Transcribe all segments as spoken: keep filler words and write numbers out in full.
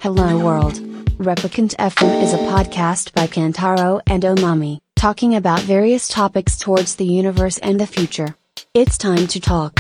Hello World. Replicant エフエム is a podcast by Kantaro and Omami, talking about various topics towards the universe and the future. It's time to talk.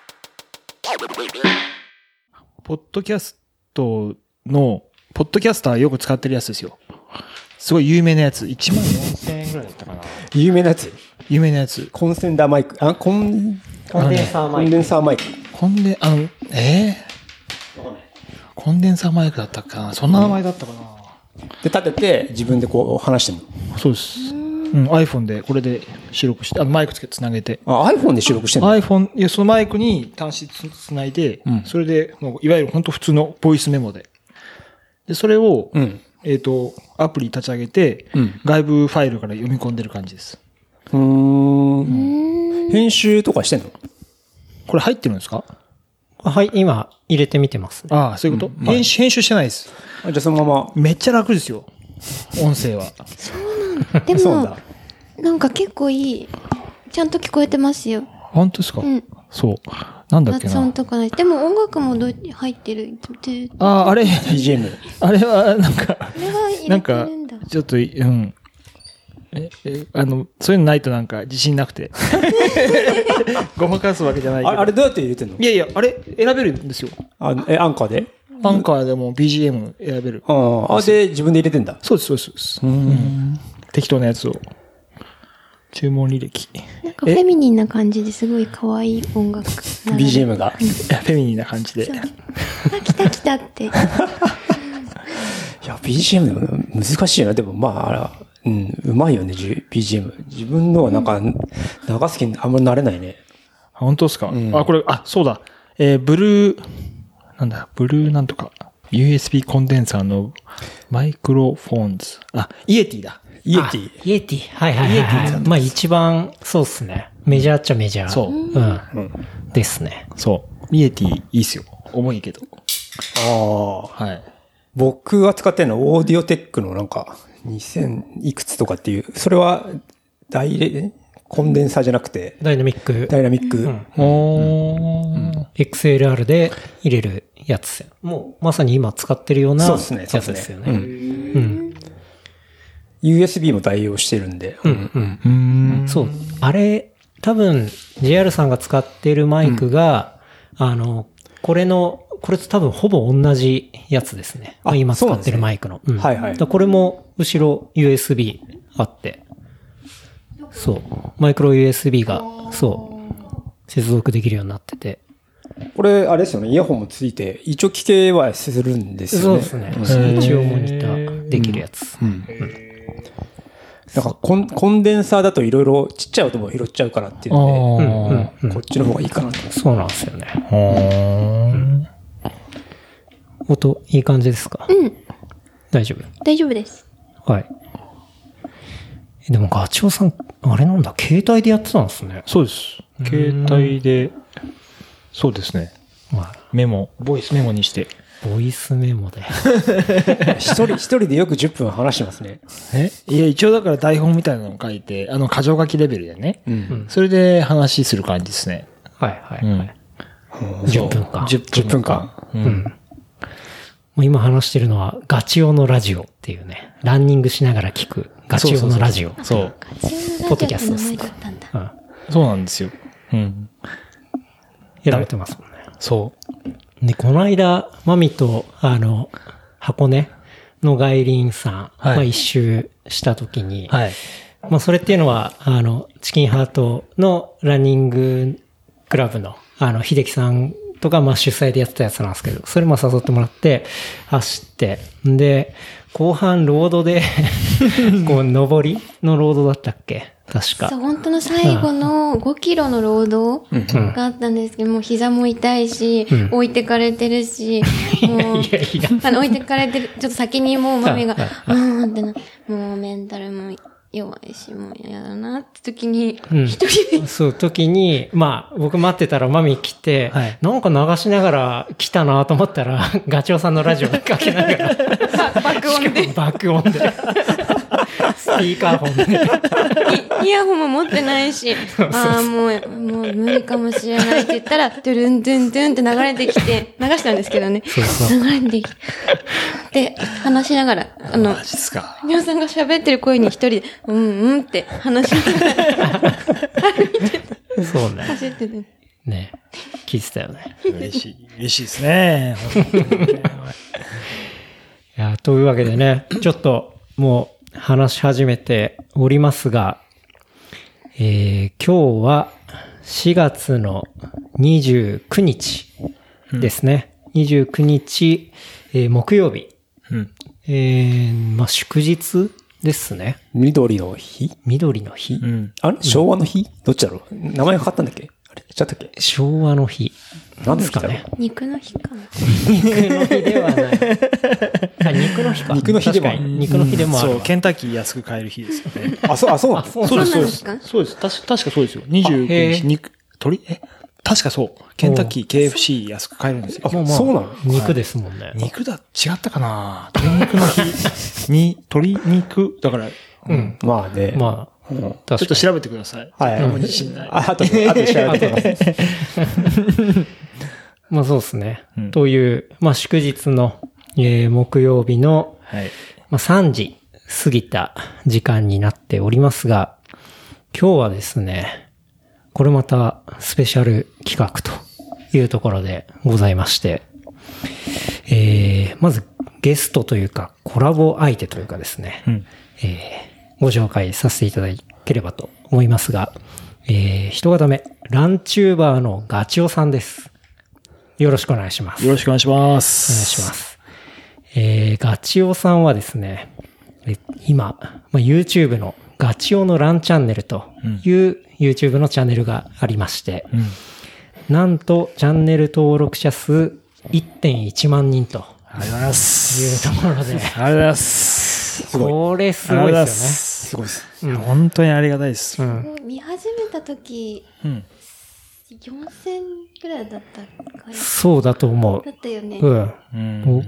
ポッドキャストの、ポッドキャスターよく使ってるやつですよ。すごい有名なやつ。いちまんよんせんえんぐらいだったかな。 有名なやつ有名なやつ。 コンセンダーマイク。あ、コン、 コンデンサーマイク。 コンデンサーマイク。 コンデン、あの、えー、コンデンサーマイクだったかな。そんな名前だったかな。 で、立てて自分でこう話してるの。 そうです。うん、iPhone でこれで収録して、あマイクつけてつなげて。 あ、iPhone で収録してるの ?iPhone、いや、そのマイクに端子つつないで、うん、それで、もういわゆる本当普通のボイスメモで。で、それを、うん、えっと、アプリ立ち上げて、うん、外部ファイルから読み込んでる感じです。 うーん。編集とかしてんの？ これ入ってるんですか？ はい、今入れてみてます、ね。 ああ、そういうこと、うん、編集、編集してないです。 あ、じゃあそのまま。 めっちゃ楽ですよ。音声は。 そうなんだ。でも、なんか結構いい。ちゃんと聞こえてますよ。 本当ですか？うん。そう。なんだっけな。 雑音とかない。でも音楽もど入ってる。 ああ、あれ。ビージーエム。 あれは、なんか、 あれは入れてるんだ。 なんか、ちょっと、うん。え、え、あの、そういうのないとなんか自信なくて。ごまかすわけじゃないけど。 あれどうやって入れてんの？ いやいや、あれ選べるんですよ。 あ、え、アンカーで？ アンカーでも ビージーエム 選べる。 ああ、で、自分で入れてんだ。 そうです、そうです。そうです。うん。適当なやつを。注文履歴。 なんかフェミニンな感じですごい可愛い音楽。 ビージーエム が。 フェミニンな感じで。 あ、来た来たって。いや、 ビージーエム でも難しいな。でもまあ、あら、うん、うまいよね、ビージーエム。自分のはなんか、流す気にあんまり慣れないね。 本当ですか？うん、あ、これ、あ、そうだ。えー、ブルー、なんだ、ブルーなんとか、ユーエスビー コンデンサーのマイクロフォンズ。あ、イエティだ。 イエティ。 イエティ。はいはいはい、はい。イエティ。まあ一番、そうっすね。メジャーっちゃメジャー。 そう。うん。 うん、ですね。 そう。イエティ、いいっすよ。重いけど。 ああ。 はい。 僕が使ってるのはオーディオテックのなんか、にせんいくつとかっていう、それは、ダイレ、コンデンサーじゃなくて、 ダイナミック。 ダイナミック。うん。 おー、うん。 エックスエルアール で入れるやつ。もう、まさに今使ってるようなやつですよね。そうですね。うん。うん。 ユーエスビー も対応してるんで。 うん。うん。うん、そう。あれ、多分、ジェイアール さんが使ってるマイクが、うん、あの、これの、これと多分ほぼ同じやつですね。あ、今使ってるマイクの。うん、はいはい。これも後ろ ユーエスビー あって、そう。マイクロ ユーエスビー が、そう。接続できるようになってて。 これ、あれですよね。イヤホンもついて、一応聞けはするんですよね。 そうですね。一応モニターできるやつ。うん。うんうんなんかコン、コンデンサーだといろいろちっちゃい音も拾っちゃうからっていうので、うんうん、こっちの方がいいかなと。 そうなんですよね。うん、音、いい感じですか？ うん。 大丈夫？ 大丈夫です。 はい。でもガチョウさん、あれなんだ、携帯でやってたんですね。 そうです。携帯で、そうですね。まあ、メモ、ボイスメモにして。 ボイスメモで。 一人、一人でよくじゅっぷん話してますね。 えいや、一応だから台本みたいなのを書いて、あの、箇条書きレベルでね。うん。それで話する感じですね。 はいはい、はい。うん、じゅっぷんかん。 じゅっぷんかん。うん。うん、 もう今話してるのは、ガチオのラジオっていうね、ランニングしながら聞く、ガチオのラジオ。 そう。 ポッドキャストです。 うん。そうなんですよ。うん。 やられてますもんね。 そう。 で、この間、マミと、あの、箱根の外輪さん、はい、まあ一周したときに、はい、まあそれっていうのは、あの、チキンハートのランニングクラブの、あの、秀樹さんとか、まあ主催でやってたやつなんですけど、それも誘ってもらって、走って、で、後半ロードで、こう、上りのロードだったっけ？確か。 そう、本当の最後のごキロのロードがあったんですけど、もう膝も痛いし、うん、置いてかれてるし、もう、いやいやあの、置いてかれてる、ちょっと先にもうマミが、うーんってな、もうメンタルも弱いし、もう嫌だなって時に、一人で、 うん。そう、時に、まあ、僕待ってたらマミ来て、はい、なんか流しながら来たなと思ったら、ガチョウさんのラジオかけながら、 爆音で。 爆音で。 スピーカーフォンで。イヤホンも持ってないし、ああ、もう、もう無理かもしれないって言ったら、ドゥルンドゥンドゥンって流れてきて、流したんですけどね。そうそう流れてきて。で、話しながら、あの、 マジっすか。 みおさんが喋ってる声に一人で、うんうんって話しながら、歩いてた。 そうね。 走ってて。 ね聞いてたよね。 嬉しい。嬉しいですね。 いや、というわけでね、ちょっともう話し始めておりますが、えー、今日はしがつのにじゅうくにちですね。うん、にじゅうくにち、えー、木曜日。うん、えー、まあ、祝日ですね。 緑の日緑の日、うん、 あれ昭和の日、うん、どっちだろう名前変わったんだっけあれちゃったっけ昭和の日。何ですかね肉の日かな肉の日ではない。あ、肉の日か。 肉の日でも肉の日でもある、 うん。そう、ケンタッキー安く買える日ですよね。 あ、そう、あ、そうなんですかそうです、そうです。そうです。確か、確かそうですよ。にじゅうくにち、肉、鳥え確かそう。ケンタッキー、ケーエフシー 安く買えるんですよ。 あ、まあ、そうなの肉ですもんね。 肉だ、違ったかな鶏肉の日に、鶏肉、だから、 うん。まあね。 まあ。 うん、ちょっと調べてください。 はい。 もう自信ない。 あ、あと、あと調べてください。 まあそうですね。うん、という、まあ祝日の、えー、木曜日の、はい、まあさんじ過ぎた時間になっておりますが、今日はですね、これまたスペシャル企画というところでございまして、えー、まずゲストというかコラボ相手というかですね、うんえーご紹介させていただければと思いますが、えー、一方目、ランチューバーのガチオさんです。よろしくお願いします。 よろしくお願いします。 お願いします。えー、ガチオさんはですね、今、まあ、YouTube のガチオのランチャンネルという YouTube のチャンネルがありまして、うん、なんとチャンネル登録者数 いってんいちまんにんと。 ありがとうございます。 いうところで。ありがとうございます。 すごい。これすごいですよね。すごいです。うん、本当にありがたいです。うん、 見始めた時、うん、よんせんくらいだったかな。 そうだと思う。 だったよね。 うん。うん、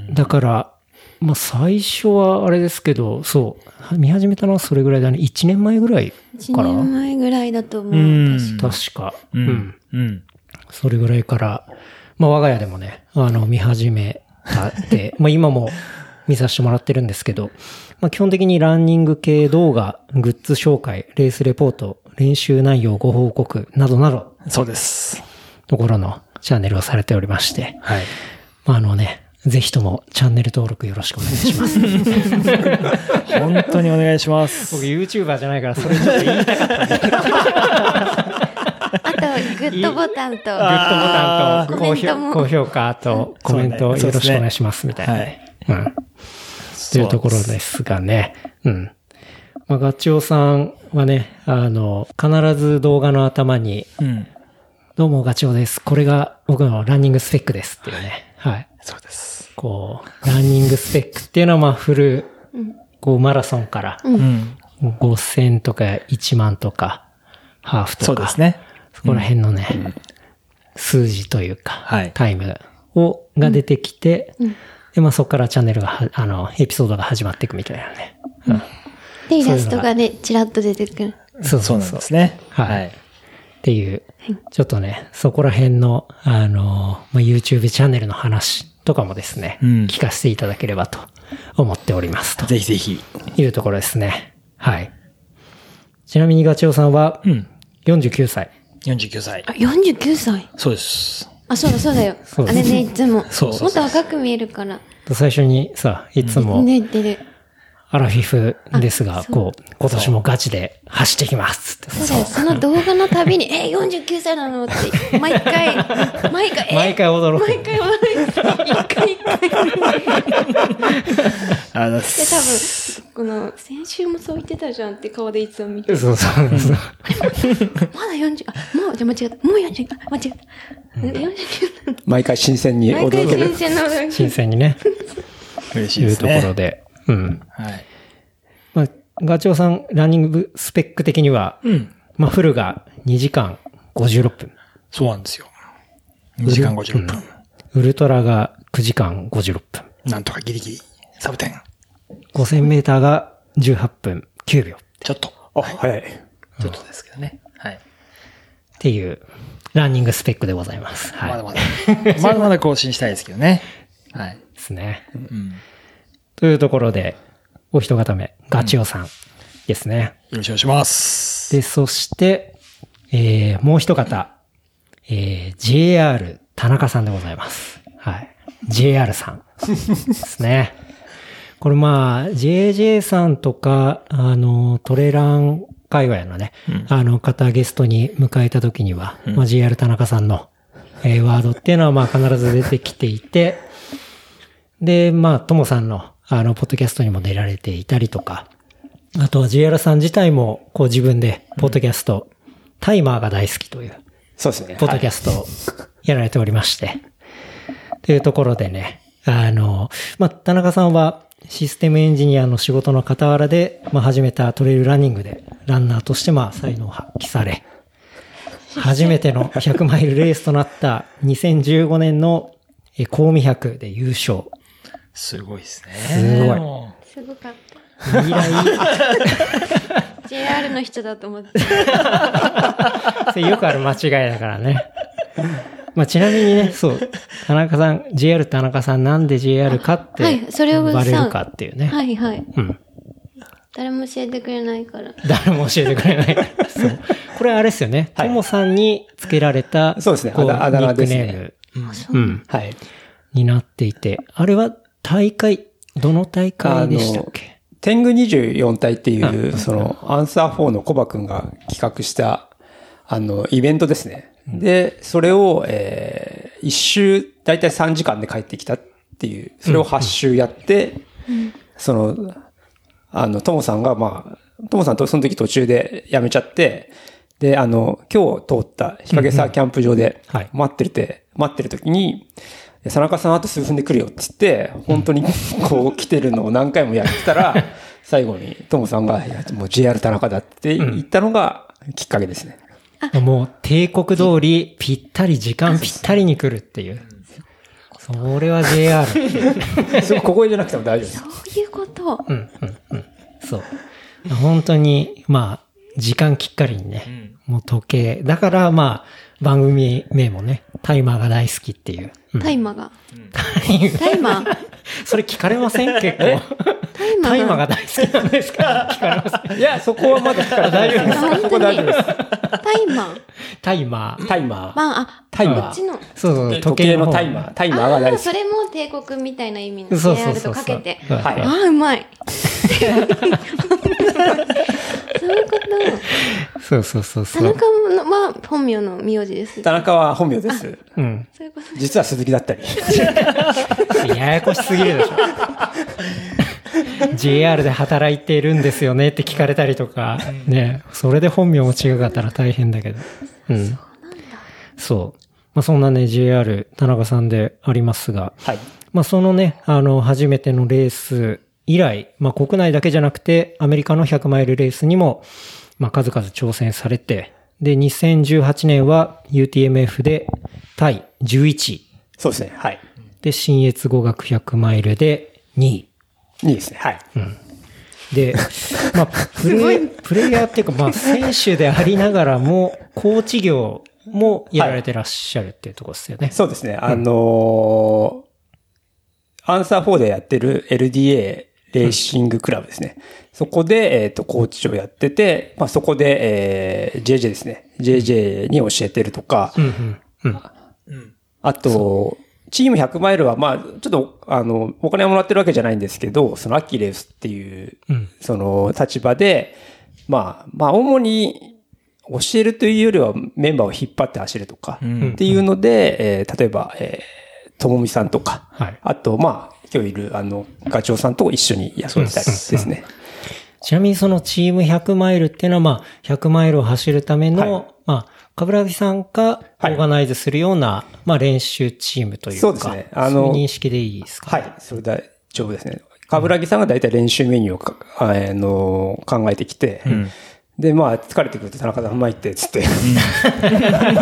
だから、まあ最初はあれですけど、そう、見始めたのはそれぐらいだね。いちねんまえぐらいかな。いちねんまえぐらいだと思う。 うん、確か。うん。うん。それぐらいから、まあ我が家でもね、あの、見始めたって、まあ今も見させてもらってるんですけど、まあ基本的にランニング系動画、グッズ紹介、レースレポート、練習内容ご報告などなど。 そうです。 ところのチャンネルをされておりまして。 はい。 まああのね、ぜひともチャンネル登録よろしくお願いします。 本当にお願いします。 僕 YouTuber じゃないからそれちょっと言いたかったんで。 あと、グッドボタンと、グッドボタンと、高評高評価とコメントよろしくお願いしますみたいな。はい。うん。というところですがね。うん。まあ、ガチオさんはね、あの、必ず動画の頭に、うん、どうもガチオです。これが僕のランニングスペックですっていうね。はい。はい、 そうです。 こう、ランニングスペックっていうのはまあフル、うん、こうマラソンから、うん、ごせんとかいちまんとか、ハーフとか。 そうですね。 そこら辺のね、うん、数字というか、はい、タイムを、が出てきて、うん、で、まあそこからチャンネルがは、あの、エピソードが始まっていくみたいなね。うん、 で、イラストがね、チラッと出てくる。 そうそうなんですね。 はい。はい、っていう、ちょっとね、そこら辺の、あの、まあ、YouTube チャンネルの話とかもですね、うん、聞かせていただければと思っておりますと。 ぜひぜひ。 いうところですね。はい。ちなみにガチオさんは、よんじゅうきゅうさい。 よんじゅうきゅうさい。 あ、よんじゅうきゅうさいそうです。 あ、そうだそうだよ。あれね、いつも。 そうそうもっと若く見えるから。 最初にさ、いつも。 ね、出る。 アラフィフですが、こう、今年もガチで走ってきますって。 そうだよ、その動画のたびに、え、よんじゅうきゅうさいなのって、毎回、毎回、 毎回驚く。 毎回驚く。一回一回。 あの、 で、多分、この、先週もそう言ってたじゃんって顔でいつも見て。 そうそうそう。 まだよんじゅう、もう、じゃ間違った。もうよんじゅう、間違った。よんじゅうきゅう毎回新鮮に驚ける。 新鮮な驚き。 新鮮にね。 嬉しいですね。 いうところで。うん。 はい。 まあ、ガチョウさん、ランニングスペック的には、うん。まあ、フルがにじかんごじゅうろっぷん。 そうなんですよ。にじかんごじゅうろっぷん。 ウルトラがくじかんごじゅうろっぷん。 なんとかギリギリ。サブテン。 ごせんメーターがじゅうはっぷんきゅうびょう。 ちょっと。 あ、早い。 ちょっとですけどね。はい。 っていう、ランニングスペックでございます。はい。 まだまだ。まだまだ更新したいですけどね。はい。 ですね。 うん。 というところで、お一方目、ガチオさんですね。 うん、よろしくお願いします。 で、そして、えー、もう一方、えー、ジェイアール 田中さんでございます。はい。ジェイアール さんですね。これまあ、ジェイジェイ さんとか、あの、トレラン界隈のね、うん、あの方ゲストに迎えた時には、うん、まあ ジェイアール 田中さんの、えー、ワードっていうのはまあ必ず出てきていて、で、まあ、ともさんの、あの、ポッドキャストにも出られていたりとか、あとは ジェイアール さん自体も、こう自分で、ポッドキャスト、うん、タイマーが大好きという、 そうですね。 ポッドキャストをやられておりまして、はい、というところでね、あの、まあ、田中さんは、システムエンジニアの仕事の傍らで、まあ、始めたトレイルランニングで、ランナーとしてまあ、才能を発揮され、初めてのひゃくマイルレースとなったにせんじゅうごねんの神戸百で優勝。 すごいですね。 すごい。 すごかった。未来。ジェイアール の人だと思って。 それよくある間違いだからね。まあ、ちなみにね、そう、田中さん、ジェイアール 田中さんなんで ジェイアール かって、はい、それをバレるかっていうね。 はいはい。うん。誰も教えてくれないから。 誰も教えてくれないから。そう。これあれですよね。とも、はい、さんにつけられた、 そうですね。 こうあだ名ですね。 ニックネーム、うん。うん。はい。になっていて、あれは大会、どの大会でしたっけ？ 天狗にじゅうよん体っていう、その、アンサーフォーのコバくんが企画した、あの、イベントですね。で、それを、えー、一周、だいたいさんじかんで帰ってきたっていう、それをはち周やって、うん、その、あの、ともさんが、まあ、ともさんとその時途中で辞めちゃって、で、あの、今日通った日陰沢キャンプ場で待ってて、うんうんはい、待ってる時に、佐中さんあと数分で来るよって言って、本当にこう来てるのを何回もやってたら、最後にともさんが、いや、もう ジェイアール 田中だって言ったのがきっかけですね。 もう帝国通りぴったり時間ぴったりに来るっていう。それは ジェイアール って。 ここじゃなくても大丈夫です。 そういうこと。 うんうんうん。そう。本当に、まあ、時間きっかりにね、うん、もう時計。だからまあ、番組名もね、タイマーが大好きっていう。 うん、タイマーが。 タイマーそれ聞かれません結構。タイマー。タイマーが大好きなんですか聞かれません。 いや、そこはまだ聞かれない。大丈夫です。そこ大丈夫です。 タイマー。 タイマー。 タイマー。 まあ、あ、 タイマー。 こっちの。 そうそう、 時計のタイマー。タイマーが大好き。 それも帝国みたいな意味の ジェイアール とかけて。 はい。 ああ、うまい。そういうこと。 そうそうそうそう。 田中は本名の名字です。 田中は本名です。 うん。 そういうこと。 実は鈴木だったり。 ややこしすぎるでしょ。ジェイアール で働いてるんですよねって聞かれたりとか、ね、それで本名も違かったら大変だけど。うん。そうなんだ。そう。まあそんなね、ジェイアール 田中さんでありますが、はい。まあそのね、あの、初めてのレース以来、まあ国内だけじゃなくて、アメリカのひゃくマイルレースにも、まあ数々挑戦されて、で、にせんじゅうはちねんは ユーティーエムエフ でタイじゅういちい。 そうですね、はい。 で、信越語学ひゃくマイルでにい。 にいですね、はい。 うん。で、まあ、プレイ、プレイヤーっていうか、まあ、選手でありながらも、コーチ業もやられてらっしゃるっていうところですよね。はい、 そうですね。あのー、アンサーフォーでやってる エルディーエー レーシングクラブですね。うん、そこで、えっと、コーチをやってて、まあ、そこで、えー、ジェイジェイ ですね。ジェイジェイ に教えてるとか、うんうんうん、あと、チームひゃくマイルは、まあ、ちょっと、あの、お金をもらってるわけじゃないんですけど、そのアキレスっていう、うん、その立場で、まあ、まあ、主に教えるというよりはメンバーを引っ張って走るとか、っていうので、うん、えー、例えば、えー、ともみさんとか、はい、あと、まあ、今日いる、あの、ガチョウさんと一緒にやってたりですね。 ちなみにそのチームひゃくマイルっていうのは、まあ、ひゃくマイルを走るための、はい、まあ、冠城さんがオーガナイズするような、はい、まあ練習チームというか、 そうですね。 あの、そういう認識でいいですか、 ね、はい、それ大丈夫ですね。冠城さんが大体練習メニューをか、あの、考えてきて、うん、で、まあ、疲れてくると田中さん参って、つって、うん、引っ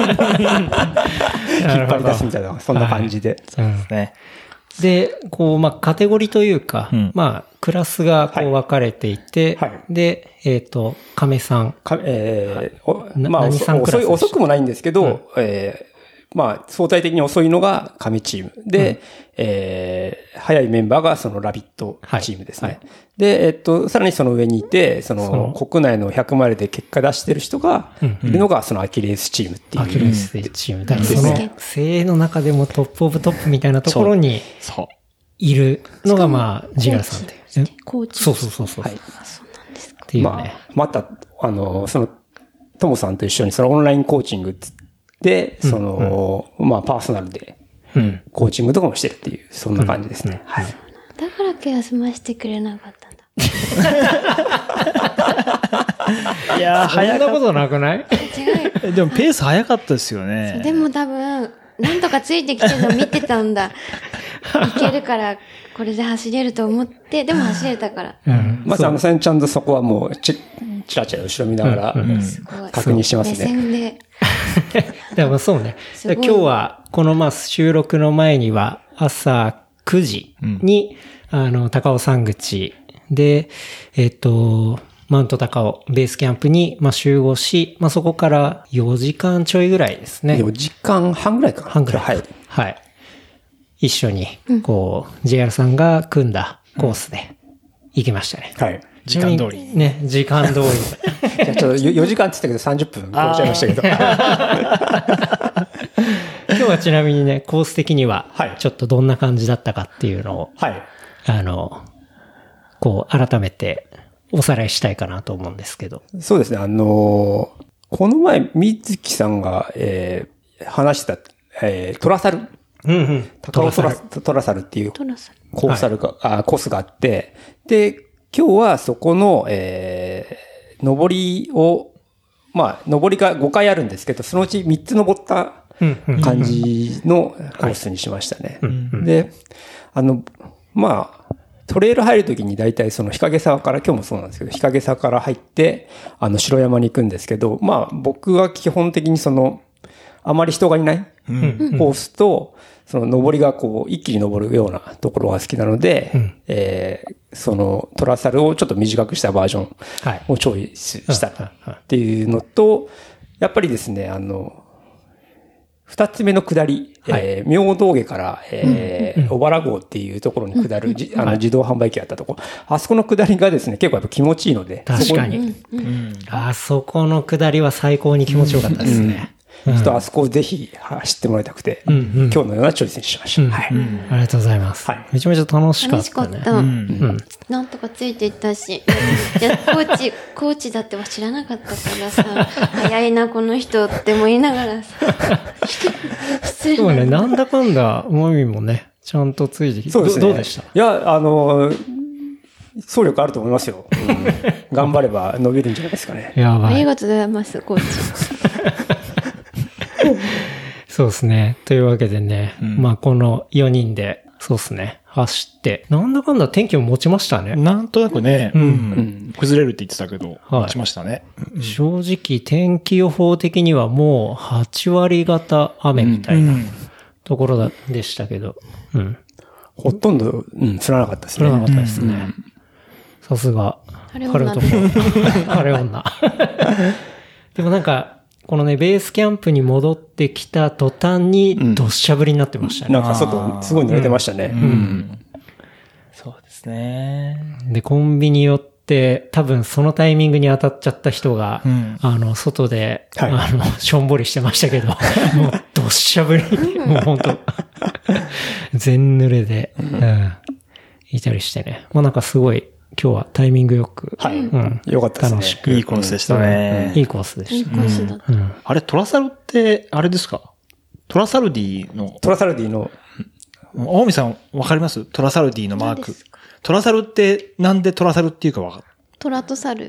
張り出すみたいな、そんな感じで。 そうですね。で、こう、まあ、カテゴリーというか、うん、まあ、 クラスがこう分かれていて、はいはい、で、えっ、ー、と、亀さん。 かえー、まあ、遅い、遅くもないんですけど、うん、えーまあ、相対的に遅いのが神チーム。で、うん、えー、早いメンバーがそのラビットチームですね。はいはい、で、えっと、さらにその上にいて、その国内のひゃくマイルで結果出してる人がいるのが、そのアキレウスチームっていう。 アキレウスチーム。だからその、精鋭の中でもトップオブトップみたいなところにいるのが、まあ、ジラさんっていう。 コーチ。 そうそうそうそう。 はい。そうなんですか。 っていうね。 まあ、また、あの、その、トモさんと一緒にそのオンラインコーチングってで、その、うんうん、まあ、パーソナルで、コーチングとかもしてるっていう、そんな感じですね。うんうん、はい。 だからケア済ましてくれなかったんだ。 いやー、早かった。そんなことなくない？ 違う。でも、ペース早かったですよね。 でも多分、なんとかついてきてるの見てたんだ。いけるから、これで走れると思って、でも走れたから。 うん。まず、あのさんちゃんとそこはもう、ち、ちらちら後ろ見ながら、うんうん、確認してますね。 目線で。 でもそうね。今日は、このまあ収録の前には、朝くじに、うん、あの、高尾山口で、えっと、マウント高尾ベースキャンプに、まあ、集合し、まあ、そこからよじかんちょいぐらいですね。 よじかんはんぐらいかな。 半ぐらい。はい。はい。一緒に、こう、ジェイアール さんが組んだコースで行きましたね。 うん、はい。 時間通り。 ね、時間通り。 じゃあちょっとよじかんって言ったけどさんじゅっぷん超えちゃいましたけど。 今日はちなみにね、コース的には、ちょっとどんな感じだったかっていうのを、はい。あの、こう、改めておさらいしたいかなと思うんですけど。 そうですね、あのー、この前、水木さんが、えー、話した、えー、トラサル。 うんうん。 高尾トラ、トラサルっていうコースが、はい、あコースがあって、で、今日はそこの、えー、上りを、まあ、上りがごかいあるんですけど、そのうちみっつ登った感じのコースにしましたね。で、あの、まあ、トレイル入るときに大体その日陰沢から、今日もそうなんですけど、日陰沢から入って、あの、城山に行くんですけど、まあ、僕は基本的にその、あまり人がいないコースと、その登りがこう一気に登るようなところが好きなので、うん、えー、そのトラサルをちょっと短くしたバージョンをチョイスしたっていうのと、やっぱりですね、あの、二つ目の下り、はい、えー、明道下から、えー、小原号っていうところに下る、じあの自動販売機があったところ、あそこの下りがですね、結構やっぱ気持ちいいので。 確かに。うん、あそこの下りは最高に気持ちよかったですね。うんちょっとあそこをぜひ走ってもらいたくて、うんうん、今日のようなチョイスにしました。うん、はい、 うん。ありがとうございます。はい、めちゃめちゃ楽しかった、ね。楽しかった。うん。 なんとかついていったし。いや、コーチ、コーチだっては知らなかったからさ、早いな、この人っても言いながらさ。失礼そうね、なんだかんだ、もみもね、ちゃんとついてきて、そうですね。どうでした？いや、あの、走力あると思いますよ。うん、頑張れば伸びるんじゃないですかね。 やばい。 ありがとうございます、コーチ。 そうですね。というわけでね、うん、まあこのよにんで、そうですね、走って、なんだかんだ天気も持ちましたね。 なんとなくね、うんうん、崩れるって言ってたけど、はい、持ちましたね。 正直天気予報的にはもうはちわり方雨みたいなところだでしたけど、うん、 ほとんど、うん、降らなかったですね。降らなかったですね。さすが、晴れ男。晴れ女。でもなんか、このね、ベースキャンプに戻ってきた途端に、どっしゃぶりになってましたね。 うん、なんか外、すごい濡れてましたね。うん。うん、 そうですね。 で、コンビニ寄って、多分そのタイミングに当たっちゃった人が、うん、あの、外で、はい、あの、しょんぼりしてましたけど、もう、どっしゃぶりに、もう本当全濡れで、うん、いたりしてね。まあなんかすごい、今日はタイミングよく、 はい。うん。よかったですね。 楽しく。いいコースでしたね。 いいコースでした。 いいコースだった。うん。 あれ、トラサルって、あれですか？トラサルディの。 トラサルディの。 大見さん、わかります？トラサルディのマーク。トラサルって、なんでトラサルっていうかわかる？ トラとサル。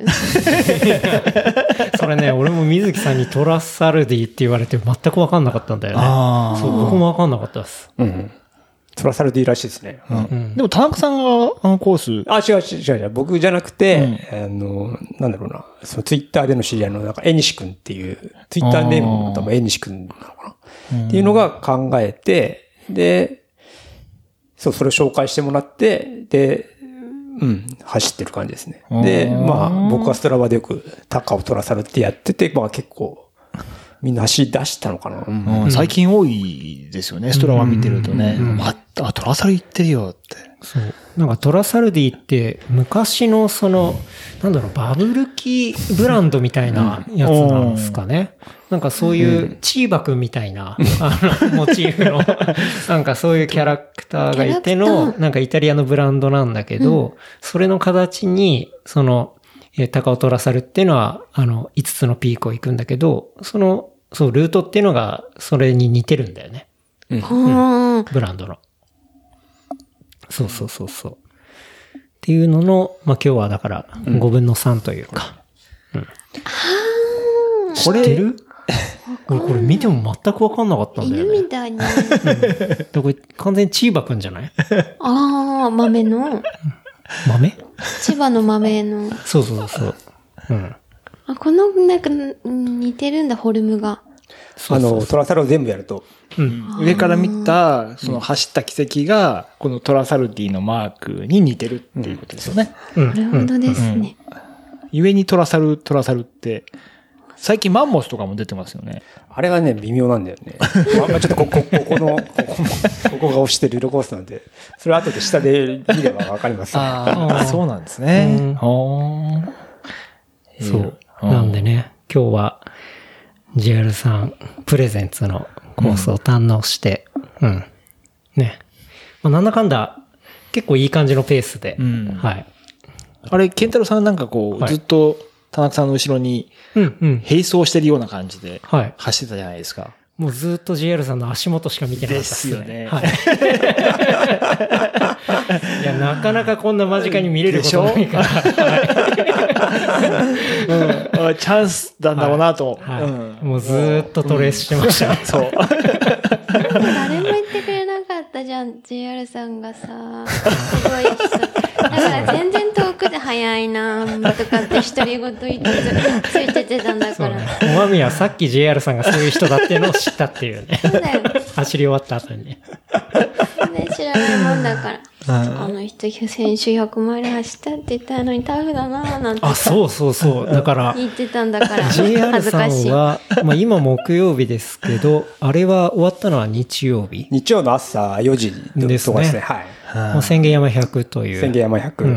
それね、俺も水木さんにトラサルディって言われて全くわかんなかったんだよね。ああ。そう、僕もわかんなかったです。 うん。トラサルディらしいですね。 うんうん、でも田中さんがあのコース。 あ、違う違う違う。僕じゃなくて、うん、あの、なんだろうな。そのツイッターでの知り合いの、なんか、エニシ君っていう、ツイッターネームも多分エニシ君なのかな。っていうのが考えて、で、そう、それを紹介してもらって、で、 うん、走ってる感じですね。で、まあ、僕はストラバでよく高尾トラサルってやってて、まあ結構、みんな走り出したのかな。 うんうん、最近多いですよね、ストラバ見てるとね。うんうん、あ、あ、トラサル行ってるよって。 そう。なんかトラサルディって昔のその、なんだろう、バブル期ブランドみたいなやつなんですかね。うん、なんかそういうチーバくんみたいな、あの、モチーフの、なんかそういうキャラクターがいての、なんかイタリアのブランドなんだけど、うん、それの形に、その、え、高尾トラサルっていうのは、あの、いつつのピークを行くんだけど、その、そう、ルートっていうのが、それに似てるんだよね。うん。うん、ブランドの。そうそうそうそう。っていうのの、まあ、今日はだから、ごぶんのさんというか。うん。うん、知ってる？俺これ見ても全く分かんなかったんだよね。 犬みたいに。うん、 これ完全にチーバくんじゃない？ ああ、豆の。 豆？ 千葉の豆の。 そうそうそう。うん。 あ、この、なんか、似てるんだ、フォルムが。 あの、トラサルを全部やると。 うん、上から見た、その走った軌跡が、このトラサルディのマークに似てるっていうことですよね。 なるほどですね。 故にトラサル、トラサルって、最近マンモスとかも出てますよね。 あれがね、微妙なんだよね。まあ、ちょっとここ、ここの、ここここが押してる色コースなんで、それ後で下で見ればわかります、ね。 ああ、そうなんですね。うん、 そう。なんでね、今日は ジェイアール さんプレゼンツのコースを堪能して、うん。うん、ね。まあ、なんだかんだ結構いい感じのペースで、うん、はい。 あれ、ケンタロウさんなんかこう、はい、ずっと田中さんの後ろに、うんうん。並走してるような感じで、走ってたじゃないですか。はい、 もうずっと ジェイアール さんの足元しか見てなかったですね。ですよね。はい。いや、なかなかこんな間近に見れることないから。 うん、チャンスなんだろうなと。 はいはい、うん、もうずーっとトレースしてました、ね。 そう。 誰も言ってくれなかったじゃん、ジェイアール さんがさ。すごい人。だから全然遠くで早いなとかって独り言言ってついててたんだから。 おまみはさっき ジェイアール さんがそういう人だっていうのを知ったっていうね。 そうだよ。 走り終わった後にね。 ね、知らないもんだから。あの人、先週ひゃくマイル走ったって言ったのにタフだなぁなんて。 あ、そうそうそう。だから。 言ってたんだから。 ジェイアール さんは、まあ今木曜日ですけど、あれは終わったのは日曜日。 日曜の朝よじですね。ですね。はい。 まあ、千軒山ひゃくという。 千軒山ひゃく。うん。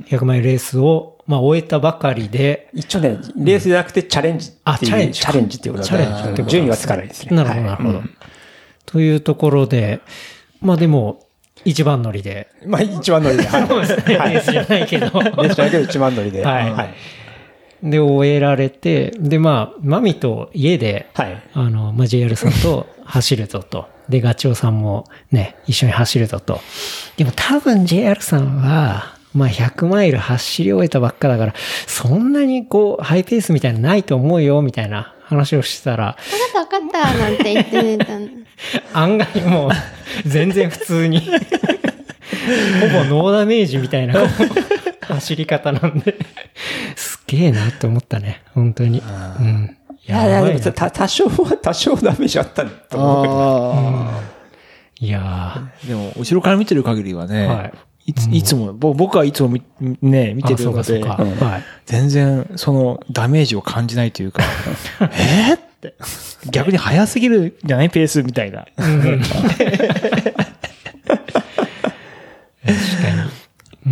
ひゃくマイルレースを、まあ終えたばかりで。 一応ね、レースじゃなくてチャレンジっていう。 あ、チャレンジ。 チャレンジっていうことだから。チャレンジってこと。順位はつかないですね。 なるほど、なるほど。というところで、まあでも、一番乗りで。 まあ一番乗りで。 そうですね。レースじゃないけど。レースじゃないけど一番乗りで。 はい。はい。で、終えられて、で、まあ、マミと家で、はい。あの、まあ ジェイアール さんと走るぞと。で、ガチョウさんもね、一緒に走るぞと。でも多分 ジェイアール さんは、まあひゃくマイル走り終えたばっかだから、そんなにこう、ハイペースみたいなのないと思うよ、みたいな話をしてたら。 わかったわかった、なんて言ってたの。 案外もう、全然普通に。ほぼノーダメージみたいな走り方なんで、すっげえなって思ったね、本当に。うん。 いやいや、でも多少は、多少ダメージあったんだと思うけど、ね。 いやー。でも、後ろから見てる限りはね、はい、いついつも、僕はいつもみね、見てるので、はい、全然そのダメージを感じないというか、えーって、逆に速すぎるじゃないペースみたいな。確かに。 うん。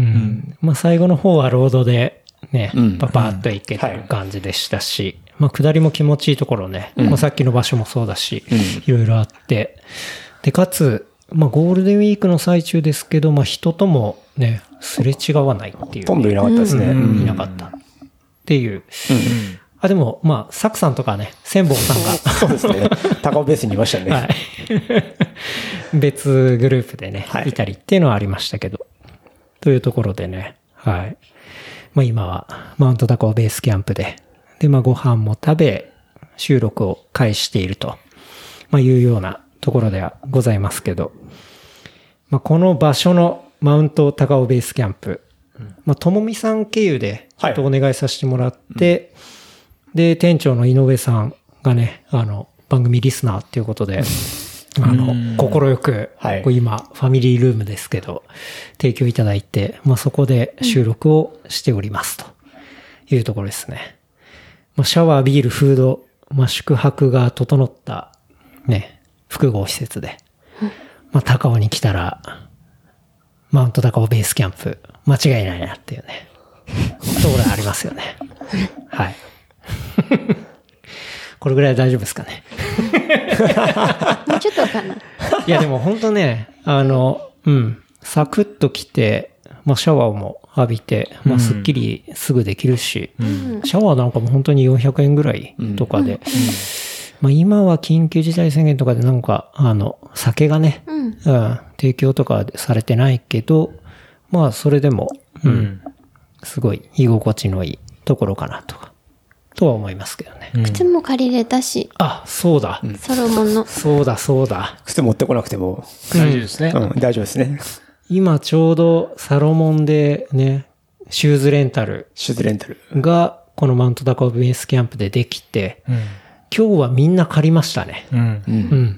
まあ最後の方はロードでね、うん、パパッといけてる感じでしたし、はい、まあ下りも気持ちいいところね、うん、まあさっきの場所もそうだし、うん、いろいろあって、で、かつ、まあゴールデンウィークの最中ですけど、まあ人ともね、すれ違わないっていう。 ほとんどいなかったですね。 うん、いなかった。っていう。うんうん、あ、でも、まあ、サクさんとかね、千本さんが。 そうですね。高尾ベースにいましたね。はい。 別グループでね、はい、いたりっていうのはありましたけど。というところでね、はい。まあ今は、マウント高尾ベースキャンプで、で、まあご飯も食べ、収録を開始していると、まあいうようなところではございますけど、まあこの場所のマウント高尾ベースキャンプ、まあともみさん経由でちょっとお願いさせてもらって、はい、で、店長の井上さんがね、あの、番組リスナーっていうことで、 あの、心よく、はい、今、ファミリールームですけど、提供いただいて、まあ、そこで収録をしておりますというところですね。まあ、シャワー、ビール、フード、まあ、宿泊が整った、ね、複合施設で、まあ、高尾に来たら、マウント高尾ベースキャンプ、間違いないなっていうね、ところがありますよね。はい。これぐらい大丈夫ですかね。 もうちょっとかな。 いやでも本当ね、あの、うん、サクッと来て、まあシャワーも浴びて、まあスッキリすぐできるし、うん、シャワーなんかも本当によんひゃくえんぐらいとかで、うんうん、まあ今は緊急事態宣言とかでなんか、あの、酒がね、うんうん、提供とかされてないけど、まあそれでも、うん、うん、すごい居心地のいいところかなとか。とは思いますけどね。 靴も借りれたし。 あ、そうだ。 ソロモンの。 そうだ、そうだ。 靴持ってこなくても大丈夫ですね。 うん、大丈夫ですね。 今ちょうどサロモンでね、シューズレンタル。 シューズレンタル。 が、このマウントダカオベースキャンプでできて、うん、今日はみんな借りましたね。うん。うん。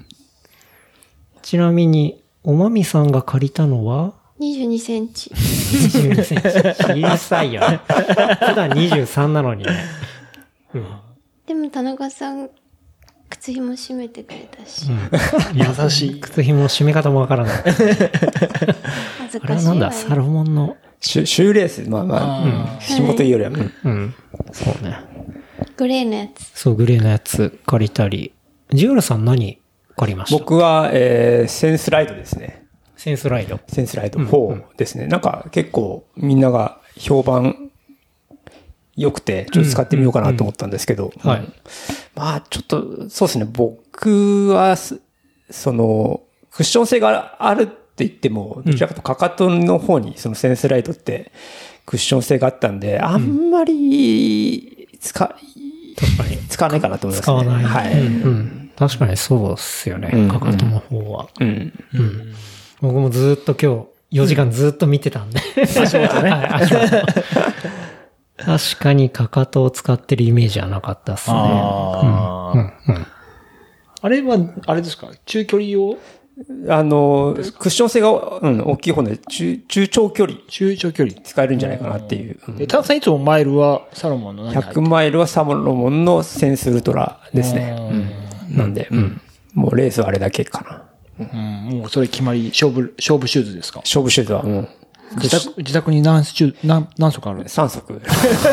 ちなみに、おまみさんが借りたのはにじゅうにセンチ。 にじゅうにセンチ。小さいよね。普段にじゅうさんなのにね。 うん、でも田中さん靴紐締めてくれたし、うん、 優しい靴紐の締め方もわからない恥ずかしい。あれはなんだサロモンのシュ、シューレースまあまあ、うん、紐というよりは、うん、うん、 そうねグレーのやつそうグレーのやつ借りたりジオラさん何借りました？ 僕は、えー、センスライドですね。 センスライドセンスライドフォーですね、うんうん、なんか結構みんなが評判良くて、ちょっと使ってみようかなと思ったんですけど。うんうんうん、はい。まあ、ちょっと、そうですね。僕は、その、クッション性があるって言っても、どちらかというとかかとの方に、そのセンスライトってクッション性があったんで、あんまり使、 確かに使わないかなと思いますね。 使わない。 はい。 うんうん、確かにそうですよね。うんうん、かかとの方は。うん。うん。僕もずっと今日、よじかんずっと見てたんで。 足元ね。はい、足元。 確かにかかとを使ってるイメージはなかったっすね。あ,、うんうんうん、 あれは、あれですか中距離用あの、クッション性が、うん、大きい方で中、中長距離。 中長距離。 使えるんじゃないかなっていう。 え、タンさんいつもマイルはサロモンの何ひゃくマイルはサロモンのセンスウルトラですね。うん、なんで、うん、もうレースはあれだけかな。うん、もうそれ決まり、勝負、勝負シューズですか？ 勝負シューズは、うん。 自宅、自宅に何足、何、何足あるんですか？ さん足。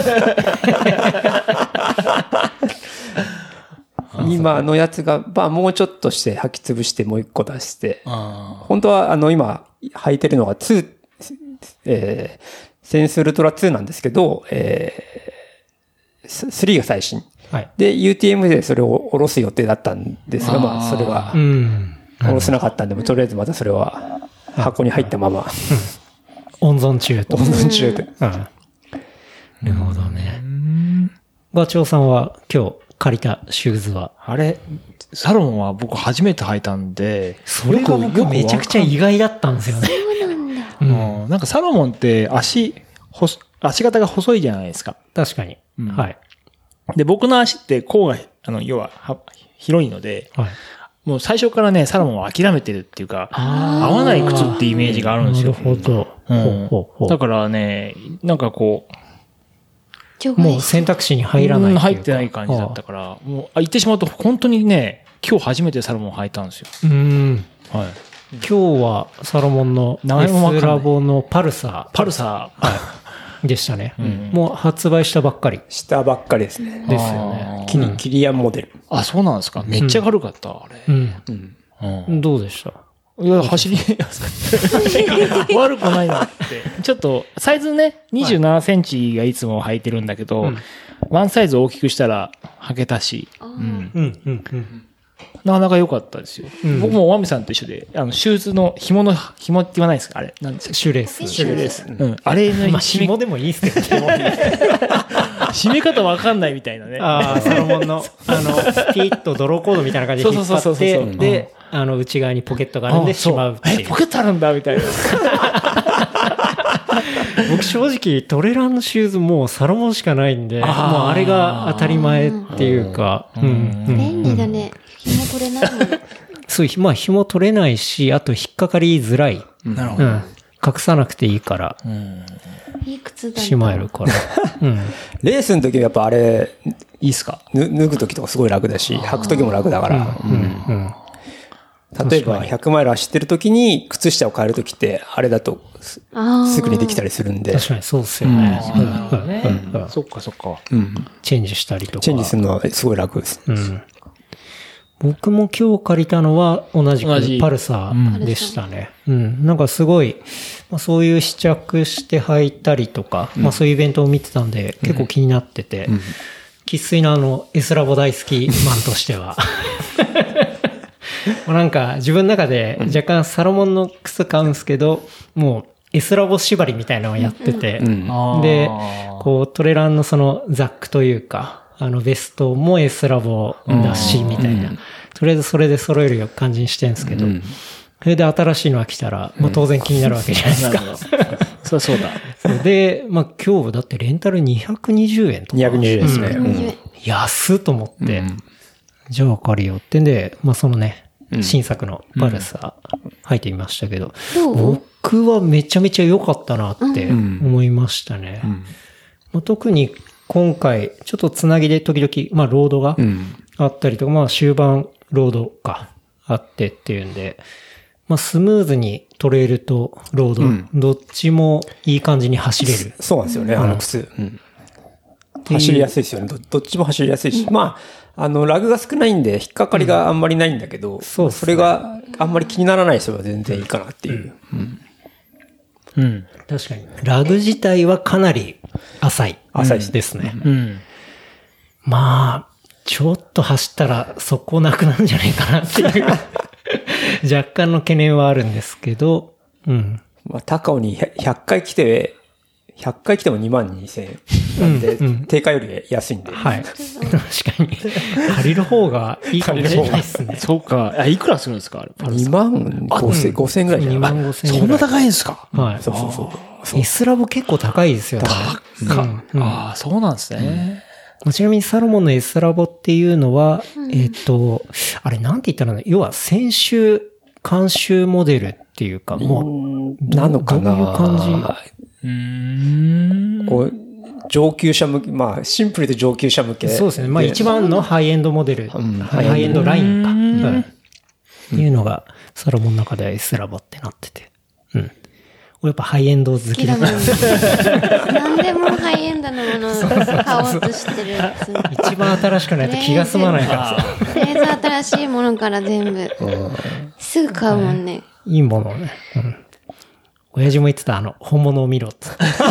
今のやつが、まあもうちょっとして履き潰してもう一個出して、本当はあの今履いてるのがに、えー、センスウルトラツーなんですけど、えー、スリーが最新。はい、で、ユーティーエム でそれを下ろす予定だったんですが、まあそれは、下ろせなかったんで、とりあえずまたそれは箱に入ったまま、 温存中と。 温存中で。 うん。なるほどね。ガチョウさんは今日借りたシューズはあれ、サロモンは僕初めて履いたんで、 それが僕めちゃくちゃ意外だったんですよね。 そうなんだ。 うん。なんかサロモンって足、足型が細いじゃないですか。 確かに。うん、はい。 で、僕の足って甲が、あの、要は、広いので、はい。もう最初からね、サロモンは諦めてるっていうか、合わない靴ってイメージがあるんですよ。 なるほど。 うん、ほうほうほうだからね、なんかこう、もう選択肢に入らない。 入ってない感じだったから、もう、あ、言ってしまうと本当にね、今日初めてサロモン履いたんですよ。 うん。はい。今日はサロモンの S ラボのパルサー。パルサー。はい。 でしたね、うん。もう発売したばっかり。 したばっかりですね。 ですよね。 キリ、キリアンモデル。 あ、そうなんですか。めっちゃ軽かった、あれ。うん。 うんうん、どうでした？ いや、走りやすかった。悪くないなって。ちょっと、サイズね、にじゅうななセンチがいつも履いてるんだけど、はい、ワンサイズ大きくしたら履けたし、うん。うん、うん、うん。なかなか良かったですよ。うん、僕もワミさんと一緒で、あの、シューズの紐の、紐って言わないですかあれ。なんですかシューレース。 シューレース。うん。あれの、 まあ、紐でもいいですけど、 締め方わかんないみたいなね。 ああ、サロモンの、あの、ピッとドローコードみたいな感じで引っ張って、で、あの、内側にポケットがあるんでしまうっていう。 え、ポケットあるんだみたいな。 僕正直トレランのシューズもうサロモンしかないんで、もうあれが当たり前っていうか。 便利だね。紐これないもん。 そそう、まあ紐取れないし、あと引っかかりづらい。 なるほど。 うん。隠さなくていいから。 うん。いい靴だ。 しまえるから。うん。 レースの時はやっぱあれ、 いいっすか？ 脱ぐ時とかすごい楽だし、履く時も楽だから。うん。うん。例えばひゃくマイル走ってる時に靴下を変える時って、あれだとすぐにできたりするんで。 確かにそうっすよね。 そっかそっか。 うん。チェンジしたりとか。 チェンジするのはすごい楽です。 うん。僕も今日借りたのは同じくパルサーでしたね。うん。なんかすごい、まあ、そういう試着して履いたりとか、まあそういうイベントを見てたんで結構気になってて、生粋のあの S ラボ大好きマンとしては。もうなんか自分の中で若干サロモンの靴買うんですけど、もう S ラボ縛りみたいなのをやってて、で、こうトレランのそのザックというか、あのベストも S ラボだし、みたいな。とりあえずそれで揃える感じにしてるんですけど、それで新しいのが来たら、まあ当然気になるわけじゃないですか。 そりゃそうだ。 で、まあ今日だってレンタルにひゃくにじゅうえんとか。 にひゃくにじゅうえんですね。 安っと思って、じゃあ借りようってんで、まあそのね、新作のパルサー履いてみましたけど、僕はめちゃめちゃ良かったなって思いましたね。まあ、特に今回、ちょっとつなぎで時々、まあロードがあったりとか、まあ終盤ロードがあってっていうんで、まあスムーズにトレイルとロード、どっちもいい感じに走れる。 そうなんですよね、あの靴。走りやすいですよね。どっちも走りやすいし。まあ、あの、ラグが少ないんで、引っかかりがあんまりないんだけど、うん、そう、それがあんまり気にならない人は全然いいかなっていう。うん。 うん。確かに。ラグ自体はかなり浅い。 浅いですね。うん。まあ、ちょっと走ったらそこなくなるんじゃないかなっていう若干の懸念はあるんですけど、うん。 まあ、高尾にひゃっかい来て、ひゃっかい来てもにまんにせんえんなんで、うんうん、定価より安いんで。 はい。確かに。借りる方がいいかもしれないですね。 そうか。あ、いくらするんですかあれ。 にまんごせん、ごせんぐらいじゃない。 にまんごせんぐらい。 そんな高いんですかはい。 そうそうそう。 S ラボ結構高いですよね。 高っ。うん、ああ、そうなんですね。 うん、ちなみにサロモンの S ラボっていうのは、うん、えっと、あれなんて言ったらいいの？要は先週監修モデルっていうか、もう、 なのかな？ どういう感じ？ うーんこう上級者向け、まあ、シンプルで上級者向け。 そうですね。まあ、一番のハイエンドモデル。うん、ハイエンドラインか。うん。っていうのが、サロモンの中では S ラボってなってて。うん。俺やっぱハイエンド好きだから。 何でもハイエンドのものを買おうとしてるやつ。 一番新しくないと気が済まないからさ。 とりあえず新しいものから全部。すぐ買うもんね。 いいものをね。うん。親父も言ってた、あの、本物を見ろって。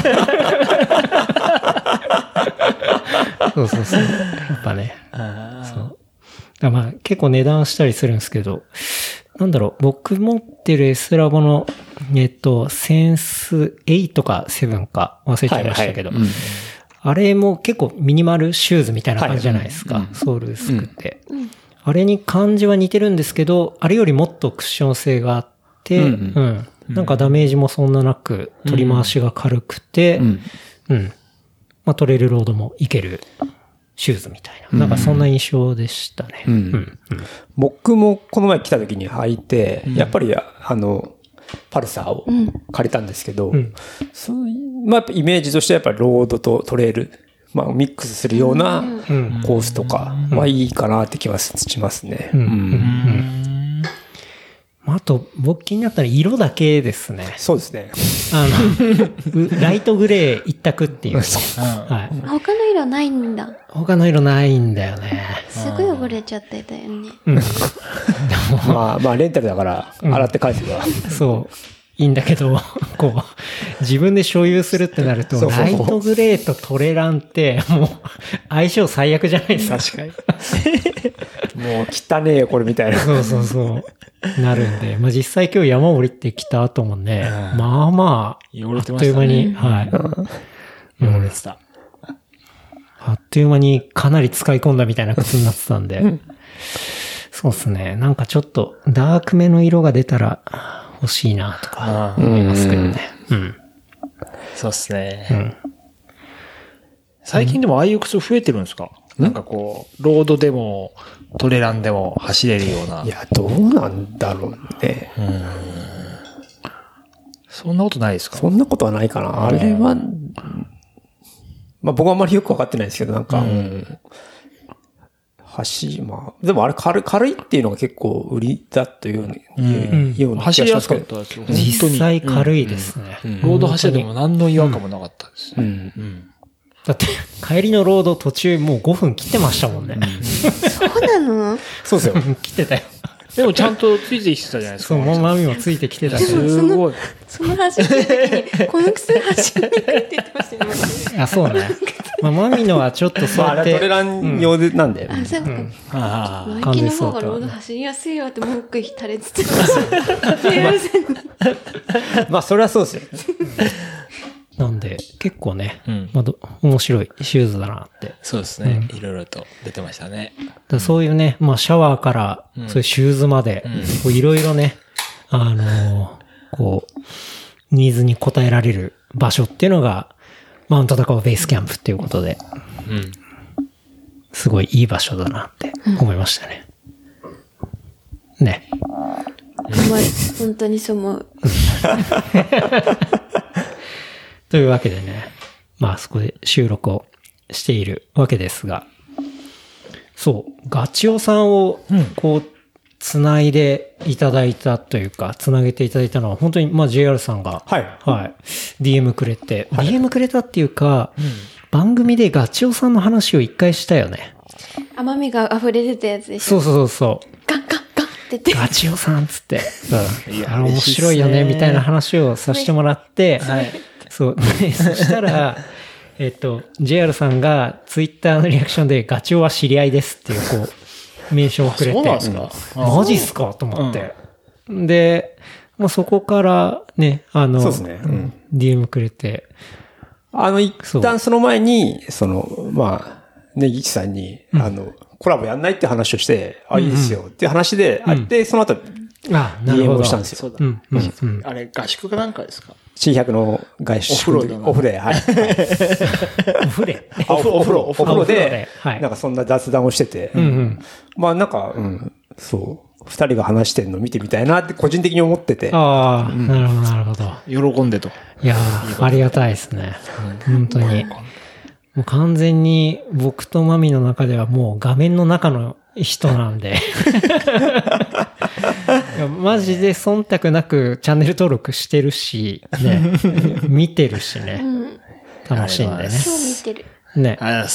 そうそうそう。やっぱね。そう。だまあ結構値段したりするんですけど、なんだろう、僕持ってる S ラボの、えっと、センスはちかななか忘れちゃいましたけど、はいはいうん、あれも結構ミニマルシューズみたいな感じじゃないですか。はいうん、ソール薄くて、うん。あれに感じは似てるんですけど、あれよりもっとクッション性があって、うん、うんうんなんかダメージもそんななく、取り回しが軽くて、うん。うん、まあトレイルロードもいけるシューズみたいな。なんかそんな印象でしたね。うん。うんうん、 僕もこの前来た時に履いて、うん、やっぱりあの、パルサーを借りたんですけど、うん、そうまあやっぱイメージとしてはやっぱりロードとトレイル、まあミックスするようなコースとかはいいかなって気はしますね。うんうんうんあと、僕気になったのは色だけですね。 そうですね。 あの、ライトグレー一択っていう。はい。 他の色ないんだ。 他の色ないんだよね。 すごい汚れちゃってたよね。 うん。 まあ、まあ、レンタルだから、洗って返せば、うん。 そう。いいんだけど、こう、自分で所有するってなると、ライトグレーとトレランって、もう、相性最悪じゃないですか。 確かに。もう、汚ねえよ、これみたいな。 そうそうそう。なるんで、まあ実際今日山降りてきた後もね、うん、まあまあ、 汚れてましたね。 あっという間に、はい。 汚れてた。 あっという間にかなり使い込んだみたいな靴になってたんで、うん、そうですね。なんかちょっとダークめの色が出たら欲しいなとか思いますけどね。うん。うん、 そうですね。うん。最近でもああいう靴増えてるんですか？ なんかこう、ロードでもトレランでも走れるような。 いや、どうなんだろうね。うん。 そんなことないですか？ そんなことはないかな。あれは、まあ僕はあんまりよくわかってないですけど、なんか、うん、走、まあ、でもあれ軽い、軽いっていうのが結構売りだというような、うん、ような走りやすかったですよ。 実際軽いですね。 うんうん、ロード走ってても何の違和感もなかったです。うんうんうん、だって、帰りのロード途中もうごふん切ってましたもんね。うん、 そうなの？ そうですよ。 切ってたよ。 でもちゃんとついてきてたじゃないですか。 そう、もうマミもついてきてたし。 すごい。 その走ってる時に、この靴走ってくって言ってましたよね。 あ、そうね。まあ、マミのはちょっとそうやって。 まあ、トレラン用で、なんで。 あ、そうか。 ああ。マイキの方がロード走りやすいよって文句垂れつつました。 まあ、それはそうですよ。 なんで、結構ね、うん、まあど、面白いシューズだなって。 そうですね。うん、いろいろと出てましたね。 だそういうね、まあ、シャワーから、そういうシューズまで、いろいろね、あのー、こう、ニーズに応えられる場所っていうのが、マウント高尾ベースキャンプっていうことで、うん、すごいいい場所だなって思いましたね。うん、ね。 本当にそう思う。 というわけでね、まあそこで収録をしているわけですが、そう、ガチオさんをこう、つないでいただいたというか、つなげていただいたのは本当にまあ ジェイアール さんが、 はい。 はい。ディーエム くれて、はい、ディーエム くれたっていうか、 うん、 番組でガチオさんの話を一回したよね。 甘みが溢れてたやつでしょ。そうそうそう。 ガンガンガンって言って。 ガチオさんつって。うん。いや、あの面白いよね、みたいな話をさせてもらって、はい。そう。で、そしたら、えっと、ジェイアール さんがツイッターのリアクションでガチオは知り合いですっていう、こう、名称をくれて。そうなんですか？ マジっすかと思って。うん、で、まあ、そこからね、あの、 そうですね。うん、 ディーエム くれて。 あの、一旦その前に、その、まあ、ねぎちさんに、うん、あの、コラボやんないって話をして、うん、あ、いいですよっていう話で、あって、うん、その後、 あ、 なるほど。ディーエム をしたんですよ。 そうだ。うんうんうん、あれ、合宿かなんかですか？ 新百の外宿。お風呂。お風呂で、はい。 お風呂お風呂、お風呂で、なんかそんな雑談をしてて、 うんうん、 まあなんか、うん、そう、二人が話してるの見てみたいなって個人的に思ってて。 ああ、うん、なるほど、なるほど。 喜んでと。 いやー、ありがたいですね。うん、本当に。もう完全に僕とマミの中ではもう画面の中の人なんで。いやマジで忖度なくチャンネル登録してるし、ね、見てるしね、うん、楽しんでね。 今日見てる。 ね。 ありがとうございます。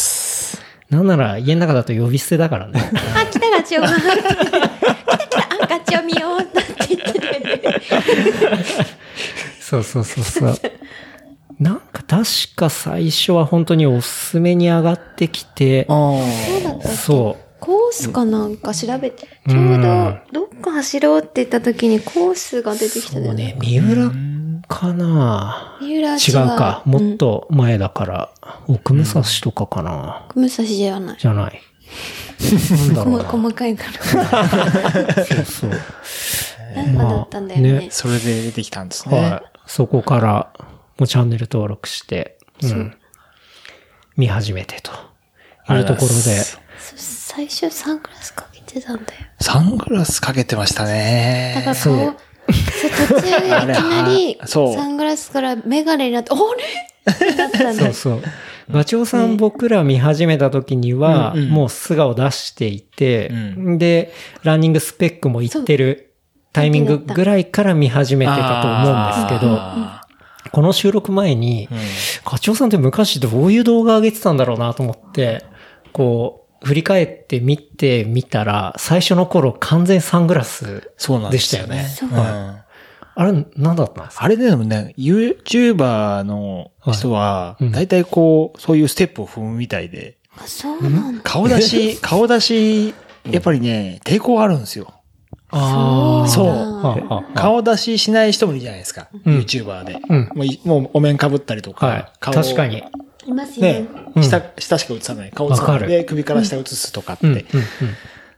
なんなら家の中だと呼び捨てだからね。 あ、来たガチョウ。来た来た、あ、ガチョウ見ようって言ってる。 そうそうそうそう。なんか確か最初は本当におすすめに上がってきて、 そうだったっけ？ そう。 コースかなんか調べて、ちょうどどっか走ろうって言った時にコースが出てきたよね。三浦かな？ 三浦違う。 違うか。もっと前だから、奥武蔵とかかな？ 奥武蔵じゃない。 じゃない。なんだろうな。 細かいから。そうそう。なんかだったんだよね。ね、 それで出てきたんですね。 はい。そこからもうチャンネル登録して、うん、見始めてというところで。 最初サングラスかけてたんだよ。 サングラスかけてましたね。 だからそう、そう途中いきなりサングラスからメガネになって、あれだったんだよ。 そうそう。ガチョウさん、ね、僕ら見始めた時には、うんうん、もう素顔出していて、うん、で、ランニングスペックもいってるタイミングぐらいから見始めてたと思うんですけど、この収録前に、うん、ガチョウさんって昔どういう動画上げてたんだろうなと思って、こう、振り返ってみてみたら、最初の頃完全サングラスでしたよね。 そうなんですよね。 うん、あれ、何だったんですか？ あれでもね、YouTuber の人は、だいたいこう、そういうステップを踏むみたいで。 あ、そうなんだ。 顔出し、顔出し、やっぱりね、抵抗あるんですよ。 ああ。 そう。顔出ししない人もいるじゃないですか。うん、YouTuber で。うん、もう、もうお面被ったりとか。 はい、確かに。 いますよね。 ね、下、下しか映さない。顔映さないで首から下映すとかって。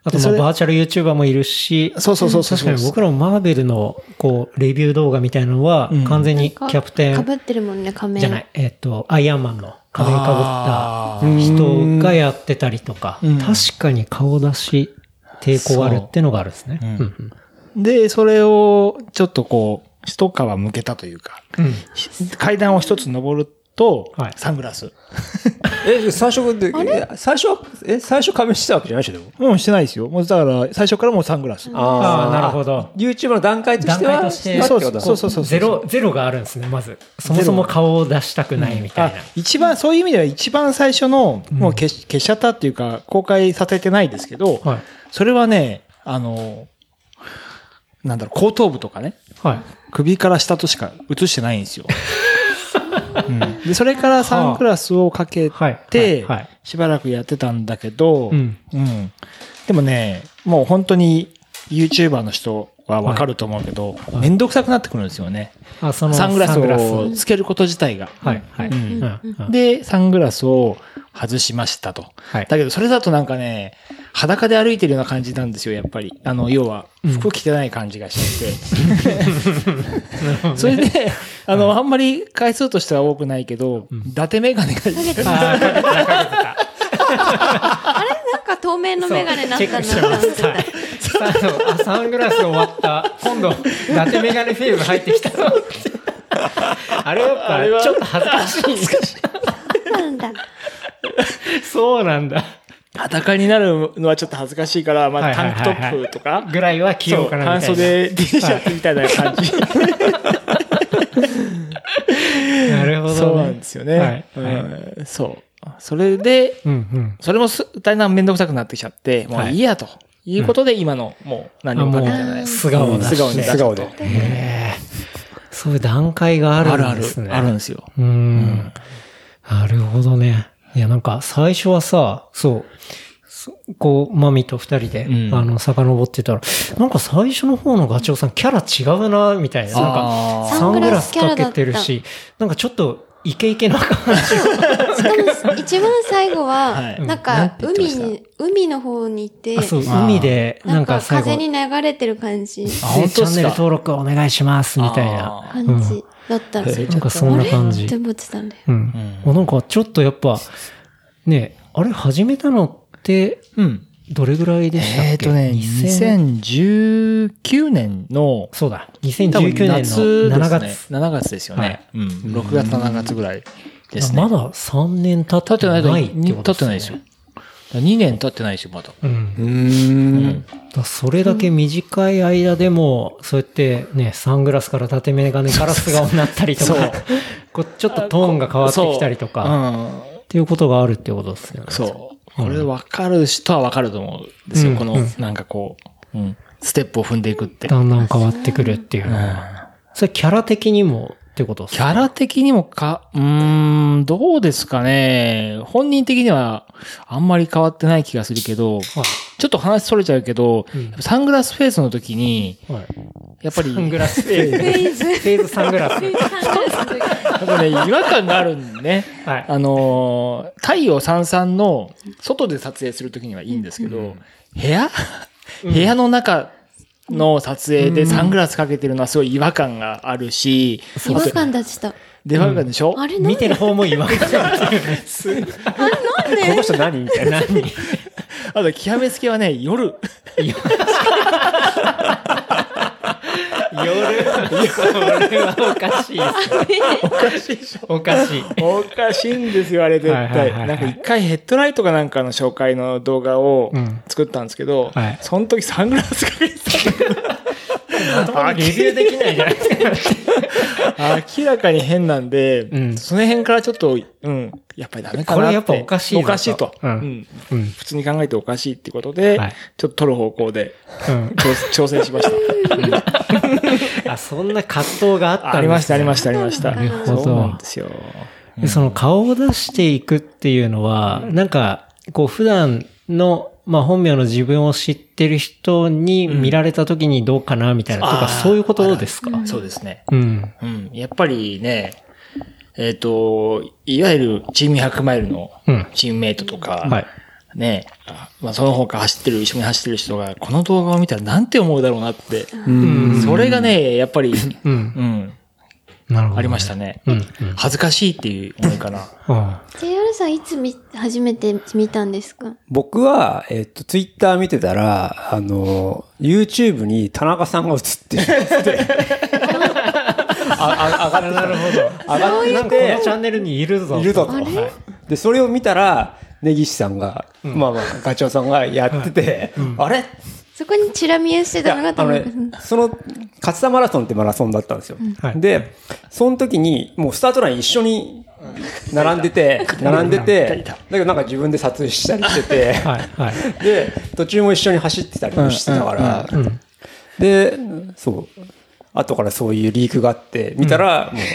あと、まあ、バーチャル YouTuber もいるし、 そうそうそうそう。 確かに僕らもマーベルの、こう、レビュー動画みたいなのは、完全にキャプテン。 被ってるもんね、仮面。 じゃない、えっと、アイアンマンの仮面被った人がやってたりとか、確かに顔出し抵抗あるってのがあるんですね。うんうん、で、それを、ちょっとこう、一皮向けたというか、うん、階段を一つ登ると、はい、サングラス。 え、最初で、最初は、え、最初仮面してたわけじゃないでしょ、でも。 うん、してないですよ。もうだから、最初からもうサングラス。 ああ、なるほど。 YouTube の段階としては、段階としてそうそうそうそう。 ゼロ、ゼロがあるんですね、まず。そもそも顔を出したくないみたいな。うん、 一番、そういう意味では一番最初の、もう消し、消しちゃったっていうか、公開させてないですけど、はい、それはね、あの、なんだろう、後頭部とかね。はい。首から下としか映してないんですよ。うん、で、それからサングラスをかけて、しばらくやってたんだけど、うんうん、でもね、もう本当に YouTuber の人はわかると思うけど、はい、めんどくさくなってくるんですよね。あ、そのサングラスをつけること自体が。はいはいうん、で、サングラスを外しましたと。はい、だけど、それだとなんかね、裸で歩いてるような感じなんですよ、やっぱり。あの、要は、服着てない感じがしてて。うん、それで、あの、はい、あんまり回数としては多くないけど、うん、伊達メガネがいい。あれなんか透明のメガネになったんだな。サングラス終わった。今度、伊達メガネフェーズ入ってきたの。あれやっぱ、ちょっと恥ずかしい。 そうなんだ。 そうなんだ。 裸になるのはちょっと恥ずかしいから、まあ、タンクトップとか。 ぐらいは着ようかなみたいな。 半袖 T シャツみたいな感じ。 なるほど、ね。 そうなんですよね。はいはいうん、そう。それで、うんうん、それもだんだんめんどくさくなってきちゃって、もういいやということで、今のもう何もかけてない。 素顔で。 素顔に素顔で。 そういう段階があるんですね。 あるある。あるんですよ。 うん。なるほどね。いや、なんか、最初はさ、そう、こう、マミと二人で、うん、あの、遡ってたら、なんか最初の方のガチョウさん、キャラ違うな、みたいな。なんか、サングラスかけてるし、なんかちょっと、イケイケな感じ。しかも、一番最後は、はい、なんか、海に、海の方に行って、 そう、海で、なんか最後。 風に流れてる感じ。 あ、本当チャンネル登録お願いします、みたいな。 感じ。だったんですよ。 なんかそんな感じ。 って思ってたんだよ。 うん。うん、なんかちょっとやっぱ、ね、あれ始めたのって、うん。どれぐらいでしたっけ？ えっとね、にせんじゅうきゅうねんの、 そうだ、にせんじゅうきゅうねんのしちがつ。 しちがつですよね。はい、うん。ろくがつ、しちがつぐらいですね。 まださんねん経ってないってことですね。 経ってないですよ。にねん経ってないですよ、まだ。うん。 うん。だそれだけ短い間でも、そうやってね、サングラスから縦眼鏡から素顔になったりとか、こうちょっとトーンが変わってきたりとか、うん、っていうことがあるっていうことですよね。 そう。これ分かる人は分かると思うんですよ。うん、この、なんかこう、うん、ステップを踏んでいくって。 だんだん変わってくるっていうのは。うん、それキャラ的にもってことですか？ キャラ的にもか、うーん、どうですかね。本人的にはあんまり変わってない気がするけど、はい、ちょっと話それちゃうけど、うん、サングラスフェイスの時に、はい、やっぱり、 サングラスフェイス。フェイス。フェイスサングラス。やっぱね、違和感があるんでね。はい、あの、太陽さんさんの外で撮影するときにはいいんですけど、うん、部屋、うん、部屋の中の撮影でサングラスかけてるのはすごい違和感があるし、 違和感だした。 違和感でしょ、 うん、あれ見てる方も違和感がある。 あ、なんでこの人何みたいな。何あと、極めつけはね、夜。 夜それはおかしいです。 おかしいでしょ。 おかしい。 おかしいんですよ、あれ絶対。はいはいはいはい、なんか一回ヘッドライトかなんかの紹介の動画を作ったんですけど、うんはい、その時サングラスかけてた。レビューできないじゃないですか。 明らかに変なんで、うん、その辺からちょっと、うん、やっぱりダメかなって。 これやっぱおかしい。 おかしいと、うんうん。普通に考えておかしいってことで、はい、ちょっと取る方向で、うん、挑戦しました。 うん、あ、そんな葛藤があったんですね。 ありました、ありました、ありました。 なるほど。 そうなんですよ。 うん、でその顔を出していくっていうのは、うん、なんか、こう普段の、まあ本名の自分を知ってる人に見られた時にどうかなみたいな、うん、とかそういうことですか？ そうですね。うん。うん。やっぱりね、えっと、いわゆるチームひゃくマイルのチームメイトとか、うんはい、 ね、まあその他走ってる、一緒に走ってる人が、この動画を見たらなんて思うだろうなって。うん、それがね、やっぱり、うん。うんなるほどね、ありましたね、うんうん。恥ずかしいっていう思いかな。 ジェイアール さんいつ見、初めて見たんですか？ 僕は、えっと、ツイッター見てたら、あの、YouTube に田中さんが映ってるって。あ、あ、上がってた。なるほど。上がってて。 なんかこのチャンネルにいるぞ。 いるぞと。で、それを見たら、根岸さんが、うん、まあまあ、ガチョウさんがやってて、うん、あれそこにチラ見えしてたのがあの、ね、その、勝田マラソンってマラソンだったんですよ。うん、で、その時に、もうスタートライン一緒に並んでて、並んでて、だけどなんか自分で撮影したりしてて、はいはい、で、途中も一緒に走ってたりもしてたから、うんうんうん、で、そう、後からそういうリークがあって、見たら、もう、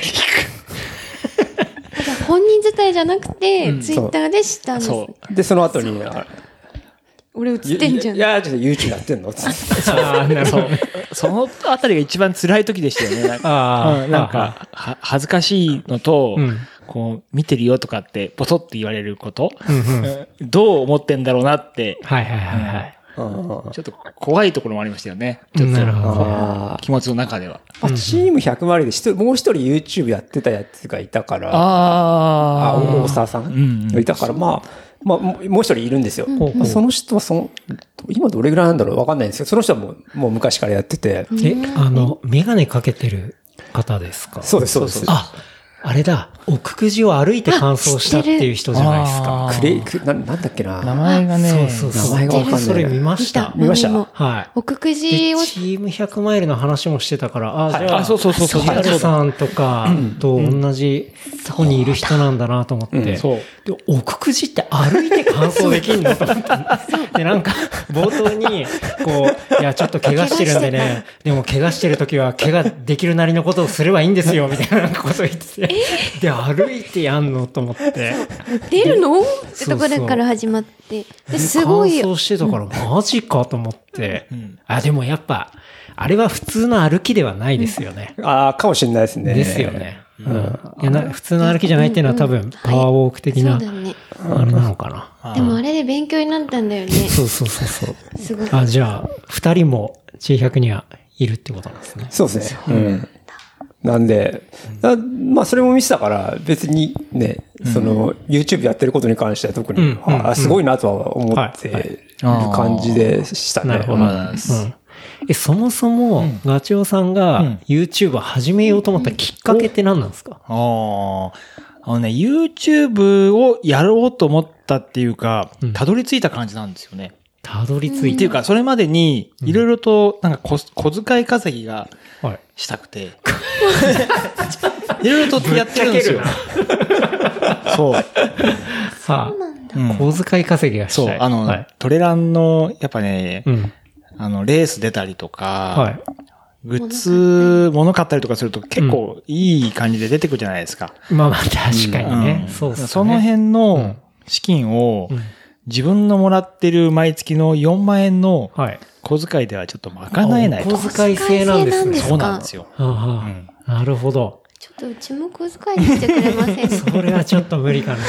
本人自体じゃなくて、うん、ツイッターで知ったんです。 そう。で、その後に、 俺映ってんじゃん。 いや、ちょっと YouTube やってんのああ、なるほど。そのあたりが一番辛い時でしたよね。なんか、なんかは恥ずかしいのと、うん、こう、見てるよとかって、ボソって言われること、うんうん、どう思ってんだろうなって、はいはいはいはい。うん、ちょっと怖いところもありましたよね。ちょっと気持ちの中では。 あ、チームひゃくマイルでもう一人 YouTube やってたやつがいたから、ああ、大沢さんがいたから、まあ、まあ、もう一人いるんですよ。うんまあ、その人はその、今どれぐらいなんだろうわかんないんですけど、その人はもう、もう昔からやってて。 え、あの、メガネかけてる方ですか？ そうです、そうです。 あ、あれだ、奥久慈を歩いて完走したっていう人じゃないですか。 クレイ、ク、な、なんだっけな。 名前がね、 そうそうそう。 名前がわかんない。 それ見ました。 見ました。 はい。 奥久慈を。 チームひゃくマイルの話もしてたから、あ、じゃあ、 そうそうそうそう。 ジャルさんとかと同じとこにいる人なんだなと思って。そう。で、奥久慈って歩いて完走できんのと思った。で、なんか、冒頭に、こう、いや、ちょっと怪我してるんでね、でも怪我してる時は怪我できるなりのことをすればいいんですよ、みたいなことを言ってて。で、歩いてやんのと思って。 出るのってところから始まって。ですごい。 完走してたから、マジかと思って。うん、あ、でもやっぱ、あれは普通の歩きではないですよね。 うん、ああ、かもしれないですね。 ですよね。うん。いやな普通の歩きじゃないっていうのは多分、パワーウォーク的な、はい、ね、あれなのかな。 でもあれで勉強になったんだよね。 そうそうそうそう。すごい。あ、じゃあ、二人も ジェイひゃく にはいるってことなんですね。 そうですね。うん。なんで、まあそれも見せたから別にね、その YouTube やってることに関しては特に、あ、すごいなとは思っている感じでしたね。なるほど。 え、そもそもガチョウさんが YouTube を始めようと思ったきっかけって何なんですか？ ああ、あのね、YouTube をやろうと思ったっていうか、たどり着いた感じなんですよね。 たどり着いた。 っていうか、それまでに、いろいろと、なんか小、小遣い稼ぎがしたくて、いろいろとやってるんですよ。そう。 さあ、小遣い稼ぎがしたい。 そう、あの、はい、トレランの、やっぱね、うん、あの、レース出たりとか、はい、グッズ、物買ったりとかすると結構いい感じで出てくるじゃないですか。 うん、まあまあ確かにね。うん、そうですね。 その辺の資金を、うん、自分のもらってる毎月のよんまん円の小遣いではちょっと賄えないと。 小遣い制なんですね。 そうなんですよ。はあはあうん、なるほど。 ちょっとうちも小遣いにしてくれませんか？ それはちょっと無理かな。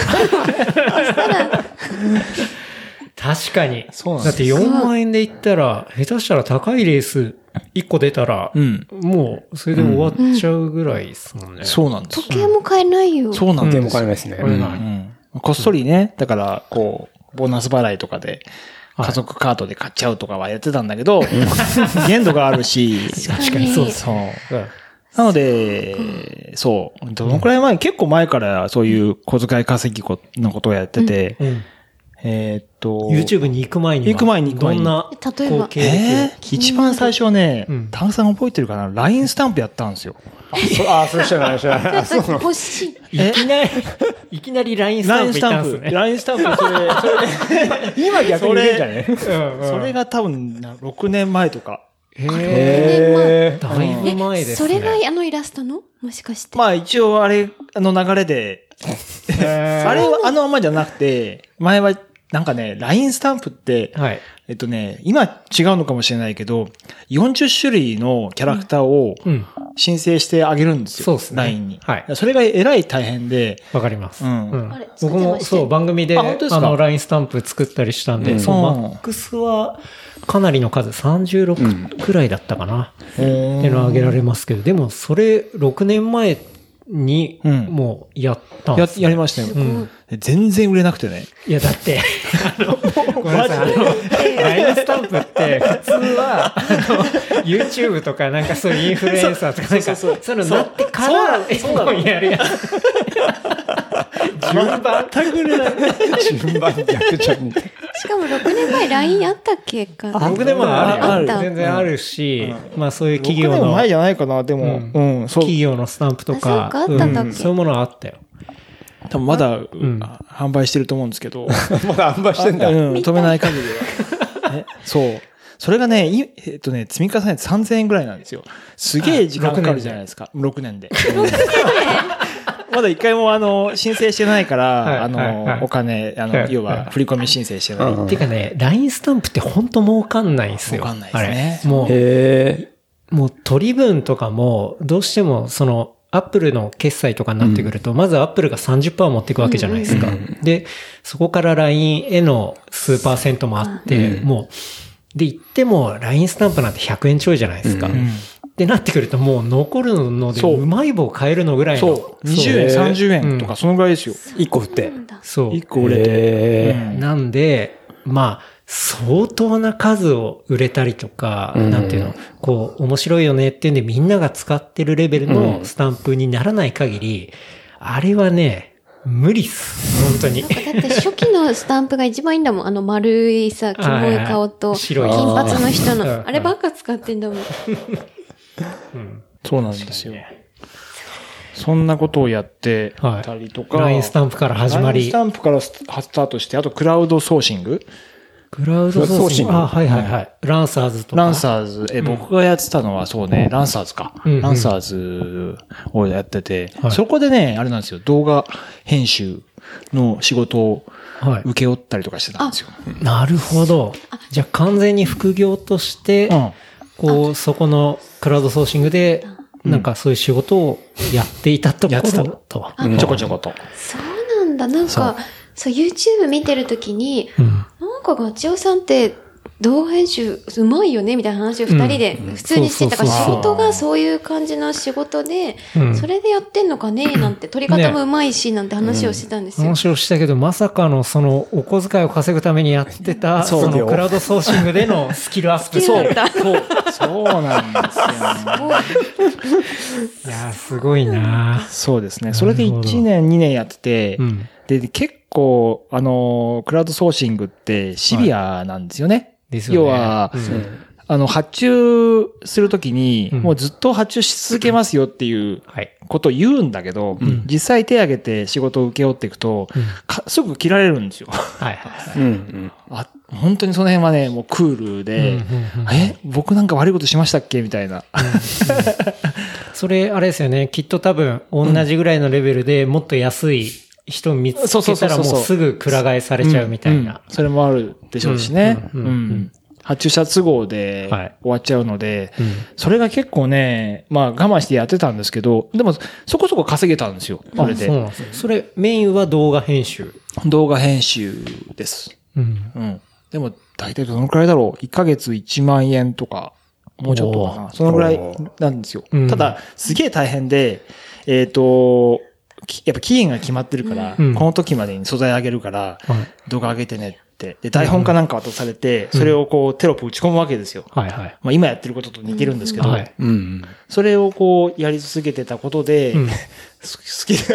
確かに。そうなんです。だってよんまん円で言ったら、下手したら高いレースいっこ出たら、うん、もうそれで終わっちゃうぐらいですもんね。うん、 そうなんです。 時計も買えないよ。 そうなんです。 時計も買えないですね。うんうん、こっそりね、だからこう、ボーナス払いとかで、家族カードで買っちゃうとかはやってたんだけど、はい、限度があるし。 確かにそうそう。 なので、そう。どのくらい前、うん、結構前からそういう小遣い稼ぎのことをやってて、うんうん、えー、っと、 YouTube に行く前に行く前に行く前に。 どんな、例えば、 えー、一番最初ね、うん、タンさん覚えてるかな ?ライン スタンプやったんですよ。 あ、それ知らない、知らない。 欲しい。 いきなり、いきなり ライン スタンプ行ったんですね。 ライン スタンプ、それ、それ、 今逆に言うんじゃねそれが多分、ろくねんまえとか。 へー。だいぶ前ですね。 それがあのイラストのもしかして。 まあ一応あれ、あの流れで、あれはあのままじゃなくて、前はなんかね、ライン スタンプって、はい、えっとね、今違うのかもしれないけど、よんじゅっしゅるいのキャラクターを申請してあげるんですよ。 そうですね。 ライン に。 はい。 それがえらい大変で。 わかります。 うん。うん、 僕もそう、番組で、あ, あの、ライン スタンプ作ったりしたんで、うん、そう、マックスはかなりの数、さんじゅうろくくらいだったかな。うん、っていうのは挙げられますけど、でもそれろくねんまえに、もうやったんです、 ね、や、やりましたよ、うん。全然売れなくてね。 いや、だって、あの、ごめんなさい、あの、ライン スタンプって普通は、あの、YouTube とかなんかそういうインフルエンサーとかなんか、そういうのなってから、そうなのやるやつ。順番全く売れない。順番逆じゃん。 しかもろくねんまえ ライン あったっけかな。 ろくねんまえある。全然あるし、うん、まあそういう企業の。ろくねんまえじゃないかな、でも、うん、 うん、そう。企業のスタンプとか、 あそうかあったんだっけ、 うん、そういうものはあったよ。 多分まだ、うん、販売してると思うんですけど。 まだ販売してんだ。 うん、止めない限りは。えそう。それがね、えっとね、積み重ねてさんぜんえんぐらいなんですよ。すげえ時間かかるじゃないですか。ろくねんで。まだ一回もあの、申請してないから、はい、あの、はいはい、お金、あの、はい、要は振り込み申請してない。 はい、てかね、ライン スタンプって本当儲かんないんですよ。 儲かんないですね。 もう、へもう取り分とかも、どうしてもその、アップルの決済とかになってくると、うん、まずアップルが さんじゅっパーセント 持っていくわけじゃないですか。うん、で、そこから ライン への数パーセントもあって、うん、もう、で、言っても ライン スタンプなんてひゃくえんちょいじゃないですか。うん、ってなってくるともう残るのでうまい棒買えるのぐらいの。 そう。にじゅうえん、さんじゅうえんとかそのぐらいですよ。 いっこ振って。 そう。 いっこ売れて。 うん、なんで、まあ、相当な数を売れたりとか、うん、なんていうの、こう、面白いよねっていうんでみんなが使ってるレベルのスタンプにならない限り、うん、あれはね、無理っす。本当に。 だって初期のスタンプが一番いいんだもん。あの丸いさ、キモい顔と、金髪の人の、あればっか使ってんだもん。うん、 そうなんですよ。そんなことをやってたりとか。 はい、ライン スタンプから始まり。 ライン スタンプからスタートして、あとクラウドソーシング。 クラウドソーシング。あ、はいはいはい。ランサーズとか。 ランサーズ。え、うん、僕がやってたのはそうね、ランサーズか。うんうん、ランサーズをやってて、はい、そこでね、あれなんですよ、動画編集の仕事を請け負ったりとかしてたんですよ。 はい、なるほど。じゃあ完全に副業として、うん、こう、そこのクラウドソーシングで、なんかそういう仕事をやっていたところと。 うん、ちょこちょこと。 そうなんだ。なんか、そう、YouTube 見てるときに、うん、なんかガチオさんって動画編集うまいよねみたいな話を二人で普通にしてたから、仕事がそういう感じの仕事で、うん、それでやってんのかねなんて、取り方もうまいし、なんて話をしてたんですよ。 話をしたけど、まさかのそのお小遣いを稼ぐためにやってた、そのクラウドソーシングでのスキルアップ。 そう、 そう、そうなんですよ、 ね。いや、すごいな。 そうですね。それでいちねん、にねんやってて、うん、で、結構、あの、クラウドソーシングってシビアなんですよね。はいですよね、要は、うん、あの、発注するときに、もうずっと発注し続けますよっていうことを言うんだけど、うん、実際手挙げて仕事を請け負っていくと、うん、すぐ切られるんですよ。はいはい、うんうん、あ、本当にその辺はね、もうクールで、うんうんうん、え、僕なんか悪いことしましたっけみたいな。うんうん、 それ、あれですよね、きっと多分、同じぐらいのレベルでもっと安い、人見つけたらもうすぐくら替えされちゃうみたいな。うんうん、 それもあるでしょうしね。うんうんうん、発注者都合で終わっちゃうので、はいうん、それが結構ね、まあ我慢してやってたんですけど、でもそこそこ稼げたんですよ。それで。 そうなんですよ。それメインは動画編集。 動画編集です。うんうん、でも大体どのくらいだろう ?いっ ヶ月いちまんえんとか、もうちょっとかな。そのぐらいなんですよ。ただ、すげえ大変で、えっと、やっぱ期限が決まってるから、うん、この時までに素材上げるから、うん、動画上げてねって。で、台本かなんか渡されて、うん、それをこうテロップ打ち込むわけですよ。はいはい。まあ今やってることと似てるんですけど、うんはいうん、それをこうやり続けてたことで、うん、好きな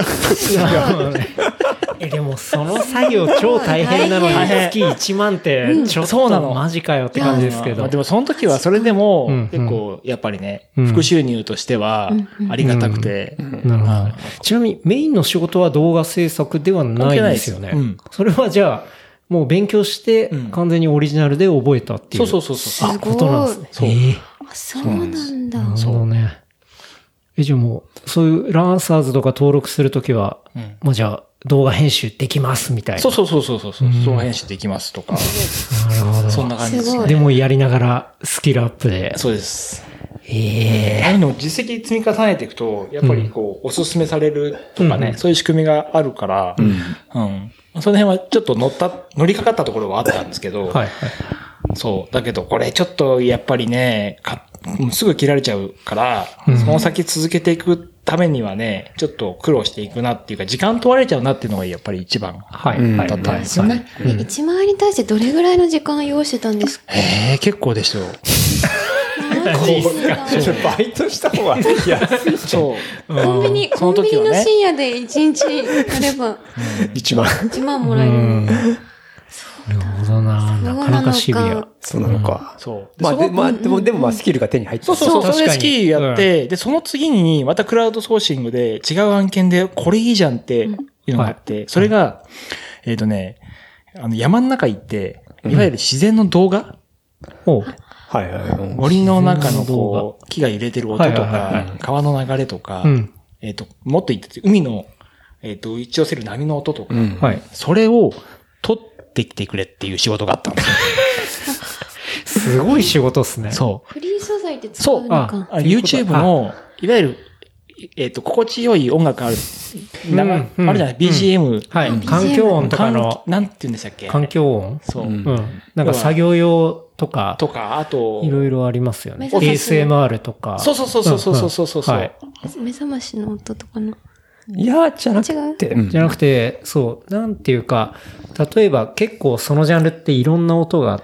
え、でもその作業超大変なのに月いちまんってちょっとマジかよって感じですけど。 まあ、でもその時はそれでも結構やっぱりね、うん、副収入としてはありがたくて。 なるほど。ちなみにメインの仕事は動画制作ではないんですよね。うん、それはじゃあもう勉強して完全にオリジナルで覚えたっていう。 そうそうそうそう。 あ、ことなんですね。 そう。えー、そうなんだ。 そうね。え、じゃあもう、そういうランサーズとか登録するときは、うん、もうじゃあ動画編集できますみたいな。 そうそうそうそうそう、うん、動画編集できますとか。 なるほど。 そんな感じですね。 でもやりながらスキルアップで。 そうです。 ええー。ああいうのを実績積み重ねていくと、やっぱりこう、うん、おすすめされるとかね、うん、そういう仕組みがあるから、うん。うん。その辺はちょっと乗った、乗りかかったところはあったんですけど、はい、はい。そう。だけど、これちょっとやっぱりね、かすぐ切られちゃうから、うん、その先続けていくためにはね、ちょっと苦労していくなっていうか、時間問われちゃうなっていうのがやっぱり一番、はい、だったんですよね。 うん、いちまん円に対してどれぐらいの時間を要してたんですか？ ええー、結構でしょう。 バイトした方が安い。 そう。コンビニ、コンビニの深夜でいちにちやれば、 いちまん。 いちまんもらえる。 なるほどな。なかなかシビア。 そうなのか。 そう。 まあ、で、まあ、でも、でもまあ、スキルが手に入ってそうそうそう。それでスキルやって、で、その次に、またクラウドソーシングで違う案件で、これいいじゃんっていうのがあって、それが、えっとね、あの、山の中行って、いわゆる自然の動画を、はいはい。森の中のこう、木が揺れてる音とか、川の流れとか、えっと、もっと言って海の、えっと、打ち寄せる波の音とか、それを撮ってきてくれっていう仕事があったんですよ。 すごい仕事っすね。 そう。 フリー素材って使うのか。 そう。YouTube の、いわゆる、えっと、心地よい音楽ある、うん、あるじゃない、ビージーエム。 はい。環境音とかの。 なんて言うんでしたっけ？ 環境音。 そう。うん。なんか作業用とか。 とか、あと。 いろいろありますよね。エーエスエムアール とか。 そうそうそうそうそうそうそう。はい。 目覚ましの音とかの。 いや、じゃなくて。 じゃなくて、そう。なんていうか、例えば結構そのジャンルっていろんな音があって、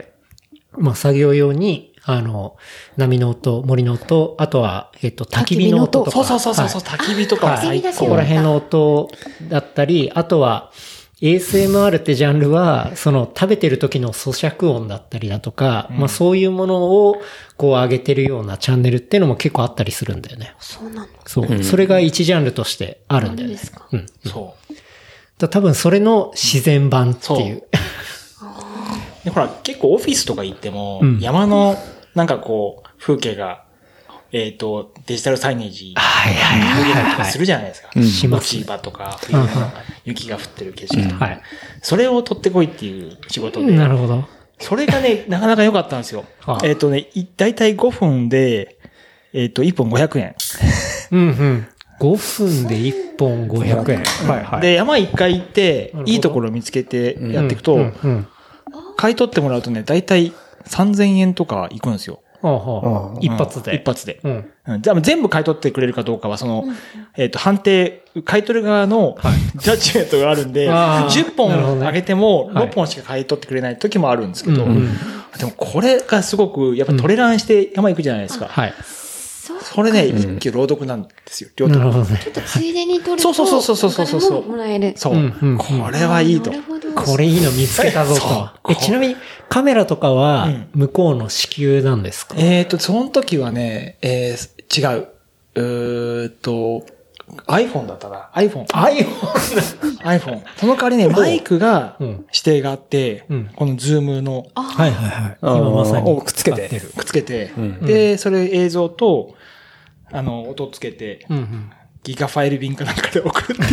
まあ作業用に、あの、波の音、森の音、あとは、えっと、焚き火の音とか。 そうそうそうそう、はい、焚き火とか最高。ここら辺の音だったり、あとは、エーエスエムアール ってジャンルは、その食べてる時の咀嚼音だったりだとか、うん、まあそういうものをこう上げてるようなチャンネルっていうのも結構あったりするんだよね。 そうなの？ そう。うん、それが一ジャンルとしてあるんだよね。ですか？うん。 そう。 だ多分それの自然版っていう。 でほら、結構オフィスとか行っても、うん、山のなんかこう、風景が、えっと、デジタルサイネージ、 はいはいはい。 するじゃないですか。 します。 落ち葉とか、冬の雪が降ってる景色とか、うんはい。それを取ってこいっていう仕事で。 なるほど。 それがね、なかなか良かったんですよ。えっとね、だいたいごふんで、えっと、いっぽんごひゃくえん。 うんうん。ごふんでいっぽんごひゃくえん。 はいはい。で、山一回行って、いいところを見つけてやっていくと、うんうんうん、買い取ってもらうとね、だいたいさんぜんえんとか行くんですよ。 はあはあ、一発で。 一発で。うんうん、じゃあ全部買い取ってくれるかどうかは、その、うん、えっと、判定、買い取る側のジャッジメントがあるんで、はい、じゅっぽんあげてもろっぽんしか買い取ってくれない時もあるんですけど、はいうんうん、でもこれがすごく、やっぱトレランして山行くじゃないですか。うん、はい。それね、一挙朗読なんですよ。両手。 なるほどね。 ちょっとついでに取ると、 そうそうそうそうそうそう。 もらえる。 そう。うんうん、これはいいと。 これいいの見つけたぞと。え、ちなみにカメラとかは向こうの支給なんですか？ うん、えっと、その時はね、えー、違う。うーっと、iPhone だったな。iPhone。iPhone。その代わりね、マイクが指定があって、うん、このズームの。 はいはいはい。今まさにくっつけて。くっつけて。うん、で、それ映像と、あの、音つけて、うんうん、ギガファイル便かなんかで送るっていう。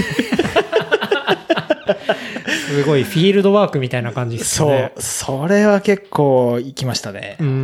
すごいフィールドワークみたいな感じですね。 そう。それは結構行きましたね。 うん。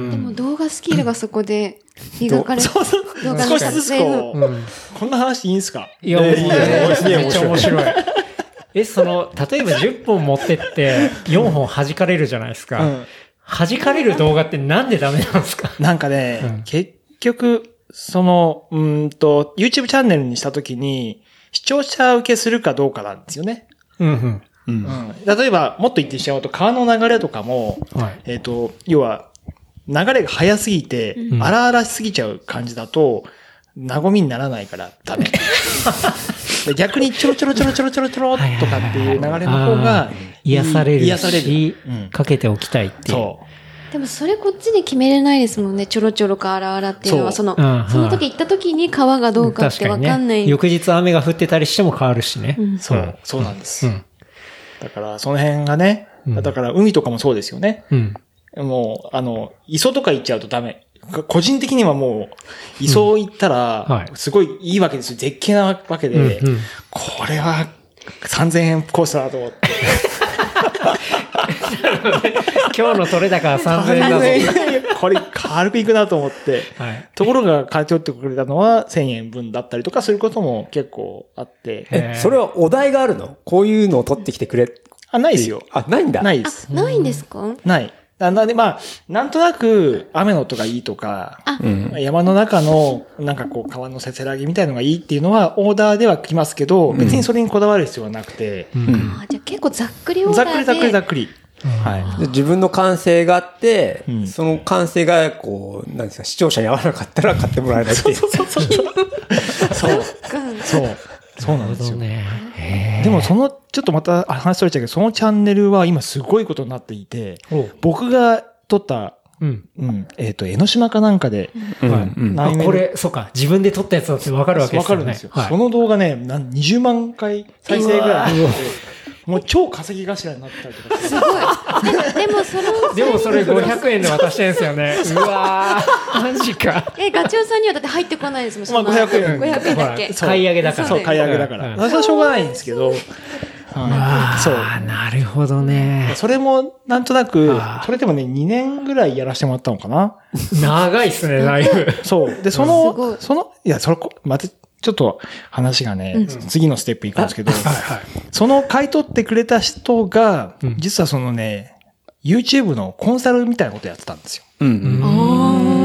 でも動画スキルがそこで磨かれて、 そうそう。少しずつこう、うん、こんな話いいんすか？ いや、めっちゃ面白い。え、その、例えばじゅっぽん持ってってよんほん弾かれるじゃないですか。うん、弾かれる動画ってなんでダメなんですか？ なんかね、うん、結局、その、うんと、YouTube チャンネルにしたときに、視聴者受けするかどうかなんですよね。うんうんうん、例えば、もっと言ってしまうと、川の流れとかも、はい、えっと、要は、流れが速すぎて、うん、荒々しすぎちゃう感じだと、和みにならないからダメ。逆にちょろちょろちょろちょろちょろちょろとかっていう流れの方が、 癒されるし、癒される、うん、かけておきたいっていう。そう。 でもそれこっちで決めれないですもんね。ちょろちょろか荒々っていうのは、その、その時行った時に川がどうかってわかんない、 ね。翌日雨が降ってたりしても変わるしね。 うん、そう、そうなんです。うん、だから、その辺がね、だから海とかもそうですよね。うん、もう、あの、磯とか行っちゃうとダメ。個人的にはもう、磯行ったら、すごいいいわけですよ。絶景なわけで、うんうん、これはさんぜんえんコースだと思って。 今日の取れ高はさんぜんえんだぞ。 これ軽くいくなと思って。はい、ところが、買い取ってくれたのはせんえんぶんだったりとかすることも結構あって。 え、それはお題があるの？こういうのを取ってきてくれ。 あ、ないですよ。 あ、ないんだ。 ないです。 ないんですか？ ない。なんで、まあ、なんとなく雨の音がいいとか、うん、山の中のなんかこう川のせせらぎみたいのがいいっていうのはオーダーでは来ますけど、うん、別にそれにこだわる必要はなくて。 うんうん、あ、じゃあ結構ざっくりオーダーで。 ざっくりざっくりざっくり。 はい、自分の感性があって、うん、その感性がこう、なんですか、視聴者に合わなかったら買ってもらえないっていう。そうそうそうそう。 そう。そう。そうなんですよ。ね、でもその、ちょっとまた話それちゃうけど、そのチャンネルは今すごいことになっていて、僕が撮った、うん。うん。えっと、江ノ島かなんかで、 うん。はい。うん、あ、これ、そうか。自分で撮ったやつだって分かるわけですよね。分かるんですよ。 はい、その動画ね、にじゅうまんかい再生ぐらい。もう超稼ぎ頭になったりとかす。すごい。でもその。 でもそれごひゃくえんで渡してるんですよね。うわー。マジか。 え、ガチョウさんにはだって入ってこないですもん。 まあごひゃくえん。 ごひゃくえんだっけ。 買い上げだから。 そう、買い上げだから。私はしょうがないんですけど。 はい、そう。なるほどね。 それも、なんとなく、それでもね、にねんぐらいやらせてもらったのかな。 長いっすね、だいぶ。 そう。で、その、その、いや、それ、また、ちょっと話がね、うん、次のステップいくんですけど、はいはい、その買い取ってくれた人が、うん、実はそのね、YouTube のコンサルみたいなことやってたんですよ。うん、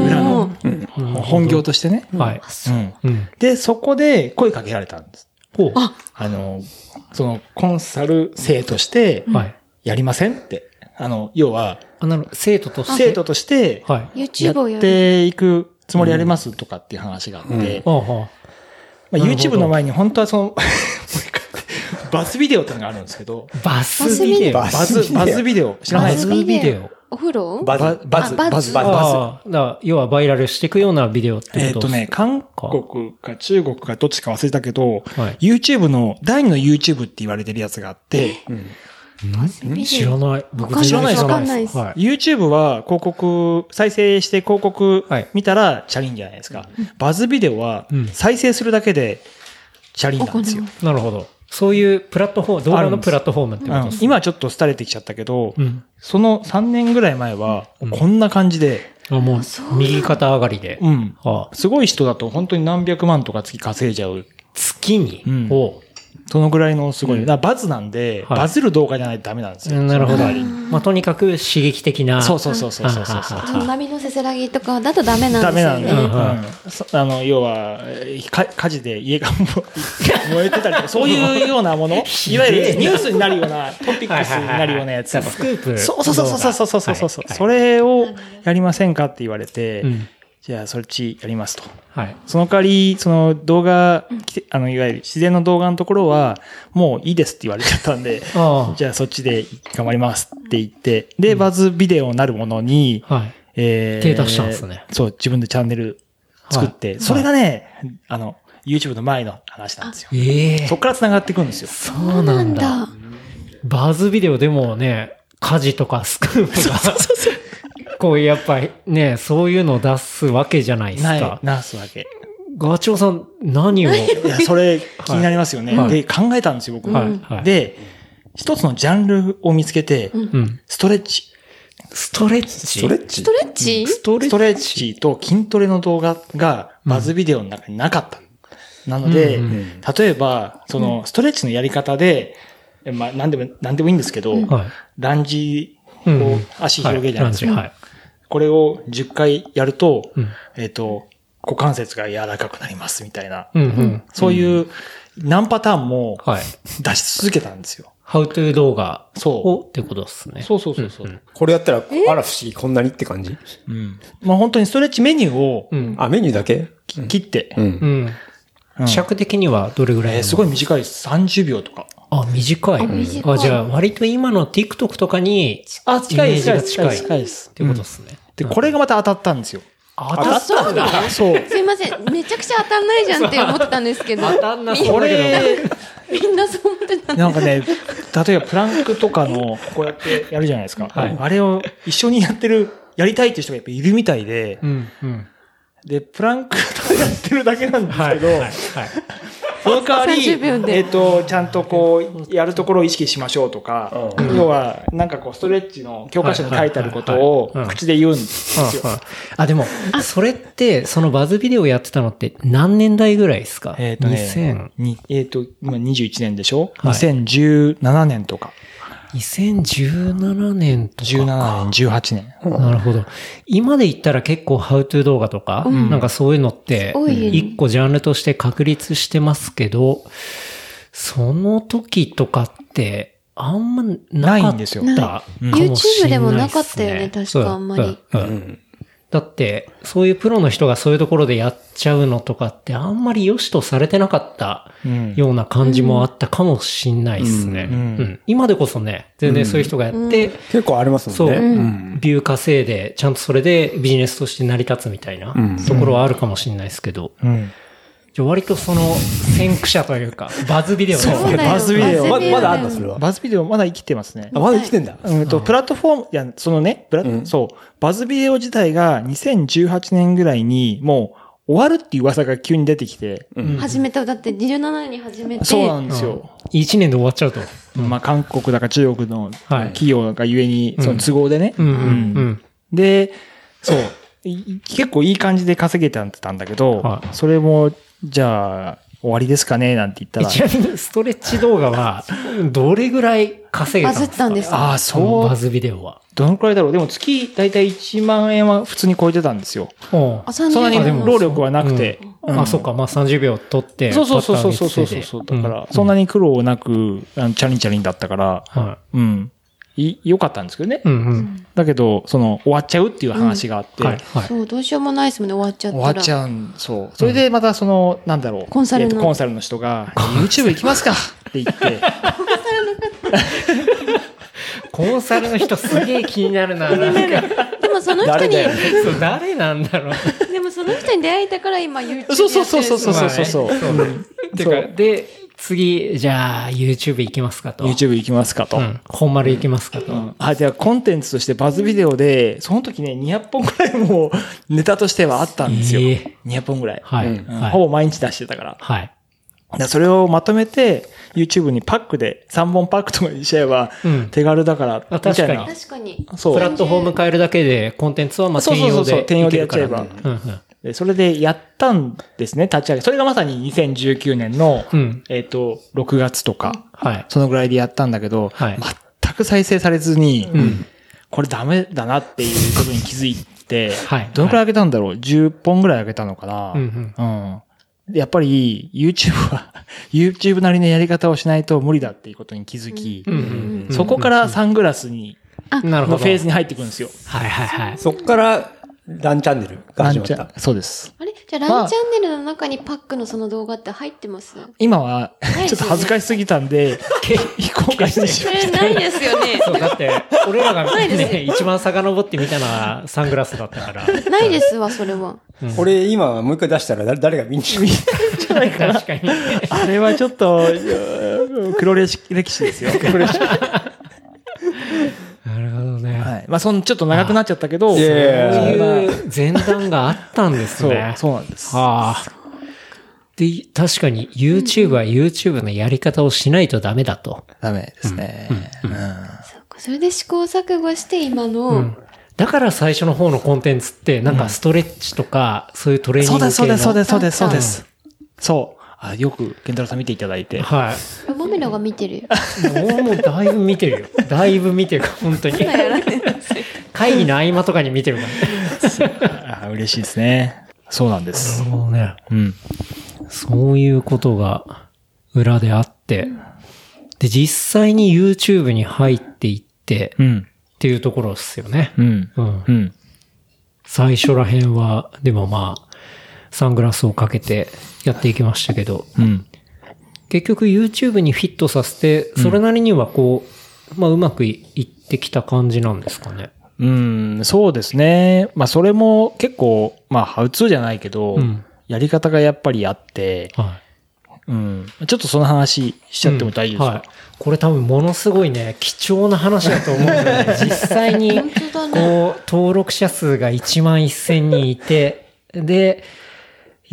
裏の、うん、本業としてね。はい、うん。で、そこで声かけられたんです。あ, あの、そのコンサル生として、やりませんって。あの、要は、 あなる生徒として。 生徒として、やっていくつもりありますとかっていう話があって、うんうん、まあ、YouTube の前に本当はその、バズビデオってのがあるんですけど、 バズビデオバズ、バズビデオ知らないですか？ バズビデオ。 お風呂バズ、バズ、バズ、バズ。 ああ、だ要はバイラルしていくようなビデオってことですか？えっとね、 韓国か中国かどっちか忘れたけど、はい、YouTube の、第二の YouTube って言われてるやつがあって、 うん、知らない。 僕知らないですか？ YouTube は広告、再生して広告見たらチャリンじゃないですか。はい、バズビデオは再生するだけでチャリンなんですよ。 なるほど。そういうプラットフォーム、動画のプラットフォームってことですね。 今ちょっと廃れてきちゃったけど、うん、そのさんねんぐらい前は、こんな感じで。 うん、あもう、右肩上がりで。 うん。はあ、すごい人だと本当に何百万とか月稼いじゃう。 月に、うん、 おそのぐらいのすごい、うん、バズなんで、はい、バズる動画じゃないとダメなんですよ。 なるほど。まあ、とにかく刺激的な。 そうそうそうそうそうそうそう。 あ、波のせせらぎとかだとダメなんですよね。ダメなんだ。 うん。あの、要は、か火事で家が燃えてたりとか、そういうようなもの、いわゆるニュースになるような、トピックスになるようなやつ。 スクープ。 そうそうそうそうそうそうそうそう。それをやりませんかって言われて、うんじゃあ、そっちやりますと。はい。その代わり、その動画、あの、いわゆる自然の動画のところは、もういいですって言われちゃったんで、あじゃあそっちで頑張りますって言って、で、バズビデオになるものに、はい。 えー、手出したんですね。 そう、自分でチャンネル作って、はい、それがね、あの、YouTube の前の話なんですよ。ええー。そっから繋がっていくんですよ。 そうなんだ。バズビデオでもね、火事とかスクープが。そうそうそう。こうやっぱりね、そういうのを出すわけじゃないですか。 ない、出すわけ。 ガチョウさん、何をいや、それ気になりますよね。はい、で、考えたんですよ、僕。はいはい、で、一つのジャンルを見つけて、うん、ストレッチ。 ストレッチストレッチストレッチストレッチと筋トレの動画がバズビデオの中になかった。うん、なので、うんうん、例えば、その、ストレッチのやり方で、まあ、なんでも、なんでもいいんですけど、うん、ランジを足広げるじゃないですか。うんはいはいこれをじゅっかいやると、うん、えっと、股関節が柔らかくなりますみたいな。うんうん、そういう何パターンも出し続けたんですよ。 ハウトゥー動画をってことですね。 そうそうそうそう、うんうん。 これやったら、あら不思議こんなにって感じうん。まあ本当にストレッチメニューを、 うん、あ、メニューだけ切って。うん。 うんうん、尺的にはどれぐらい、 えー、すごい短いです。さんじゅうびょうとか。 あ、短い。あ、短い。あ、じゃあ割と今の TikTok とかに、 あ、近いです。近いです。近い近いです。 ってことですね。 で、これがまた当たったんですよ。 当たったんだ。 そう。 すいません。めちゃくちゃ当たんないじゃんって思ってたんですけど。 当たんなそうだけど。 みんなそう思ってたんなんかね、例えばプランクとかの、こうやってやるじゃないですか。はい、あれを一緒にやってる、やりたいっていう人がやっぱいるみたいで、うんうん、で、プランクとかやってるだけなんですけど、はいはいはいその代わり、えっと、ちゃんとこう、やるところを意識しましょうとか、要は、なんかこう、ストレッチの教科書に書いてあることを口で言うんですよ。 あ、でも、それって、そのバズビデオやってたのって何年代ぐらいですか？ えっとね、にせんえっと、今にじゅういちねんでしょ？ にせんじゅうななねんとか。 にせんじゅうななねんとか。 じゅうななねん、じゅうはちねん。なるほど。今で言ったら結構ハウトゥー動画とか、うん、なんかそういうのって、一個ジャンルとして確立してますけど、その時とかって、あんまなかった。ないんですよ。 YouTube でもなかったよね、確かあんまり。うんうんだって、そういうプロの人がそういうところでやっちゃうのとかってあんまり良しとされてなかったような感じもあったかもしんないですね。うんうんうん、今でこそね、全然そういう人がやって、うん、 結構ありますもんね。 そう、うん、ビュー稼いで、ちゃんとそれでビジネスとして成り立つみたいなところはあるかもしんないですけど、うんうん割とその先駆者というか、バズビデオですね。バズビデオ。 まだあるのそれは。 バズビデオまだ生きてますね。 あ、まだ生きてんだ。 うんと、プラットフォーム、いや、そのね、プラ、うん、そう、バズビデオ自体がにせんじゅうはちねんぐらいにもう終わるっていう噂が急に出てきて。 うん、始めた、だってにじゅうななねんに始めて。 そうなんですよ。 いちねんで終わっちゃうと。 うん、まあ、韓国だか中国の企業がゆえに、その都合でね。うんうんうん、で、そう、結構いい感じで稼げてたんだけど、はい、それも、じゃあ、終わりですかねなんて言ったら。 ちなみにストレッチ動画は、どれぐらい稼げたんですか？ バズったんですか？ ああ、そう。 バズビデオは。 どのくらいだろう？でも月だいたいいちまんえんは普通に超えてたんですよ。 あ、 そんなに労力はなくて。 うんうん、あ、そっか。まあ、さんじゅうびょう取って。 そうそうそうそうそうそうそう。だから、うん、そんなに苦労なく、あのチャリンチャリンだったから、はい、うん。い、良かったんですけどね。うんうん。だけど、その、終わっちゃうっていう話があって。うんはいはい、そう、どうしようもないですもんね、終わっちゃったら。 終わっちゃうそう。それでまたその、なんだろう。 コンサルの。 えー、コンサルの人が、YouTube 行きますかって言って。コンサルの方。コンサルの人すげえ気になるな。なんかでもその人に。 誰そう、誰なんだろう。 でもその人に出会えたから今 YouTube やってる。 そうそうそうそうそうそうそう。 てか、で、次、じゃあ YouTube 行きますかと。 YouTube 行きますかと。うん。本丸行きますかと。うん。 あ、じゃあコンテンツとしてバズビデオで、その時ね、にひゃっぽんくらいもネタとしてはあったんですよ。えー、にひゃっぽんくらい。はい、うんはい。ほぼ毎日出してたから。はい。だそれをまとめて、YouTube にパックで、さんぼんパックとかにしちゃえば、手軽だから、 みたいな。確かに。 確かに。 そう。プラットフォーム変えるだけで、コンテンツはまあ転用で。そうそうそう、 転用でやっちゃえば。うんうんでそれでやったんですね、立ち上げ。それがまさににせんじゅうきゅうねんの、うん、えっ、ー、と、ろくがつとか、はい、そのぐらいでやったんだけど、はい、全く再生されずに、うん、これダメだなっていうことに気づいて、はい、どのくらい上げたんだろう ?じゅっぽんぐらい上げたのかな、うんうんうん、やっぱり YouTube は、YouTube なりのやり方をしないと無理だっていうことに気づき、うんうんうん、そこからサングラスに、のフェーズに入ってくるんですよ。 はいはいはい。 そこから、ランチャンネルが始まった。 そうです。 あれじゃあランチャンネルの中にパックのその動画って入ってます？ 今は、ちょっと恥ずかしすぎたんで、非公開してしまいました。それないですよね。 そう、だって、俺らがね、一番遡って見たのはサングラスだったから。 ないですわ、それは。 うん、俺今もう一回出したら誰が見に来るんじゃないかな。確かに。あれはちょっと、黒歴史ですよ。黒歴史。 なるほどね。 はい。まあ、その、ちょっと長くなっちゃったけど、 そういう前段があったんですね。 そう、そうなんです。 はあ。で、確かに YouTube は YouTube のやり方をしないとダメだと。 ダメですね。うん。うんうん、 そうか。それで試行錯誤して今の、うん、 だから最初の方のコンテンツって、なんかストレッチとか、そういうトレーニング系の。 そうです、そうです、そうです、そうです。そう。あ、よく、健太郎さん見ていただいて。 はい。 もみのが見てるよ。 もう、もうだいぶ見てるよ。だいぶ見てるから、本当に。会議の合間とかに見てるからあ。嬉しいですね。そうなんです。 なるほどね。うん。そういうことが裏であって、で、実際に YouTube に入っていって、うん、っていうところですよね。うん。うん。うん、最初ら辺は、でもまあ、サングラスをかけてやっていきましたけど、うん、結局 YouTube にフィットさせて、それなりにはこう、うん、まあうまくいってきた感じなんですかね。 うん、そうですね。まあそれも結構、まあハウツーじゃないけど、うん、やり方がやっぱりあって、はい、うん、ちょっとその話しちゃっても大丈夫ですか、うんはい、 これ多分ものすごいね、貴重な話だと思うんだよね。実際に、こう、登録者数がいちまんせんにんいて、で、やっ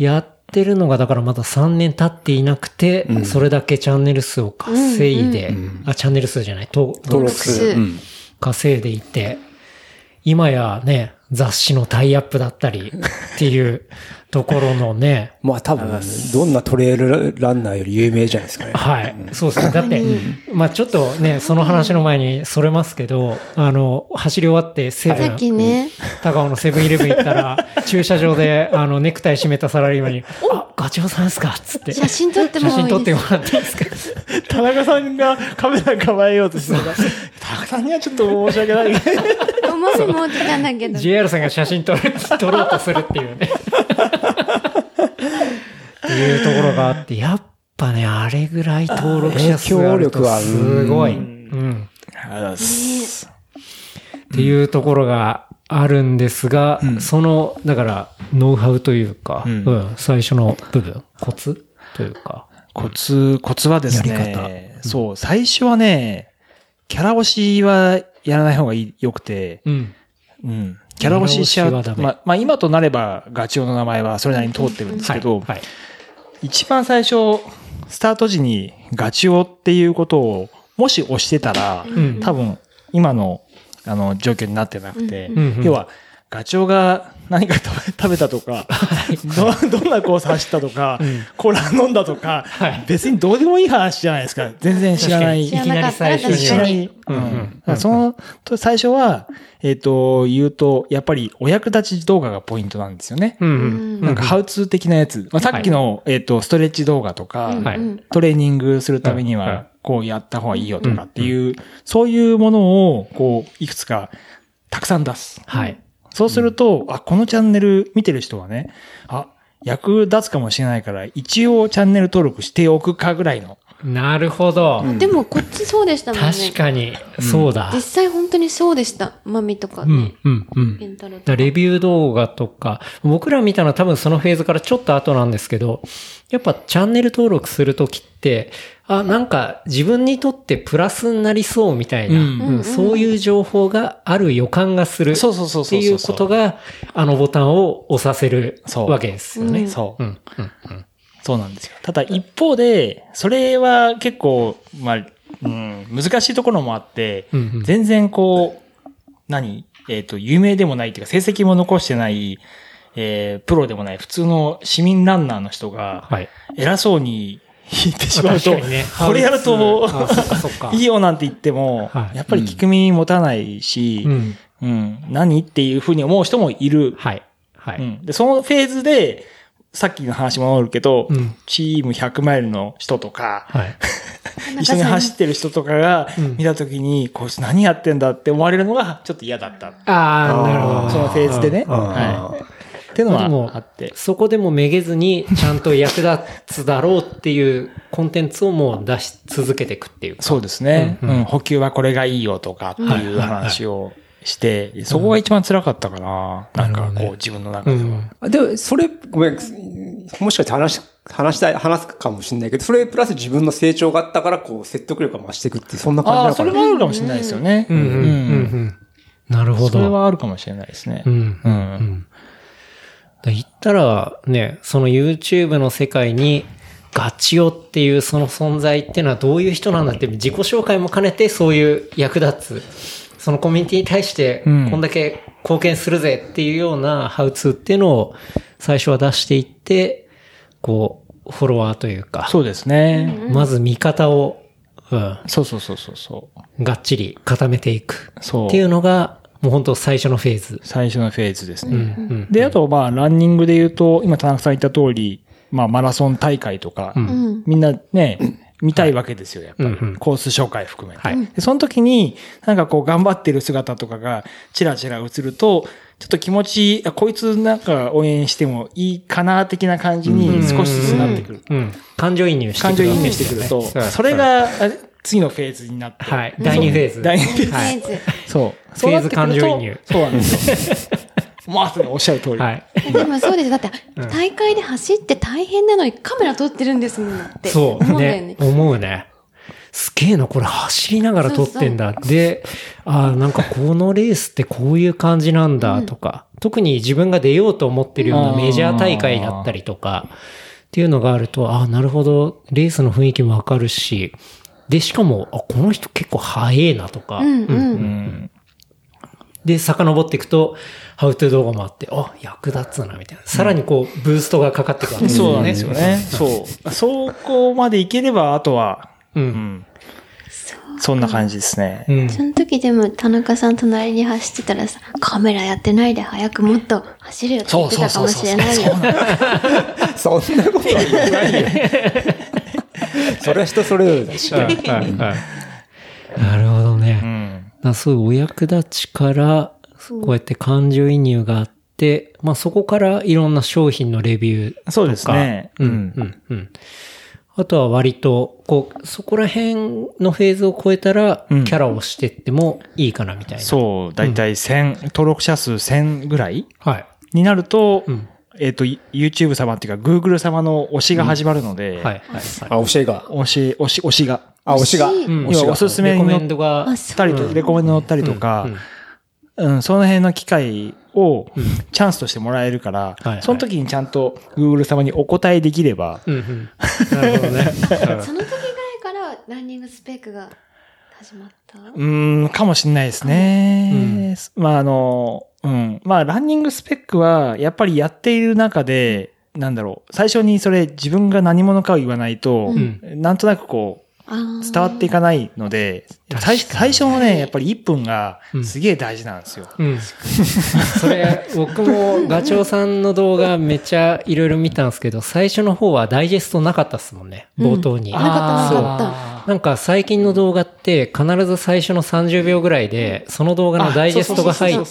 ってるのが、だからまださんねん経っていなくて、うん、それだけチャンネル数を稼いで、うんうん、あ、チャンネル数じゃない、登録数、うん、稼いでいて、今やね、雑誌のタイアップだったりっていうところのね。 まあ多分、どんなトレイルランナーより有名じゃないですかね。 はい。うん、そうですね。だって、まあちょっとね、その話の前にそれますけど、あの、走り終わってセブン、 さっきね、 高尾のセブンイレブン行ったら、駐車場で、あの、ネクタイ締めたサラリーマンに、あ、ガチョウさんですかつって。 写真撮ってもらって写真撮ってもらっていいですか田中さんがカメラ構えようとしてたから、田中さんにはちょっと申し訳ない。 思って持ってたんだけど。 ジェイアール さんが写真撮る、撮ろうとするっていうね。っていうところがあって、やっぱね、あれぐらい登録者数があるとすごい。うん。っていうところがあるんですが、うん、その、だから、ノウハウというか、うんうん、最初の部分、コツというか。 コツ、コツはですね、やり方、うん、そう、最初はね、キャラ推しはやらない方がいい、よくて、うん。うん。キャラ推ししちゃう。まあ、まあ、今となればガチオの名前はそれなりに通ってるんですけど、はいはい、一番最初、スタート時にガチオっていうことを、もし押してたら、うん、多分、今の、あの、状況になってなくて、うんうん、要は、ガチョウが何か食べたとか、ど, どんなコース走ったとか、うん、コーラ飲んだとか、はい、別にどうでもいい話じゃないですか。全然知らない。 いきなり最初に。知らない。 うんうん、その、最初は、えっ、ー、と、言うと、やっぱりお役立ち動画がポイントなんですよね。うんうん、なんか、ハウツー的なやつ。まあ、さっきの、はい、えっ、ー、と、ストレッチ動画とか、はい、トレーニングするためには、こうやった方がいいよとかっていう、うんうん、そういうものを、こう、いくつか、たくさん出す。はい。そうすると、うん、あ、このチャンネル見てる人はね、あ、役立つかもしれないから、一応チャンネル登録しておくかぐらいの。 なるほど。 うん、でもこっちそうでしたもんね。 確かに、そうだ。 実際本当にそうでした。マミとかね。うん、うん、うん。 だレビュー動画とか、僕ら見たのは多分そのフェーズからちょっと後なんですけど、やっぱチャンネル登録するときって、あ、なんか自分にとってプラスになりそうみたいな、うんうん、そういう情報がある予感がするっていうことが、あのボタンを押させるわけですよね。 そう。うんうんうん、そうなんですよ。ただ一方で、それは結構、まあ、うん、難しいところもあって、うんうん、全然こう、何えっと、有名でもないっていうか、成績も残してない、えー、プロでもない普通の市民ランナーの人が、偉そうに言ってしまうと、ね、これやるといいよなんて言っても、はい、やっぱり聞く耳持たないし、うんうん、何っていうふうに思う人もいる。はいはいうん、でそのフェーズで、さっきの話もあるけど、うん、チームひゃくマイルの人とか、はい、一緒に走ってる人とかが見たときに、うん、こいつ何やってんだって思われるのがちょっと嫌だった。 ああ、なるほど。 そのフェーズでね。はいっていうのはあって。 そこでもめげずにちゃんと役立つだろうっていうコンテンツをもう出し続けていくっていうか。 そうですね、うんうんうん。補給はこれがいいよとかっていう話をして、はいはいはい、そこが一番辛かったかな。うん、なんかこう自分の中では。 うん、でもそれ、ごめん、もしかして話、話したい、話すかもしれないけど、それプラス自分の成長があったからこう説得力が増していくっていう、そんな感じなのかな。 ああ、それもあるかもしれないですよね。うんうんうんうん、 なるほど。 それはあるかもしれないですね。うんうんうん言ったらね、その YouTube の世界にガチオっていうその存在っていうのはどういう人なんだって自己紹介も兼ねてそういう役立つ、そのコミュニティに対してこんだけ貢献するぜっていうようなハウツーっていうのを最初は出していって、こうフォロワーというか。 そうですね。 まず見方を、うん、 そうそうそうそうそう。 がっちり固めていくっていうのが、もう本当最初のフェーズ。 最初のフェーズですね。うんうん、で、あと、まあ、ランニングで言うと、今田中さん言った通り、まあ、マラソン大会とか、うん、みんなね、見たいわけですよ、やっぱり。うんうん、コース紹介含めて、はい。で、その時に、なんかこう、頑張ってる姿とかが、チラチラ映ると、ちょっと気持ち、こいつなんか応援してもいいかな、的な感じに少しずつなってくる。 うんうんうん、感情移入してくる。 感情移入してくると、それが、次のフェーズになって。 はい。第二フェーズ。 第二フェーズ。はい、そう。 フェーズ感情移入。 そうなんですよ。まあ、おっしゃる通り。はい。 でもそうです。だって、大会で走って大変なのにカメラ撮ってるんですもんって。 そう。ね。思うね。 すげえな、これ走りながら撮ってんだ。そうそうで、ああ、なんかこのレースってこういう感じなんだとか、うん、特に自分が出ようと思ってるようなメジャー大会だったりとか、っていうのがあると、ああ、なるほど、レースの雰囲気もわかるし、で、しかも、あ、この人結構速えなとか、 うんうんうんうんで、遡っていくと、ハウトゥー動画もあって、あ、役立つな、みたいな。さらにこう、ブーストがかかってくるわけですよね。 そうなんですよね。そう。そこまでいければ、あとは、うん。うん、そ, そんな感じですね。 うん、その時でも、田中さん隣に走ってたらさ、カメラやってないで早くもっと走るよって言ってたかもしれないよ。 そんなことは言わないよ。それは人それぞれだし。なるほどね。うんそういうお役立ちから、こうやって感情移入があって、まあそこからいろんな商品のレビューとか。 そうですね。 うん、うん、うん。あとは割と、こう、そこら辺のフェーズを超えたら、キャラをしてってもいいかなみたいな。うん、 そう、だいたいせん、うん、登録者数せんぐらいはい。 になると、うんえっ、ー、と、YouTube 様っていうか、Google 様の推しが始まるので。うん、 はい。はい。あ、推しが。 推し、推し、推しが。 あ、推しが。 うん、要はおすすめに載ったりと、レコメンド載ったりとか、うん、うん、その辺の機会をチャンスとしてもらえるから、うん、その時にちゃんと Google 様にお答えできれば。 うんうん、なるほどね。 その時ぐらいからランニングスペックが始まったうーん、かもしれないですね。うん、まあ、あの、うん。まあ、ランニングスペックは、やっぱりやっている中で、なんだろう、最初にそれ自分が何者かを言わないと、うん、なんとなくこう、伝わっていかないので、最, 最初のね、やっぱりいっぷんがすげえ大事なんですよ。 うんうん、それ、僕もガチョウさんの動画めっちゃいろいろ見たんですけど、最初の方はダイジェストなかったっすもんね、冒頭に。 うん、なかったなかった。 なんか最近の動画って必ず最初のさんじゅうびょうぐらいで、その動画のダイジェストが入って、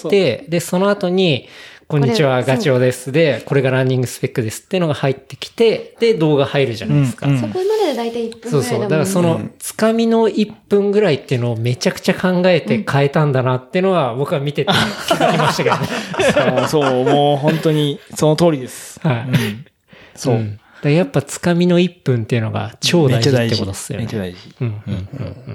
で、その後に、こんにちは、ガチョウです。で、これがランニングスペックですっていうのが入ってきて、で、動画入るじゃないですか。 うんうん、そこまでで大体いっぷんぐらいだもんね。 そうそう。だからその、つかみのいっぷんぐらいっていうのをめちゃくちゃ考えて変えたんだなっていうのは、僕は見てて気づきましたけどね。そう、そう、もう本当にその通りです。 はい。うん、そう。うんだやっぱつかみのいっぷんっていうのが超大事ってことですよね。 めっちゃ大事。 うんうんうんうん。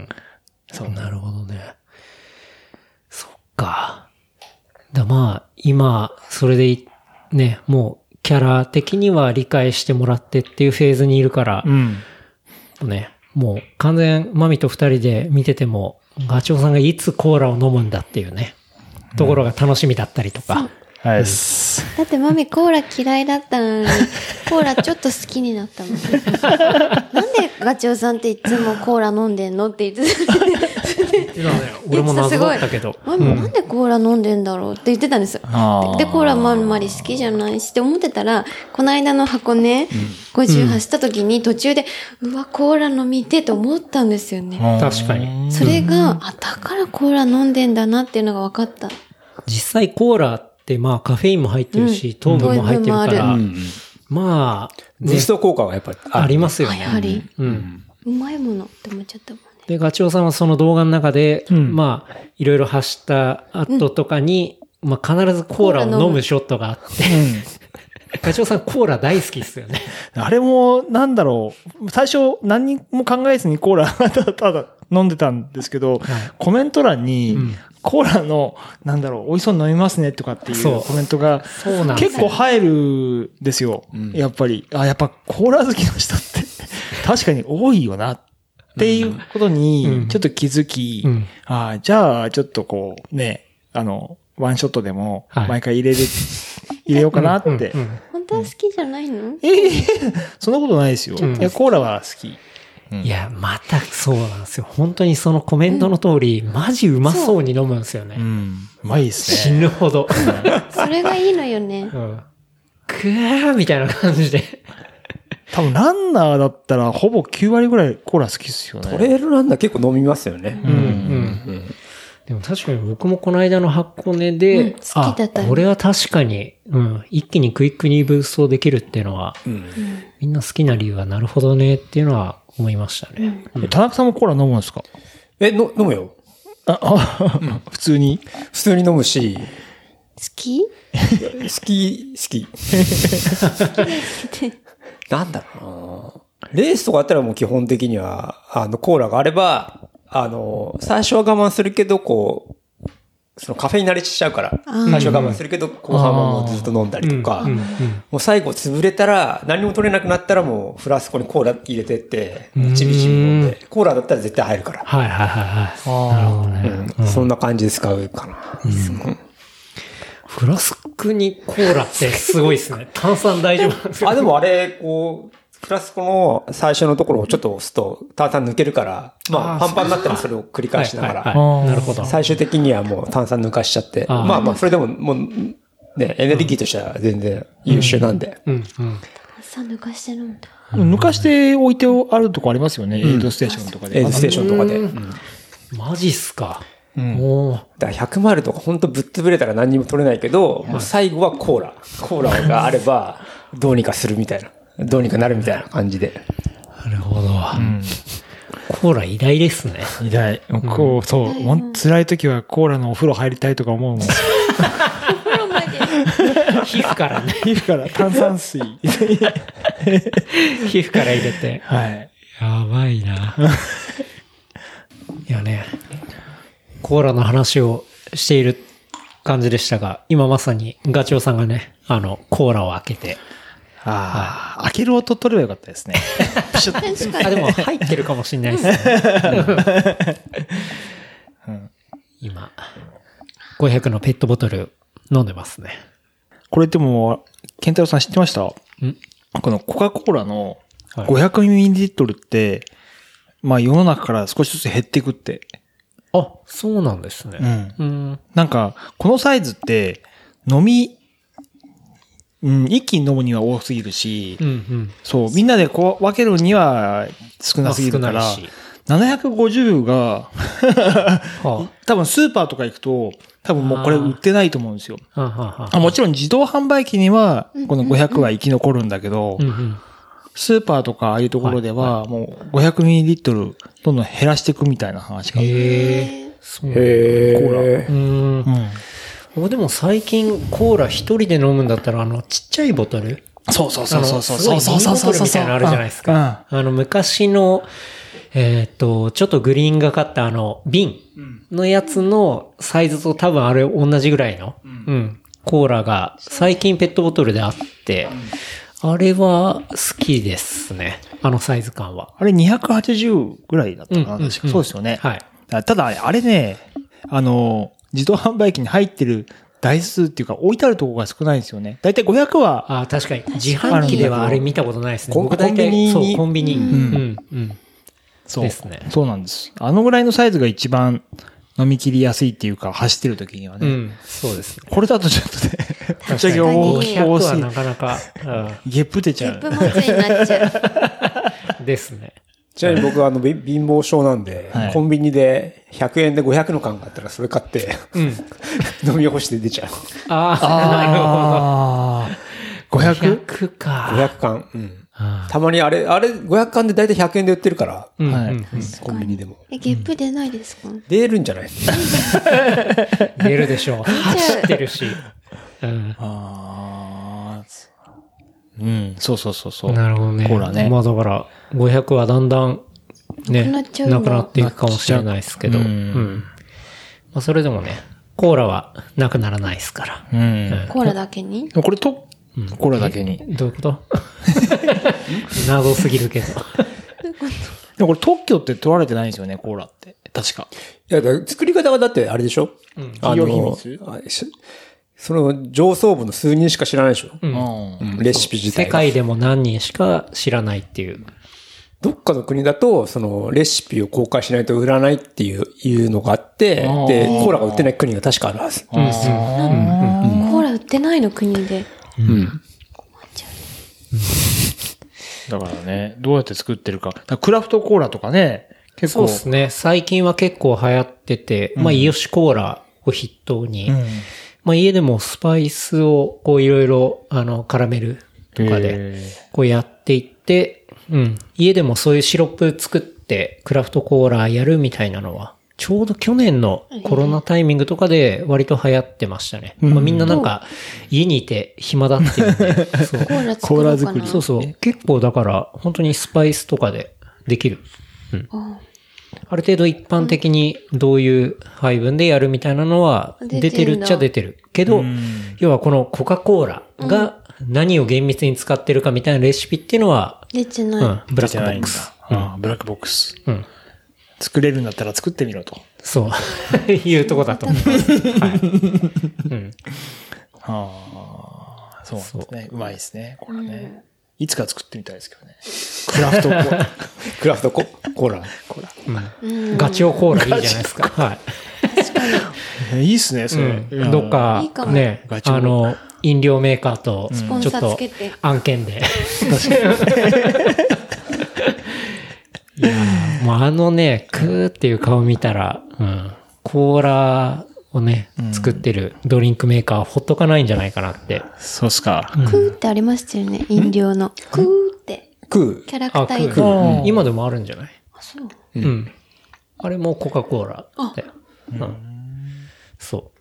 そう、なるほどね。そっか。だまあ、今、それでね、もうキャラ的には理解してもらってっていうフェーズにいるから、うん、ね、もう完全マミと二人で見てても、ガチョウさんがいつコーラを飲むんだっていうね、ところが楽しみだったりとか。うんはい、うん。 だってマミコーラ嫌いだったのに、コーラちょっと好きになったもん。なんでガチョウさんっていつもコーラ飲んでんのって言ってた。 俺も謎だったけど。 マミなんでコーラ飲んでんだろうって言ってたんですよ。うん、で、コーラもあんまり好きじゃないしって思ってたら、この間の箱根ごじゅう走った時に途中で、うわ、コーラ飲みてと思ったんですよね。 確かに。 それが、あ、だからコーラ飲んでんだなっていうのが分かった。 実際コーラで、まあカフェインも入ってるし、糖分も入ってるから、まあ、 ブースト効果はやっぱりありますよね。 やはり。うん。うまいものって思っちゃったもんね。 で、ガチョウさんはその動画の中で、まあ、いろいろ走った後とかに、まあ必ずコーラを飲むショットがあって、ガチョウさんコーラ大好きっすよね。 あれも、なんだろう、最初何も考えずにコーラただただ飲んでたんですけど、コメント欄に、コーラの、なんだろう、美味しそうに飲みますねとかっていうコメントが結構入るんですよ。やっぱり。あ、やっぱコーラ好きの人って確かに多いよなっていうことにちょっと気づき、うんうん、あじゃあちょっとこうね、あの、ワンショットでも毎回入れる、はい、入れようかなって。うんうんうん、 本当は好きじゃないの？ ええー、そんなことないですよ。いや、コーラは好き。 うん、いや、またそうなんですよ。本当にそのコメントの通り、うん、マジうまそうに飲むんですよね。 うん。うまいですね。 死ぬほど。 それがいいのよね。うん。 くーみたいな感じで。 多分ランナーだったらほぼきゅうわりぐらいコーラ好きですよね。 トレイルランナー結構飲みますよね。うん。うん。うん、 でも確かに僕もこの間の箱根で、うん、好きだった。これは確かに、うん、一気にクイックにブーストできるっていうのは、うん、みんな好きな理由はなるほどねっていうのは思いましたね。 うん、田中さんもコーラ飲むんですか？ え、の、飲むよ。 あ、あ、うん、普通に普通に飲むし。 好き？ 好き、好き。好きで好きで。なんだろうな。 レースとかあったらもう基本的には、あの、コーラがあれば、あの、最初は我慢するけど、こう、そのカフェイン慣れしちゃうから、最初は我慢するけど、後半はもうずっと飲んだりとか、もう最後潰れたら、何も取れなくなったらもうフラスコにコーラ入れてって、ちびちび飲んで、コーラだったら絶対入るから。 はいはいはいはい。なるほどね。 うん、そんな感じで使うかな。うんフラスクにコーラってすごいですね。炭酸大丈夫なんですか？ あ、でもあれ、こう、フラスコの最初のところをちょっと押すと炭酸抜けるから、まあ、パンパンになったらそれを繰り返しながら、 なるほど。 最終的にはもう炭酸抜かしちゃって、あまあまあ、それでももう、ね、エネルギーとしては全然優秀なんで。 うん、うん。炭酸抜かしてるんだ。 抜かして置いてあるとこありますよね、エイドステーションとかで。 エイドステーションとかで。 マジっすか。 うん、 おだからひゃくマイルとか本当ぶっ潰れたら何にも取れないけど、もう最後はコーラ。コーラがあれば、どうにかするみたいな。どうにかなるみたいな感じで。 なるほど。うん、コーラ偉大ですね。 偉大。こう、そう。辛い時はコーラのお風呂入りたいとか思うもん。 お風呂まで。 皮膚からね。 皮膚から炭酸水。 皮膚から入れて。 はい。 やばいな。いやね。コーラの話をしている感じでしたが、今まさにガチョウさんがね、あの、コーラを開けて。 ああ、はい、開ける音取ればよかったですね。 あ、でも入ってるかもしれないですね。うん、今、ごひゃくのペットボトル飲んでますね。 これでも、ケンタロウさん知ってました？んこのコカ・コーラのごひゃくミリリットルって、はい、まあ世の中から少しずつ減っていくって。 あ、そうなんですね。 うん。うん、なんか、このサイズって、飲み、うん、一気に飲むには多すぎるし、うんうん、そう、みんなでこう分けるには少なすぎるから、ななひゃくごじゅうが、多分スーパーとか行くと、多分もうこれ売ってないと思うんですよ。あもちろん自動販売機には、このごひゃくは生き残るんだけど、うんうん、スーパーとかああいうところでは、もうごひゃくミリリットルどんどん減らしていくみたいな話が。 へー。そうへー。 コーラ。うん。うん、でも最近コーラ一人で飲むんだったら、あの、ちっちゃいボトル。 そうそうそうそうそう。 そうそうそうそう。みたいなのあるじゃないですか。あの、昔の、えっと、ちょっとグリーンがかったあの、瓶のやつのサイズと多分あれ同じぐらいの、うん、うん、コーラが最近ペットボトルであって、あれは好きですね。あのサイズ感は。 あれにひゃくはちじゅうぐらいだったかな、うんうんうん、そうですよね。はい。ただあれね、あの、自動販売機に入ってる台数っていうか置いてあるところが少ないんですよね。だいたいごひゃくは。 ああ、確かに。自販機ではあれ見たことないですね。僕大体、そう、コンビニ。うん。うん。うん。 そうですね。そうなんです。あのぐらいのサイズが一番飲み切りやすいっていうか、走ってる時にはね。うん。 そうですね。 これだとちょっとね、ぶっちゃけ大きい。 ごひゃくはなかなか、 ゲップ出ちゃう。 ゲップ待ちになっちゃう。ですね。 ちなみに僕はあの貧乏症なんで、はい、コンビニでひゃくえんでごひゃくの缶があったらそれ買って、うん、飲み干して出ちゃう。 ああ、なるほど。 ごひゃく? ごひゃくか。 ごひゃく缶。うん。たまにあれ、あれごひゃく缶でだいたいひゃくえんで売ってるから、 うんはい、 コンビニでも。 え、ゲップ出ないですか？ 出るんじゃない？ 出るでしょう。走ってるし。 うん、あうん、そうそうそうそう。 なるほどね。 コーラね。 まあだから、ごひゃくはだんだん、ね、なくなっていくかもしれないですけど、うん。うん。まあそれでもね、コーラはなくならないですから。 うん。うん、コーラだけに？ これと、うん、コーラだけに。 どういうこと謎すぎるけど。 でもこれ特許って取られてないんですよね、コーラって。確か。 いや、作り方はだってあれでしょ？うん。企業秘密？その上層部の数人しか知らないでしょ、うんうん、レシピ自体が。 世界でも何人しか知らないっていう。 どっかの国だと、そのレシピを公開しないと売らないっていう、いうのがあって、で、コーラが売ってない国が確かあるはず。うんうんうん、 コーラ売ってないの国で。うん。 だからね、どうやって作ってるか。かクラフトコーラとかね、 結構。そうですね。最近は結構流行ってて、うん、まあ、イヨシコーラを筆頭に、うんまあ家でもスパイスをこういろいろあのカラメルとかでこうやっていって、うん。家でもそういうシロップ作ってクラフトコーラやるみたいなのはちょうど去年のコロナタイミングとかで割と流行ってましたね。まあ、みんななんか家にいて暇だっていうんで。そう。 コーラ作ろうかな。 コーラ作り。 そうそう。結構だから本当にスパイスとかでできる。うん。ある程度一般的にどういう配分でやるみたいなのは出てるっちゃ出てる。けど、要はこのコカ・コーラが何を厳密に使ってるかみたいなレシピっていうのは、 出てない。 うん。ブラックボックス。 うん。ブラックボックス。 うん。 作れるんだったら作ってみろと。 そう。いうとこだと思います。はい。うん。 はあ、そうですね。うまいですね。これね。いつか作ってみたいですけどね。クラフトコーラ。 クラフトココーラ。コーラ。うん。ガチオコーラいいじゃないですか。はい。 確かに。 いいっすね、それ。 どっか、ね、あの、飲料メーカーと、ちょっと案件で。いやもうあのね、クーっていう顔見たら、うん、コーラをね、作ってるドリンクメーカーはほっとかないんじゃないかなって。 そうっすか。 クーってありましたよね、飲料の。クーって。 クー。 キャラクタークー。今でもあるんじゃない？ あ、そう。 うん。あれもコカ・コーラって。うん。そう。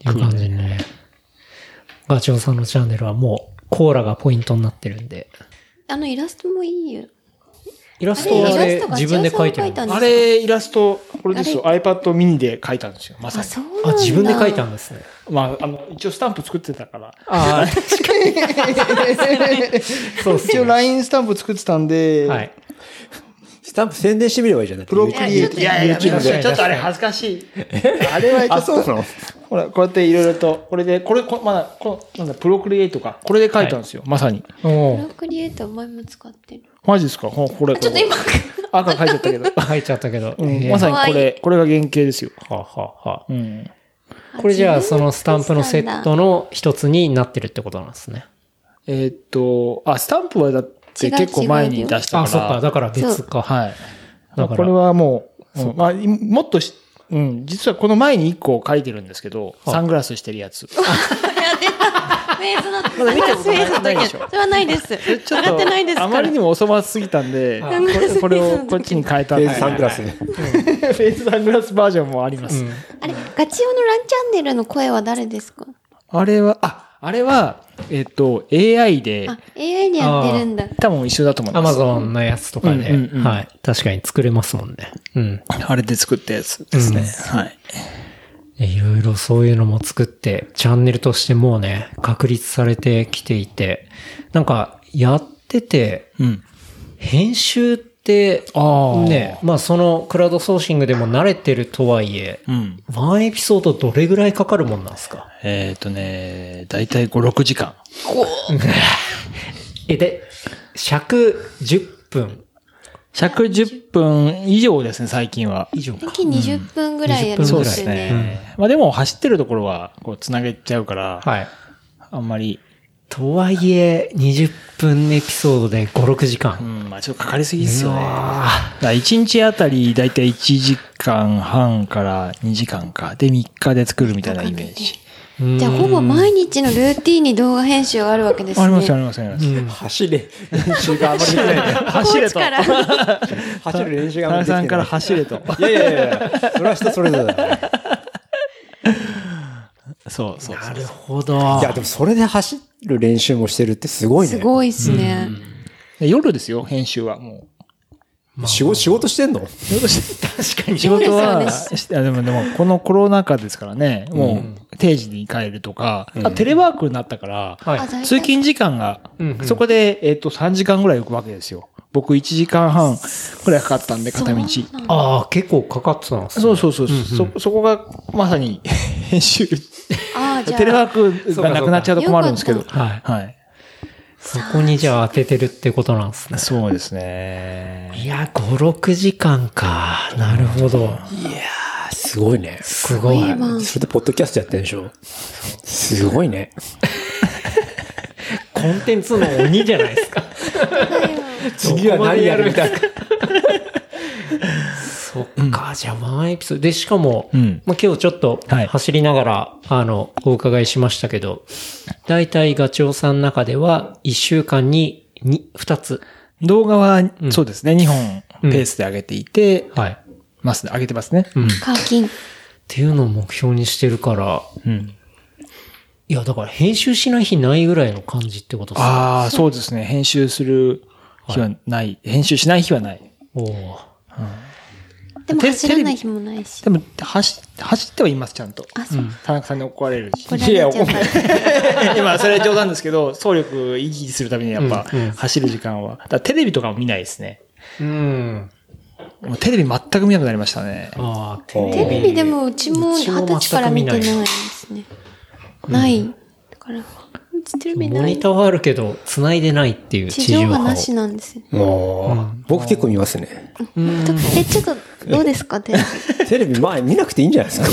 いう感じでね。ガチョウさんのチャンネルはもうコーラがポイントになってるんで。 あのイラストもいいよ。 イラストはあれ自分で描いてるあれイラスト、これですよ。iPad mini で描いたんですよ。まさに。 あ、そうなんだ。 あ、自分で描いたんですね。 まあ、あの、一応スタンプ作ってたから。 ああ、確かに。 そう、一応 ライン スタンプ作ってたんで、 はい。 スタンプ宣伝してみればいいじゃないプロクリエイト。いやいや、ちょっとあれ恥ずかしい。あれはちょっと、ほら、こうやっていろいろと、これで、これ、こまだ、こなんだ、プロクリエイトか。これで書いたんですよ、まさに。 プロクリエイト前も使ってる。 マジですかこれ。 ちょっと今、 赤書いちゃったけど。 書いちゃったけど。 まさにこれ、これが原型ですよ。 はははうん。 これじゃあ、そのスタンプのセットの一つになってるってことなんですね。 えっと、あ、スタンプはだって結構前に出したから。 あ、そっか、だから別か。 はい。だからこれはもう、まあ、もっとし、うん、実はこの前に一個書いてるんですけど、サングラスしてるやつ。 いや、出た。フェイスの、サングラスフェイスの時それはないです。 ちょっと、 ってないですあまりにもお粗末すぎたんで、これをこっちに変えたんで。 フェイスサングラスね。 フェイスサングラスバージョンもあります。 あれ、ガチオのランチャンネルの声は誰ですか？ あれは、あ、あれは、えっと、エーアイ で。 あ、エーアイ でやってるんだ。 多分一緒だと思います。 Amazon のやつとかで、はい。確かに作れますもんね。うん。 あれで作ったやつですね。はい。 いろいろそういうのも作って、チャンネルとしてもうね、確立されてきていて、なんか、やってて、うん、編集って、ね、まあそのクラウドソーシングでも慣れてるとはいえ、うん、ワンエピソードどれぐらいかかるもんなんですか？ えっとね、だいたいご、ろくじかん。 え、で、ひゃくじゅっぷん。 ひゃくじゅっぷん以上ですね、最近は。 以上か。 最近にじゅっぷんぐらいやりますよね。そうですね。 まあでも走ってるところは、こう、つなげちゃうから、 はい。 あんまり。 とはいえ、にじゅっぷんエピソードでご、ろくじかん。 うん、まあちょっとかかりすぎですよね。だいちにちあたりだいたいいちじかんはんからにじかんか。で、みっかで作るみたいなイメージ。 じゃあ、ほぼ毎日のルーティーンに動画編集があるわけですね。 ありますありますあります。 うん、走れ。練習があまりできない。 走れと。 走る練習があまりできない。 さんから走れと。 いやいやいやそれは人それぞれだね。 そうそう。 なるほど。 いや、でもそれで走る練習もしてるってすごいね。 すごいっすね。 うん、夜ですよ、編集はもう。 まあ、仕事、仕事してんの仕事して、確かに仕事は、で, でもでも、このコロナ禍ですからね、もう定時に帰るとか、うん、あテレワークになったから、はい、通勤時間が、うんうん、そこで、えっと、さんじかんぐらい浮くわけですよ。僕いちじかんはんぐらいかかったんで、片道。 ああ、結構かかってたんですね。 そうそうそう。うんうん、そ、そこが、まさに、編集。ああ、じゃあ。テレワークがなくなっちゃうと困るんですけど。はい。はい。 そこにじゃあ当ててるってことなんですね。 そうですね。 いや、ご、ろくじかんか。なるほど。いやー、すごいね。 すごい。 それでポッドキャストやってるでしょ。すごいね。 コンテンツの鬼じゃないですか。 次は何やるみたいな。 そっか、うん、じゃあワンエピソード。で、しかも、うん、まあ、今日ちょっと走りながら、はい、あの、お伺いしましたけど、だいたいガチョウさんの中ではいっしゅうかんにに、ふたつ。 動画は、うん、そうですね、にほんペースで上げていて、 はい。 ますね。上げてますね。 うん。課金。っていうのを目標にしてるから、 うん。 いや、だから編集しない日ないぐらいの感じってことですね。 ああ、そうですね。編集する日はない。はい、編集しない日はない。 おお。 うん、でも走らない日もないし。 でも走、走ってはいます、ちゃんと。 あ、そう。 田中さんに怒られるし。 いや、怒られる。今、それは冗談ですけど、走力維持するためにやっぱ、走る時間は。だからテレビとかも見ないですね。 うん。 もうテレビ全く見なくなりましたね。 ああ、 テレビ。テレビでもうちも二十歳から見てないですね。ない。だから、テレビない。 モニターはあるけど、繋いでないっていう地上波なしなんですよ。 うん、僕結構見ますね。 うん、え、ちょっと、どうですか、テレビ。 テレビ、まあ見なくていいんじゃないですか。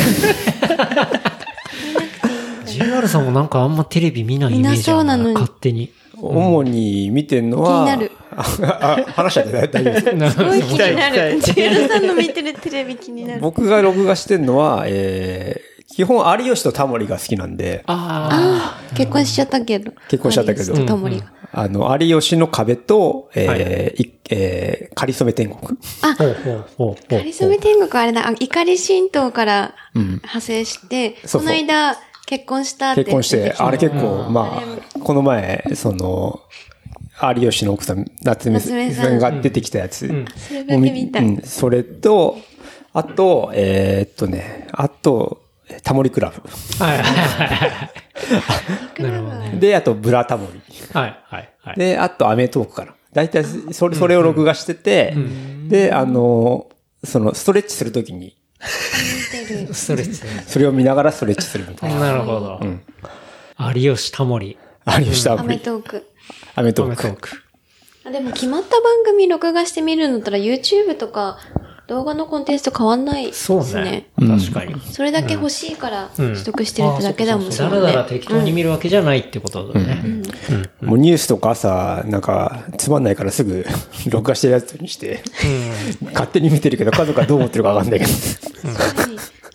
ジェイアール さんもなんかあんまテレビ見ないイメージあるな、勝手に。 主に見てるのは、 気になる。 あ、話しちゃって大丈夫ですか？ すごい気になる。ジェイアール さんの見てるテレビ気になる。 僕が録画してるのは、えー、基本有吉とタモリが好きなんで。 ああ、結婚しちゃったけど。 結婚しちゃったけど。 有吉とタモリが。 あの、有吉の壁と、えー、はい、えー、かりそめ天国。 あ、かりそめ天国あれだ、怒り神道から派生して、うん、この間結婚したって。 結婚して、あれ結構、まあ、この前、その、有吉の奥さん、夏目さんが出てきたやつ。うん、 それだけ見た。 うん、それと、あと、えー、っとね、あと、タモリクラブ。 はいはいはいなるほどね。 で、あと、ブラタモリ。 はいはいはい。 で、あと、アメトークかな。だいたい、それ、それを録画してて、うんうん、で、あの、その、ストレッチするときに、 ストレッチね。 それを見ながらストレッチするみたいな。 なるほど。うん、有吉タモリ。 有吉タモリ。 アメトーク。 アメトーク。アメトーク。 あ、でも決まった番組録画して見るんだったら YouTube とか動画のコンテンツと変わんないですね。 そうね。確かに。 それだけ欲しいから取得してるってだけだもんね。 だらだら適当に見るわけじゃないってことだね。 もうニュースとか朝、なんかつまんないからすぐ録画してるやつにして、うん、勝手に見てるけど家族はどう思ってるかわかんないけど。 なるほど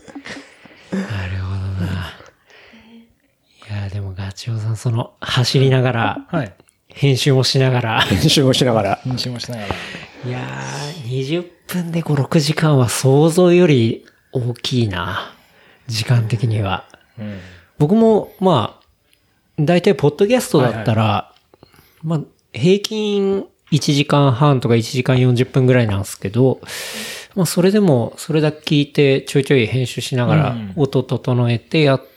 な。いや、でもガチョウさん、その、走りながら、はい、編集もしながら。 編集もしながら。 編集もしながら。 いやー、にじゅっぷんでご、ろくじかんは想像より大きいな。時間的には。うん、僕も、まあ、だいたいポッドキャストだったら、はいはい、まあ、平均いちじかんはんとかいちじかんよんじゅっぷんぐらいなんですけど、まあ、それでも、それだけ聞いて、ちょいちょい編集しながら、音整えてやって、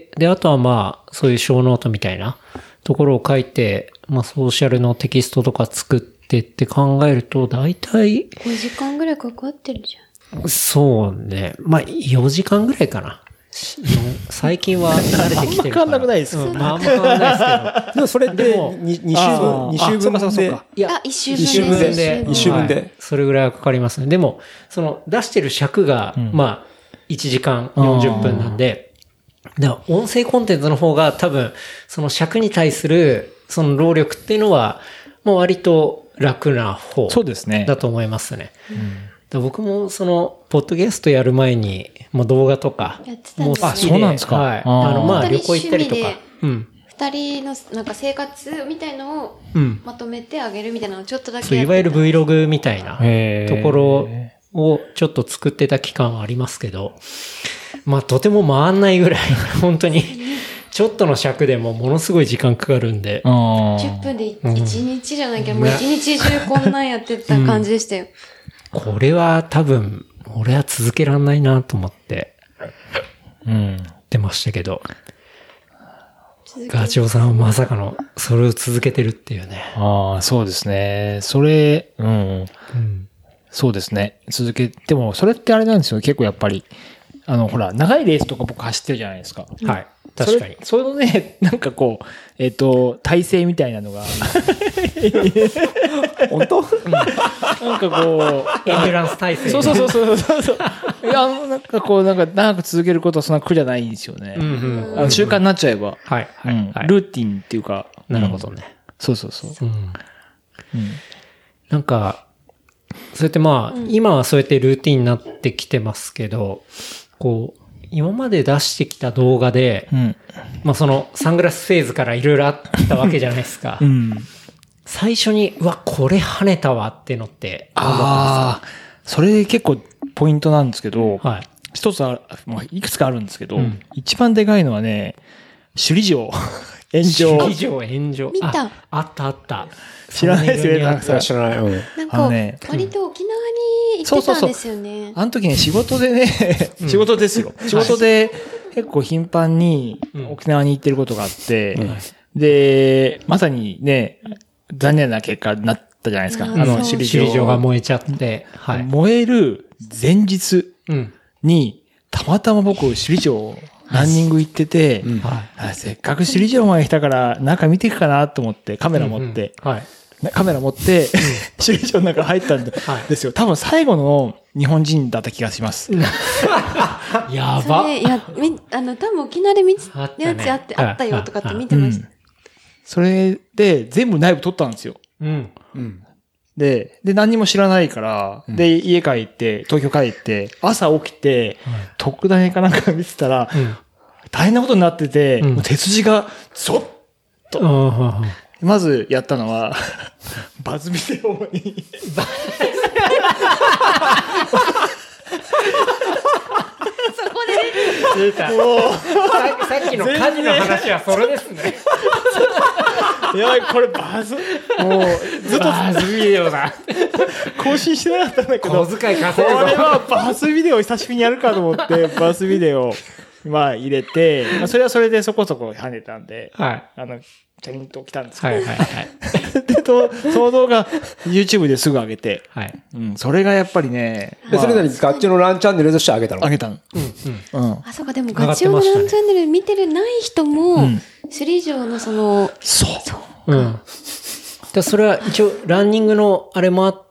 で、あとはまあ、そういう小ノートみたいなところを書いて、まあ、ソーシャルのテキストとか作ってって考えると、だいたいごじかんぐらいかかってるじゃん。そうね。まあ、よじかんぐらいかな。最近は慣れてきてるから。 あんま変わんなくないですか、 うん、まあ、あんま変わんないですけど。 でもそれってに週分、に週分で。 いや、いっ週分で。 いっ週分で。いっ週分で、 はい。それぐらいはかかりますね。でも、その出してる尺が、うん、まあ、いちじかんよんじゅっぷんなんで、だから音声コンテンツの方が多分、その尺に対する、その労力っていうのは、もう割と楽な方。 そうですね。 だと思いますね。うん、僕もその、ポッドキャストやる前に、もう動画とか、もう好きで。 あ、そうなんですか。 はい。あの、まあ、旅行行ったりとか。 うん。二人の、なんか生活みたいのを、まとめてあげるみたいなのをちょっとだけ、 うん。そう、いわゆる Vlog みたいなところをちょっと作ってた期間はありますけど、まあ、とても回んないぐらい、本当に、ちょっとの尺でもものすごい時間かかるんで。 じゅっぷんでいちにちじゃなきゃ、うん、もういちにち中こんなんやってた感じでしたよ。 うん、これは多分、俺は続けらんないなと思って、うん、出ましたけど。ガチョウさんはまさかの、それを続けてるっていうね。 ああ、そうですね。それ、うん、うん。そうですね。続け、でも、それってあれなんですよ。結構やっぱり、あの、ほら、長いレースとか僕走ってるじゃないですか。 はい。確かに。 それのね、なんかこう、えっと、体勢みたいなのが。 本当、 うん、なんかこう。エンデュランス体勢。 そうそうそうそうそうそう。いや、なんかこう、なんか長く続けることはそんな苦じゃないんですよね。うんうん、あの習慣になっちゃえば。 はい、はい、うん。 ルーティンっていうか。 なるほどね。 そうそうそう。うんうん、 なんか、そうやってまあ、うん、今はそうやってルーティンになってきてますけど、こう、今まで出してきた動画で、うん、まあそのサングラスフェーズからいろいろあったわけじゃないですか。うん、最初に、うわ、これ跳ねたわってのって。 ああ、それ結構ポイントなんですけど、 はい。 一つは、もういくつかあるんですけど、うん、一番でかいのはね、首里城炎上。 首里城炎上。 見た。 あ, あったあった。 知らないですよね、なんか知らない。うん、 なんか、ね、割と沖縄に行ってたんですよね。そうそうそうあの時ね、仕事でね、仕事ですよ。仕事で結構頻繁に沖縄に行ってることがあって、うん、で、まさにね、残念な結果になったじゃないですか。うん、あの、首里城。 首里城が燃えちゃって、 はい、燃える前日に、たまたま僕、首里城、ランニング行ってて、うんはい、せっかく首里城まで来たから中見ていくかなと思ってカメラ持って、うんうんはい、カメラ持って、うん、首里城の中入ったんですよ。多分最後の日本人だった気がします。 やば。 いや、み、あの、多分沖縄で見つやつあって、あったよとかって見てました。うん、 それで全部内部撮ったんですよ。 うんうん、 で、で、何にも知らないから、うん、で、家帰って、東京帰って、朝起きて、うん、特ダネかなんか見てたら、うん、大変なことになってて、うん、手筋が、ゾッと。うん、まずやったのは、バズビデオに。 そこで、 出た。もうさ、さっきの火事の話はそれですね。 やばい、これバズ、もう、ずっとバズビデオだ。 更新してなかったんだけど、 小遣い稼ぐぞ。 これはバズビデオ久しぶりにやるかと思って、バズビデオ、まあ入れて、まあ、それはそれでそこそこ跳ねたんで、はい。あの、チャリンと来たんですけど、はいはいはい。で、と、その動画、YouTube ですぐ上げて、はい。うん、それがやっぱで、 まあ、それなりにガッチョのランチャンネルとして上げたの上げたの。 うん、うん。うん。あ、そうか、でもガッチョのランチャンネル見てるない人も、うん、首里城のその、 そう。 そう。 うん。で、それは一応、ランニングのあれもあって、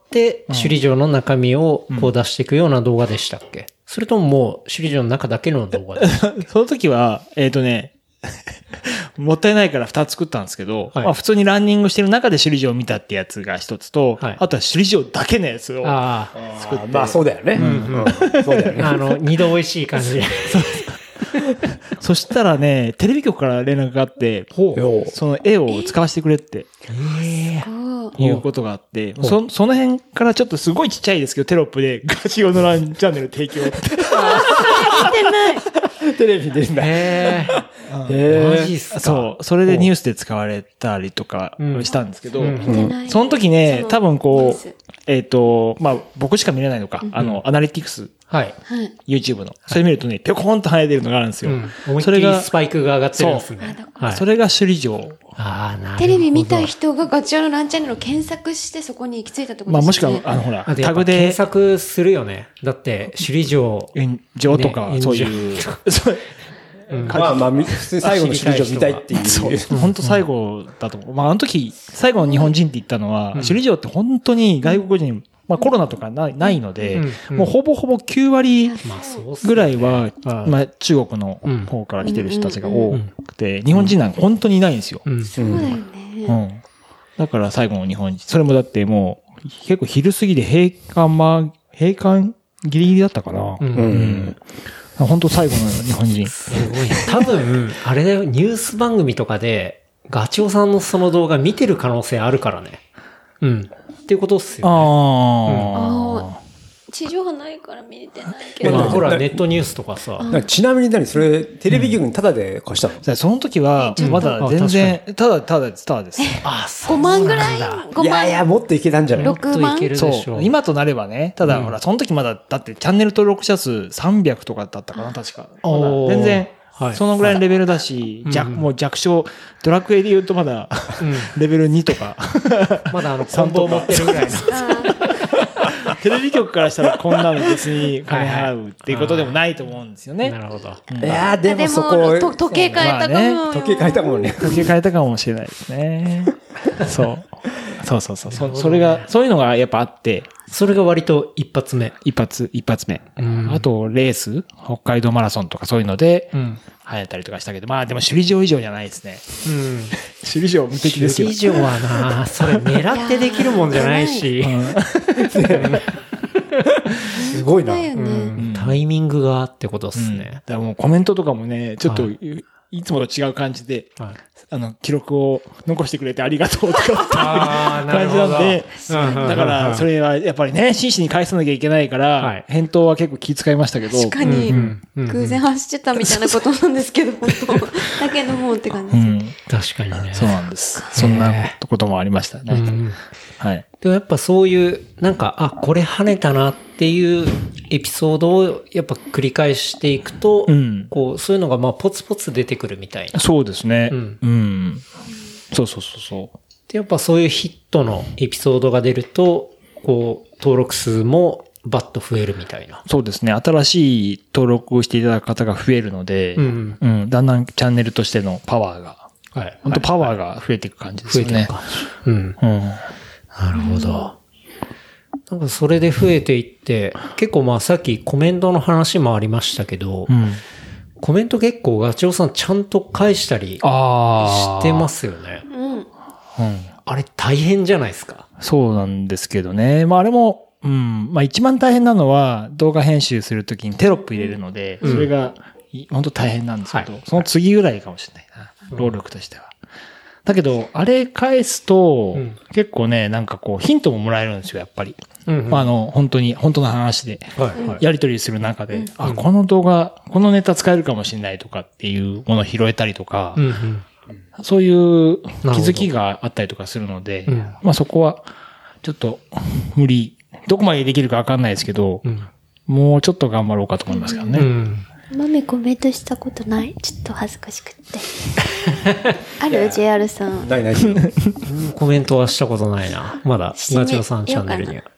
首里城の中身をこう出していくような動画でしたっけ？それとももう、首里城の中だけの動画でしたっけ？ その時は、えっとね、もったいないから二つ作ったんですけど、はい、まあ普通にランニングしてる中で首里城を見たってやつが一つと、はい、あとは首里城だけのやつを作って。 あまあそうだよね。うんうん、 そうだよね。あの、二度美味しい感じで。 そしたらね、テレビ局から連絡があって、その絵を使わせてくれって、えー、いうことがあって、そ、その辺からちょっとすごいちっちゃいですけど、テロップでガチオのランチャンネル提供って。 見てない。 テレビでんだ。 へー。えー、マジっすか。 そう。それでニュースで使われたりとかしたんですけど、うんうん、その時ね、多分こう、えっと、まあ、僕しか見れないのか、うん、あの、アナリティクス。 はい。 YouTube の。それ見るとね、ぴょこんと生えてるのがあるんですよ。 うん、それが、スパイクが上がってるんですね。 そう。はい、それが首里城。 ああ、なるほど。 テレビ見た人がガチョウのランチャンネルを検索してそこに行き着いたってことですね。 まあもしくは、あのほら、タグで。 検索するよね。だって、首里城。 炎上とか、ね、そういう。 うん、まあまあ、普通に最後の首里城見たいっていう。 そう。本当最後だと思う。まああの時、最後の日本人って言ったのは、うん、首里城って本当に外国人、うんまあコロナとかない、ないので、うんうん、もうほぼほぼきゅう割ぐらいは、まあ、まあ中国の方から来てる人たちが多くて、日本人なんか本当にいないんですよ。 うんうん、そうだよね。 うん。だから最後の日本人、それもだってもう結構昼過ぎで閉館ま、閉館ギリギリだったかな。うん。うんうん、本当最後の日本人。 すごい。多分、あれだよ、ニュース番組とかで、ガチョウさんのその動画見てる可能性あるからね。うん。っていうことっすよね。 ああ。地上波ないから見れてないけど。 まあ、ほら、ネットニュースとかさ。 ちなみに何それ、テレビ局にタダで貸したの、 うん、その時は、まだ全然、ただ、ただ、ただです。 あ、 ごまんぐらい ?ご 万。 いやいや、もっといけたんじゃない？ ろくまん。 そう。今となればね、ただ、ほら、その時まだ、だってチャンネル登録者数さんびゃくとかだったかな、確か。まだ全然。はい、そのぐらいのレベルだし、はい、もう弱小、ドラクエで言うとまだ、うん、レベルにとか。 まだあの、コンボを持ってるぐらいの。 テレビ局からしたらこんなの別に金払うっていうことでもないと思うんですよね。 なるほど。 うん、いやでもそこ、 と時計変えたかも、ね。 時計変えたかもね。 時計変えたかもしれないですね。そう。そうそうそう。そ, それが、そういうのがやっぱあって。 それが割と一発目。 一発、一発目。うん、あと、レース北海道マラソンとかそういうので、うん、流行ったりとかしたけど、まあでも首里城以上じゃないですね。うん。首里城無敵ですよ。 首里城はな、それ狙ってできるもんじゃないし。 すごいな、 ねうん。 タイミングがってことですね。 うん、だからもうコメントとかもね、ちょっと、 いつもと違う感じで、はい、あの、記録を残してくれてありがとうとかっていう感じなんで、だからそれはやっぱりね、真摯に返さなきゃいけないから、はい、返答は結構気遣いましたけど。 確かに、うんうん、偶然走ってたみたいなことなんですけど、本当だけどもって感じです、うん。 確かにね。 そうなんです。そんなこともありましたね。うん、 はい。でもやっぱそういう、なんか、あ、これ跳ねたなっていうエピソードをやっぱ繰り返していくと、うん、こう、そういうのがまあポツポツ出てくるみたいな。 そうですね。うん。うん、そうそうそうそう。 で、やっぱそういうヒットのエピソードが出ると、こう、登録数もバッと増えるみたいな。 そうですね。新しい登録をしていただく方が増えるので、うん、うん、だんだんチャンネルとしてのパワーが、はい。本当パワーが増えていく感じですよね。増えていく感じ。うん。うん。 なるほど。なんかそれで増えていって、結構まあさっきコメントの話もありましたけど、うん、コメント結構ガチョウさんちゃんと返したりしてますよね。うん。うん。あれ大変じゃないですか。 そうなんですけどね。まああれも、うん。まあ一番大変なのは動画編集するときにテロップ入れるので、うん、それが本当大変なんですけど、はい、その次ぐらいかもしれないな。労力としては。だけど、あれ返すと、うん、結構ね、なんかこう、ヒントももらえるんですよ、やっぱり。うんうん、まあ、あの、本当に、本当の話で、やり取りする中で、はいはい、あ、この動画、このネタ使えるかもしれないとかっていうものを拾えたりとか、うんうん、そういう気づきがあったりとかするので、うん、まあそこは、ちょっと、無理、どこまでできるかわかんないですけど、うん、もうちょっと頑張ろうかと思いますけどね。うんマミコメントしたことないちょっと恥ずかしくって。ある ジェイアール さん。 ないないコメントはしたことないな。まだ、ガチョウさんチャンネルには。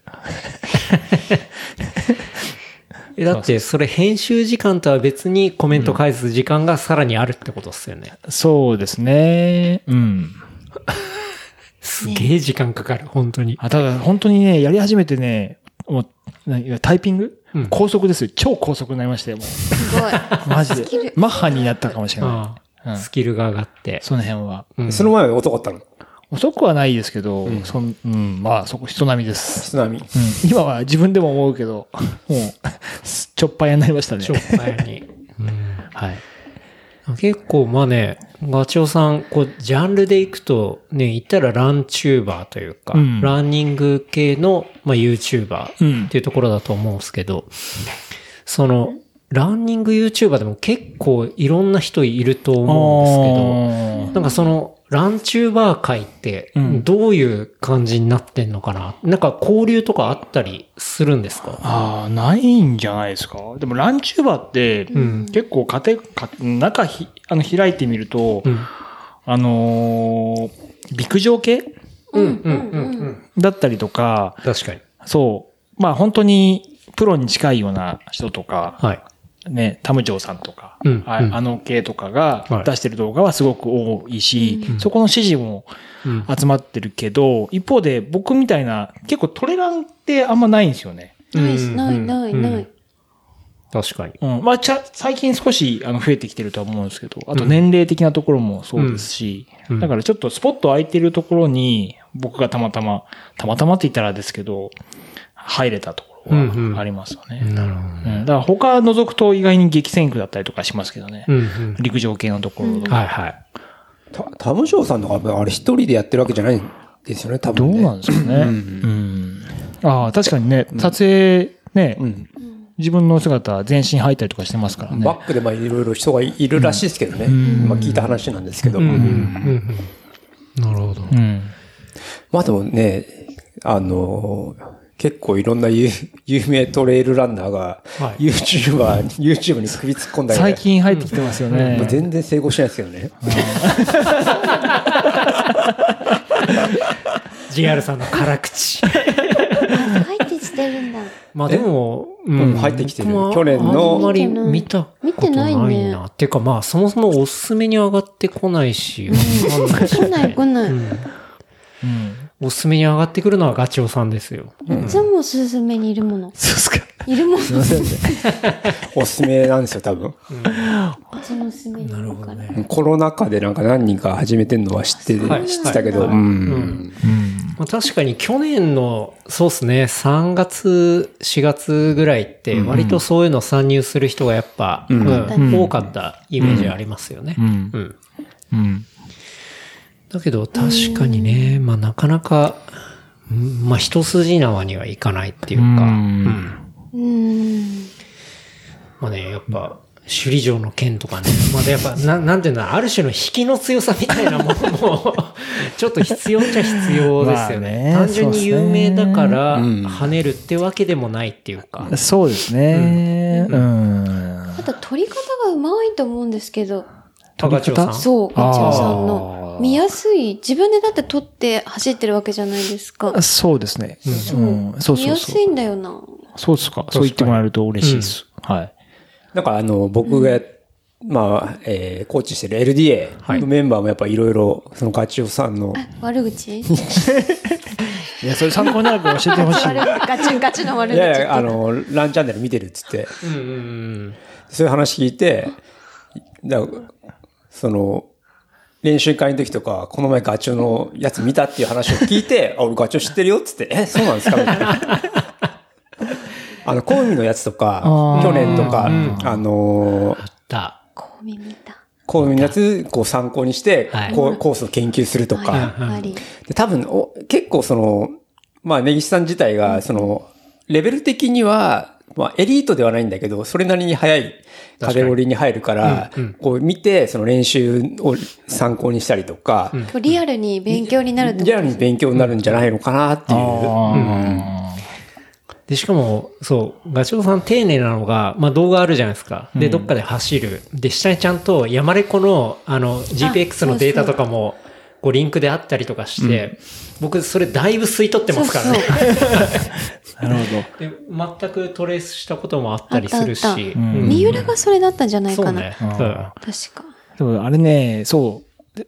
え、だって、それ編集時間とは別にコメント返す時間がさらにあるってことですよね。 うん、そうですね。うん。 すげえ時間かかる、本当に。 あ、ただ、本当にね、やり始めてね、もう、タイピングうん、高速ですよ。超高速になりましたよ、もう。すごい。マジで。マッハになったかもしれない。ああうん、スキルが上がって。 その辺は。 うん、その前は遅かったの遅くはないですけど、うん、そんうん、まあ、そこ人並みです。 人並み。 うん。今は自分でも思うけど、もう、ちょっぱやになりましたね。 ちょっぱやに。うん、はい。結構、まあね、ガチョウさん、こう、ジャンルでいくと、ね、言ったらランチューバーというか、うん、ランニング系の、まあ、YouTuber っていうところだと思うんですけど、うん、その、ランニング YouTuber でも結構いろんな人いると思うんですけど、なんかその、ランチューバー界ってどういう感じになってんのかな、うん、なんか交流とかあったりするんですか？ ああ、ないんじゃないですか。でもランチューバーって結構家庭、うん、中ひあの開いてみると、うん、あのー、陸上系、うんうんうんうん、だったりとか、 確かに。 そう。まあ本当にプロに近いような人とか、はい。ね、タムジョーさんとか、うん、あ, あの系とかが出してる動画はすごく多いし、はい、そこの支持も集まってるけど、うん、一方で僕みたいな結構トレランってあんまないんですよね。 ない、ない、ない、ない。 確かに。 うん。まあ、ちゃ、最近少しあの増えてきてるとは思うんですけど、あと年齢的なところもそうですし、うん、だからちょっとスポット空いてるところに僕がたまたま、たまたまって言ったらですけど、入れたところ。はありますよね。うんうん、なるほど、ねうん。だから他除くと意外に激戦区だったりとかしますけどね。うんうん、陸上系のところとか、うん。はいはい。 たタムジョーさんとか、あれ一人でやってるわけじゃないんですよね、多分、ね。 どうなんですかね。うんうん、ああ、確かにね、撮影ね、うん、自分の姿全身入ったりとかしてますからね。 バックでまあいろいろ人がいるらしいですけどね。うん、まあ聞いた話なんですけど。うんうんうんうん、なるほど。うん、 まあでもね、あのー、結構いろんな有名トレイルランナーが YouTuber、YouTube に首突っ込んだり、 最近入ってきてますよね。 もう全然成功しないですけどね。 ジェイアール さんの辛口。 入ってきてるんだ。 まあでも、 うん、入ってきてる。去年の。 あんまり見たことないな。見てないね。てかまあそもそもおすすめに上がってこないし。 来ない来ない。うんうんおすすめに上がってくるのはガチョウさんですよ。 いつもおすすめにいるもの。 そうですか。 いるもの。 すいませんね。おすすめなんですよ、多分。 あそのすべに。なるほどね。 コロナ禍でなんか何人か始めてるのは知って、はい、知ってたけど、うん。うんまあ、確かに去年の、そうですね、さんがつ、しがつぐらいって、割とそういうの参入する人がやっぱ、うんうん、多かったイメージありますよね。うんうんうん、だけど確かにね、まあなかなか、まあ一筋縄にはいかないっていうか、うんうん、まあね、やっぱ、首里城の剣とかね。まだやっぱ、な、なんていうんだ、ある種の引きの強さみたいなものも、ちょっと必要っちゃ必要ですよね。まあね単純に有名だから、跳ねるってわけでもないっていうか。 うん、そうですね。うん。うん、 あと、取り方がうまいと思うんですけど。 ガチョウさんそう、ガチョウさんの。見やすい。自分でだって取って走ってるわけじゃないですか。 そうですね。 うん、そう。うん、そうそうそう見やすいんだよな。 そうですか。そう言ってもらえると嬉しいです。うん、はい。 なんかあの、僕が、うん、まあ、えー、コーチしてる エルディーエー のメンバーもやっぱいろいろ、そのガチョウさんの。 悪口いや、それ参考になるから教えてほしい。 ガチガチの悪口。 いやいや、あの、ランチャンネル見てるっつって。うんうんうん、そういう話聞いて、だその、練習会の時とか、この前ガチョウのやつ見たっていう話を聞いて、あ、俺ガチョウ知ってるよっつって、え、そうなんですかみたいな。あの、コウミのやつとか、去年とか、うん、あのー、あった。 コウミ見た。 コウミのやつ、こう参考にして、はい、コースを研究するとか。はい、で多分お、結構その、まあ、根岸さん自体が、その、レベル的には、まあ、エリートではないんだけど、それなりに早いカテゴリーに入るから、うんうん、こう見て、その練習を参考にしたりとか。 うん、リアルに勉強になるってことですね。リアルに勉強になるんじゃないのかなっていう。うんで、しかも、そう、ガチョウさん丁寧なのが、まあ動画あるじゃないですか。で、どっかで走る。で、下にちゃんと山レコの、あの、ジーピーエックス のデータとかも、こうリンクであったりとかして、うん、僕、それだいぶ吸い取ってますからね。 なるほどで。全くトレースしたこともあったりするし。 あったあったうん、三浦がそれだったんじゃないかな。そうね。うん、確か。 でもあれね、そう、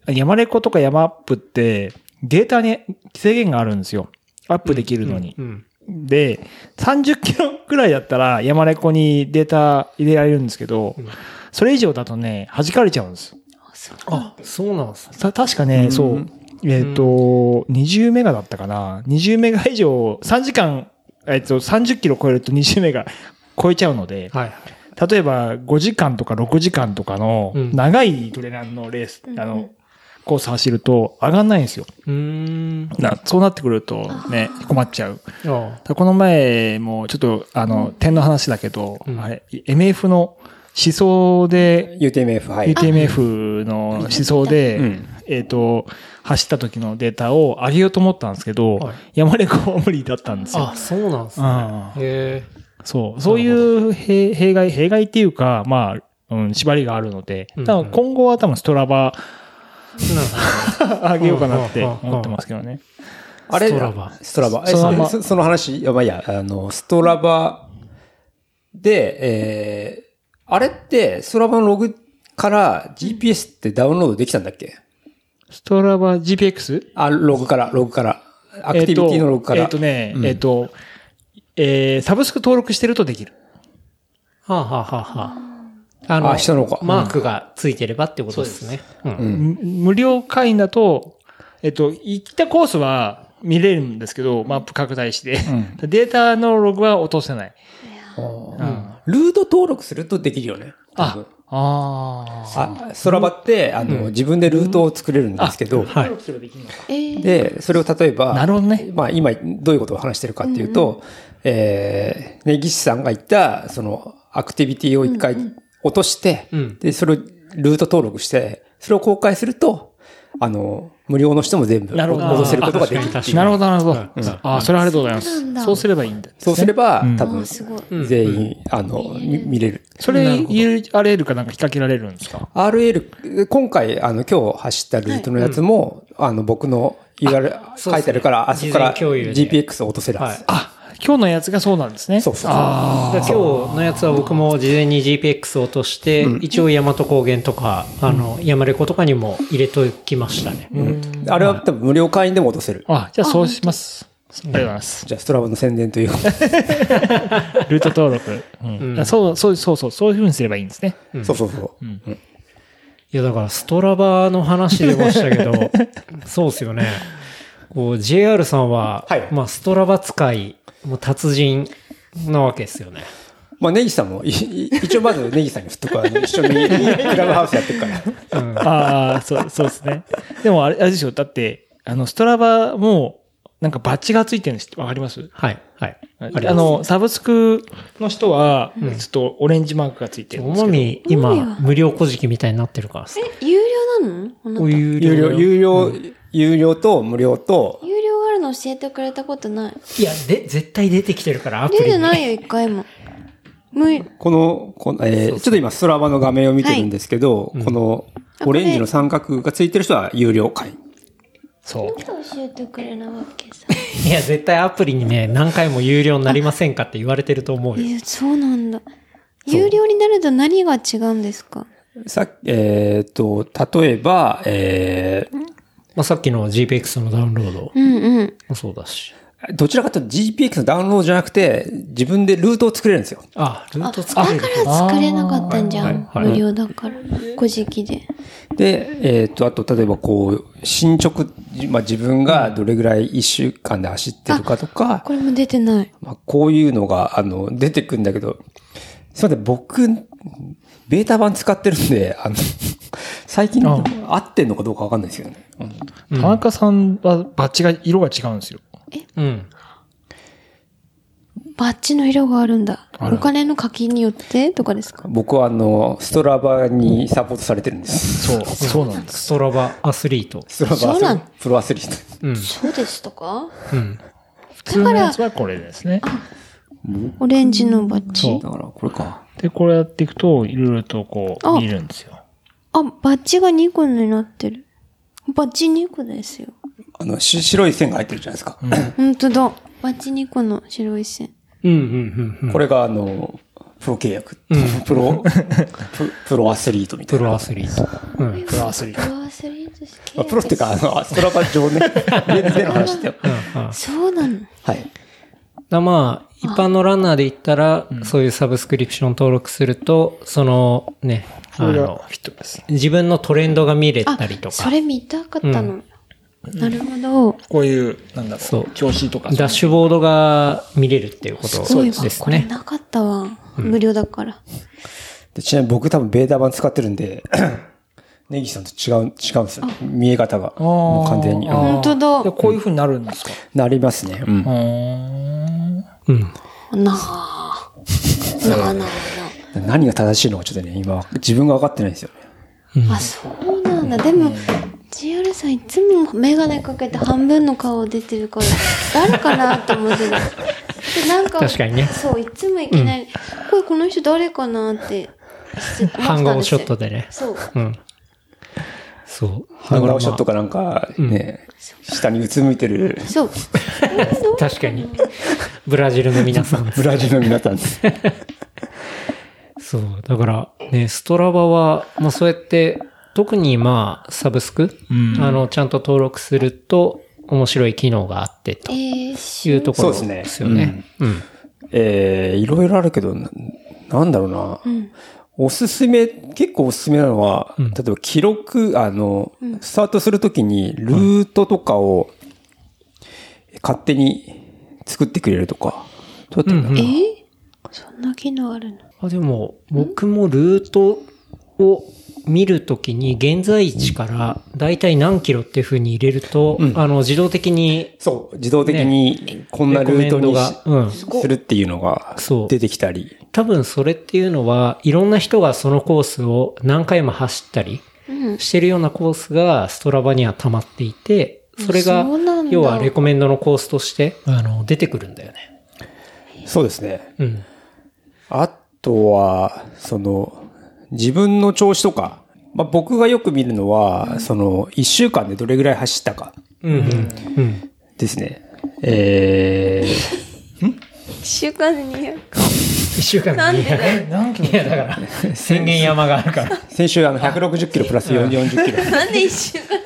山レコとか山アップって、データに制限があるんですよ。アップできるのに。うんうんうんで、さんじゅっキロくらいだったら山レコにデータ入れられるんですけど、うん、それ以上だとね、弾かれちゃうんです。 あ、そうなんですね。確かね、うん、そう、えっ、ー、と、にじゅうメガだったかな。にじゅうメガ以上、さんじかん、えっ、ー、と、さんじゅっキロ超えるとにじゅうメガ超えちゃうので、はい、例えばごじかんとかろくじかんとかの長いトレランのレース、うん、あの、コース走ると上がんないんですよ。うーんなそうなってくるとね、困っちゃう。この前もちょっとあの、点の話だけど、うん、あれ、エムエフ の思想で、 ユーティーエムエフ、はい。 ユーティーエムエフ の思想で、うん、えっと、走った時のデータを上げようと思ったんですけど、はい、山レコは無理だったんですよ。 あ、そうなんですね。へそう、そういう弊害、弊害っていうか、まあ、うん、縛りがあるので、多分今後は多分ストラバ、あげようかなって思ってますけどね。 あれストラバ。ストラバ。え、そ, その話、まあ、いや、あの、ストラバで、えー、あれって、ストラバのログから ジーピーエス ってダウンロードできたんだっけ？ ストラバ ジーピーエックス？ あ、ログから、ログから。アクティビティのログから。 えっ、ー、とね、うん、えっ、ー、と、えー、サブスク登録してるとできる。 はあ、はあははああの、あ下の子マークがついてればってことですね。うんうん、 無料会員だと、えっと、行ったコースは見れるんですけど、マップ拡大して、うん、データのログは落とせない。 うん、ルート登録するとできるよね。あああ。ストラバって、あの、うん、自分でルートを作れるんですけど、はい。で、それを例えば、 なるほどね。 まあ今どういうことを話してるかっていうと、うんうん、えー、根岸さんが言った、その、アクティビティを一回、うんうん落として、うん、で、それをルート登録して、それを公開すると、あの、無料の人も全部戻せることができるっていう。 なるほど、なるほど。うん、ああ、それありがとうございます。そうすればいいんだ、ね。 そうすれば、うん、多分、全員、あの、見れる。 それ、アールエル かなんか引っ掛けられるんですか？ アールエル、今回、あの、今日走ったルートのやつも、はい、あの、僕の ユーアールエル 書いてあるから、あそこから ジーピーエックス を落とせるはず。 あ今日のやつがそうなんですね。 そうそうそう。 あ今日のやつは僕も事前に ジーピーエックス を落として、うん、一応大和高原とか、あの、山レコとかにも入れときましたね。 うん、あれは多分無料会員でも落とせる。 あ、じゃあそうします。 りがとうございます。 じゃあ、ストラバの宣伝という。ルート登録。うんうん、そう、そう、そうそう、そういう風にすればいいんですね。 うん、そうそうそう。うんうん、 いや、だからストラバの話出ましたけど、そうですよね。こう、ジェイアール さんは、はい、まあ、ストラバ使い、もう達人なわけですよね。 まあ、ネギさんも、一応まずネギさんに振っとくから、一緒にクラブハウスやってるから。 うん、ああ、そう、そうですね。でもあれ、あれでしょ、だって、あの、ストラバも、なんかバッジがついてるんです。わかります？ はい。はい。 あの、サブスクの人は、ちょっとオレンジマークがついてるんですけど。 主に今、無料古事記みたいになってるからさ。 え、有料なの？ 有料、有料、有料と無料と。 有料あるの教えてくれたことない。 いや、で、絶対出てきてるから、アプリに。 出てないよ、一回も。 この、このえー、ちょっと今ストラバの画面を見てるんですけど、はい、このオレンジの三角がついてる人は有料会員。 そう。教えてくれなわけさ。 いや、絶対アプリにね、何回も有料になりませんかって言われてると思うよ。 いや、そうなんだ。有料になると何が違うんですか？ さっき、えっと、例えば、えー、 まあ、さっきの ジーピーエックス のダウンロード。 うんうん。 もそうだし。 どちらかというと ジーピーエックス のダウンロードじゃなくて、自分でルートを作れるんですよ。 あ、ルート作れる。 だから作れなかったんじゃん。はいはい、無料だから。古事記で。 で、えっと、あと、例えばこう、進捗、まあ、自分がどれぐらいいっしゅうかんで走ってるかとか。 これも出てない。 まあ、こういうのが、あの、出てくるんだけど、すいません、僕、ベータ版使ってるんで、あの、最近合ってんのかどうかわかんないですよね。 うん、田中さんはバッジが、色が違うんですよ。 えうん。バッジの色があるんだ。お金の課金によってとかですか？ 僕はあの、ストラバにサポートされてるんです。 そう、そうなんです。 ストラバアスリート。 ストラバアスリート。プロアスリート。うん。そうでしたか？ うん。普通のやつはこれですね。 オレンジのバッジ。 だからこれか。 で、これやっていくと、いろいろとこう、見るんですよ。 あ、バッジがにこになってる。バッジにこですよ。 あの、し、白い線が入ってるじゃないですか。 うん、本当だ。バッジにこの白い線。 うんうんうんうん。 これがあの、プロ契約。うん、プロプ、プロアスリートみたいな。 プロアスリート。 うん。プロアスリート。 プロアスリート好き。 あ、プロってか、あの、ストラバ上ね。現在の話だよ。 そうなの。 はい。 だまあ、一般のランナーで言ったら、そういうサブスクリプション登録すると、そのね、あの、自分のトレンドが見れたりとか。 それ見たかったの。うんなるほど。 こういう、なんだろう。そう。調子とか。 ダッシュボードが見れるっていうことですね。 すごい。これなかったわ。うん、無料だから。 でちなみに僕多分ベータ版使ってるんで、ネギさんと違う、違うんですよ。見え方が。もう完全に。 本当だ。 こういう風になるんですか？ なりますね。うん。 うん。 なあ。なあなあなあ。 何が正しいのかちょっとね、今、自分が分かってないんですよね。 うん、あ、そうなんだ。でも、ジーアール さんいつもメガネかけて半分の顔出てるから、誰かなって思ってた。で、なんか、 確かにね。 そう、いつもいきなり、うん、これこの人誰かなって、 半顔ショットでね。 そう。 うん。そう。 半顔ショットかなんか、ね、うん、下にうつむいてる。 そう。 確かに。ブラジルの皆さん。 ブラジルの皆さんです。 そう。だから、ね、ストラバは、まあそうやって、特にまあ、サブスク、うん、あの、ちゃんと登録すると、面白い機能があって、というところですよね。 うん。えー、いろいろあるけど、な, なんだろうな、うん。おすすめ、結構おすすめなのは、うん、例えば記録、あの、うん、スタートするときに、ルートとかを、勝手に作ってくれるとか。どうやってんだろうな。 えー、そんな機能あるの？ あ、でも、僕もルートを、見るときに現在位置からだいたい何キロっていう風に入れると、うん、あの自動的に、 そう、自動的にこんなルートに、ねうん、するっていうのが出てきたり。 多分それっていうのはいろんな人がそのコースを何回も走ったりしてるようなコースがストラバには溜まっていて、それが要はレコメンドのコースとしてあの出てくるんだよね。 そうですね。 うん。 あとは、その、自分の調子とか、まあ、僕がよく見るのは、うん、その、一週間でどれぐらい走ったか。 うんうん。うん。 ですね。えー。一週間でにひゃく。 一週間でにひゃく。何キロ？いや、だから、宣言山があるから。 先週、あの、ひゃくろくじゅっキロプラスよんじゅっキロ。 なんで一週間で一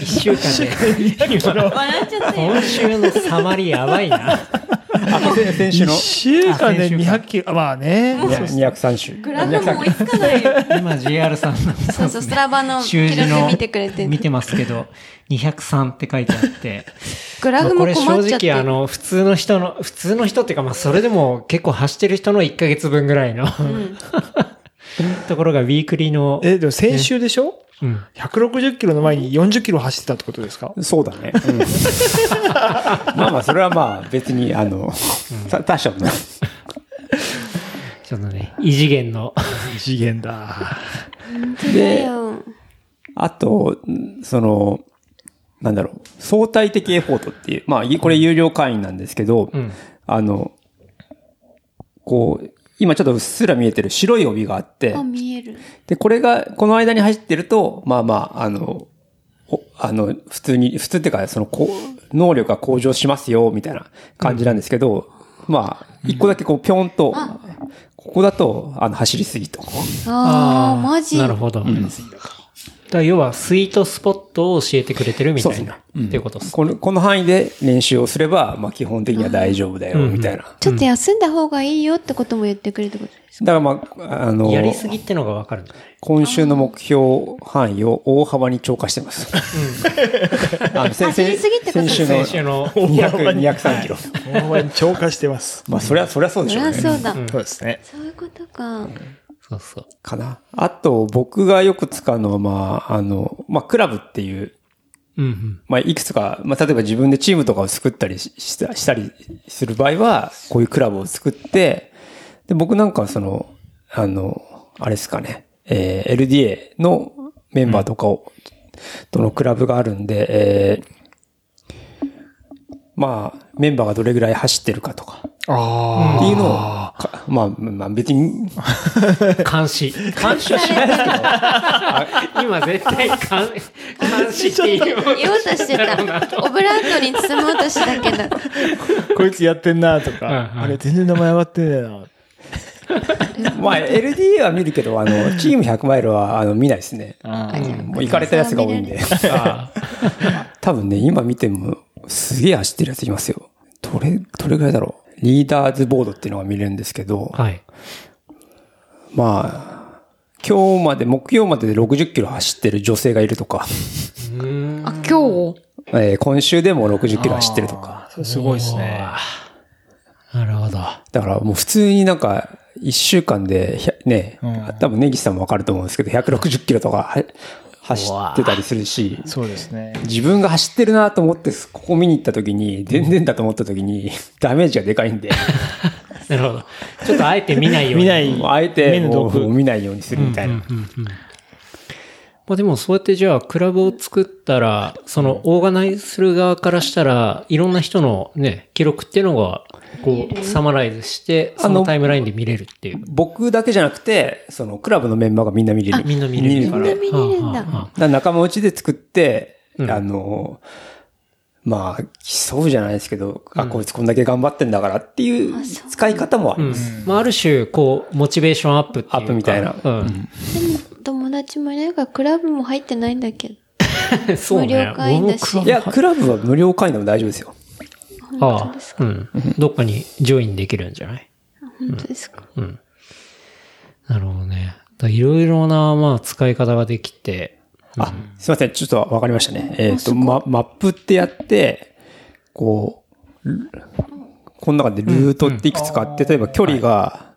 一週間で。 笑っちゃったよ。 今週のサマリやばいな。 先週の。 一週間でにひゃくキロ。まあね。 にひゃくさん週。 グラフも追いつかないよ。 今 ジェイアール さんの。 そうそう、ストラバの習字の見てくれて見てますけど、にひゃくさんって書いてあって。 グラフも困っちゃって。 これ正直あの、普通の人の、普通の人っていうかまあそれでも結構走ってる人のいっかげつぶんぐらいの、うん、ところがウィークリーの。 え、でも先週でしょ、ね、 うん、 ひゃくろくじゅっキロの前によんじゅっキロ走ってたってことですか？ そうだね。うん、まあまあ、それはまあ別に、あの、うん、多少ね。 ちょっとね、異次元の。 異次元だ。 で、あと、その、なんだろう、相対的エフォートっていう、まあ、これ有料会員なんですけど、うん、あの、こう、今ちょっとうっすら見えてる白い帯があって、 あ、見える。 で、これが、この間に入ってると、まあまあ、あの、あの、普通に、普通っていうか、その、こう、能力が向上しますよ、みたいな感じなんですけど、うん、まあ、一個だけこう、ぴょんと、ここだと、あの、走りすぎと。 ああ、マジ。 なるほど。うん、だ要はスイートスポットを教えてくれてるみたいな、ねうん、っていうことです、ね、 この。この範囲で練習をすれば、まあ基本的には大丈夫だよ、みたいな、うん。 ちょっと休んだ方がいいよってことも言ってくれるってことですか？ だからまあ、あの、 やりすぎってのがわかるんだね。 今週の目標範囲を大幅に超過してます。うん。あの先先先週の先週のにひゃく、にひゃくさんキロ。 大幅に超過してます。 まあそりゃ、そりゃそうでしょうね。 そりゃそうだ、 うん。そうですね。 そういうことか。うんそうそう。 かな。あと、僕がよく使うのは、まあ、あの、まあ、クラブっていう、 うんうん、 まあ、いくつか、まあ、例えば自分でチームとかを作ったりしたしたりする場合は、こういうクラブを作って、で、僕なんかはその、あの、あれですかね、えー、エルディーエー のメンバーとかを、うん、とのクラブがあるんで、えー、まあ、メンバーがどれぐらい走ってるかとか。 ああ。 っていうのを、まあ、まあ別に。 監視。監視はしないですけど。今絶対監視って言おうとしてた。オブラートに包もうとしたけど。 こいつやってんなとか、うんうん、あれ全然名前上がってねえな。 まあ エルディーエー は見るけど、あの、チームひゃくマイルはあの見ないですね。うん、もう行かれたやつが多いんで。多分ね、今見ても、すげえ走ってるやついますよ。どれ、どれぐらいだろう。リーダーズボードっていうのが見れるんですけど、 はい。 まあ、今日まで、木曜まででろくじゅっキロ走ってる女性がいるとか。 うーんあ、今日えー、今週でもろくじゅっキロ走ってるとか。 それすごいですね。 なるほど。 だからもう普通になんか、一週間で、ね、うん、多分ネギさんもわかると思うんですけど、ひゃくろくじゅっキロとか走ってたりするし、 そうですね。 自分が走ってるなと思って、ここ見に行った時に、全然だと思った時に、ダメージがでかいんで。 なるほど。ちょっとあえて見ないように。 見ない。 あえてもう見ないようにするみたいな。うんうんうんうん、 まあでもそうやってじゃあクラブを作ったら、そのオーガナイズする側からしたら、いろんな人のね、記録っていうのが、こう、サマライズして、そのタイムラインで見れるっていう。 僕だけじゃなくて、そのクラブのメンバーがみんな見れる。 みんな見れるから。 みんな見れるんだ。 だから仲間内で作って、うん、あの、まあ、競うじゃないですけど、うん、あ、こいつこんだけ頑張ってんだからっていう使い方もあります。 うん、まあ、ある種、こう、モチベーションアップっていうか。 アップみたいな。 うん。 でも、友達もいないからクラブも入ってないんだけど。 そうね。 無料会員だし。 いや、クラブは無料会員でも大丈夫ですよ。 本当ですか？ ああ、うん。どっかにジョインできるんじゃない？ 本当ですか？ うん。うん、なるほどね。いろいろな、まあ、使い方ができて。 あ、うん、すいません。ちょっとわかりましたね。えっと、ま、マップってやって、こう、この中でルートっていくつかあって、うん、例えば距離が、はい、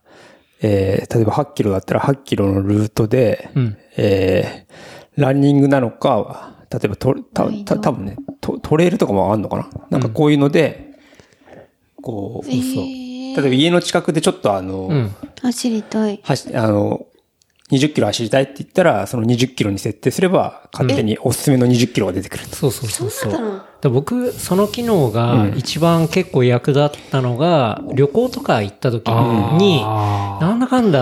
えー、例えばはちキロだったらはちキロのルートで、うん、えー、ランニングなのか、例えばト、た、た、多分ね、ト、トレイルとかもあるのかな、なんかこういうので、うん、こう、そうそう。例えば家の近くでちょっとあの、うん、 走りたい。 走、あの、にじゅっキロ走りたいって言ったら、そのにじゅっキロに設定すれば、勝手におすすめのにじゅっキロが出てくる。 そうそうそうそう。だ僕、その機能が一番結構役立ったのが、うん、旅行とか行った時に、なんだかんだ、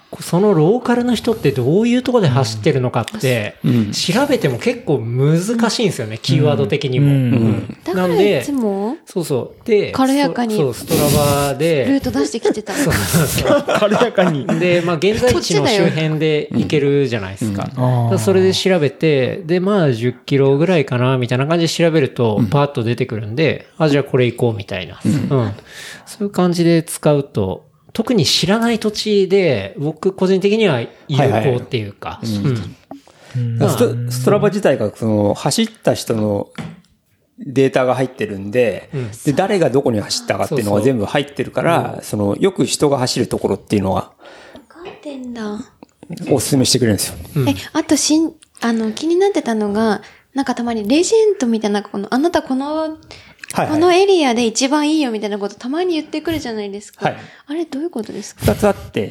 そのローカルの人ってどういうところで走ってるのかって、うん、調べても結構難しいんですよね、うん、キーワード的にも。うんうん、 だからいつもそうそう。で、 軽やかに。 そう、ストラバで。 ルート出してきてた。そうそうそう。 軽やかに。 で、まあ現在地の周辺で行けるじゃないですか。うんうん、それで調べて、で、まあじゅっキロぐらいかな、みたいな感じで調べると、パーッと出てくるんで、うん、あ、じゃあこれ行こうみたいな。うん。うん、そういう感じで使うと、特に知らない土地で、僕個人的には有効っていうか。 ストラバ自体がその走った人のデータが入ってるんで、うん、で誰がどこに走ったかっていうのが全部入ってるから、そうそう、そのよく人が走るところっていうのは、 分かってんだ。 おすすめしてくれるんですよ。 うん、え、あとしん、あの、気になってたのが、なんかたまにレジェンドみたいな、この、あなたこの、はいはい、このエリアで一番いいよみたいなことたまに言ってくるじゃないですか。はい、あれどういうことですか？ 二つあって、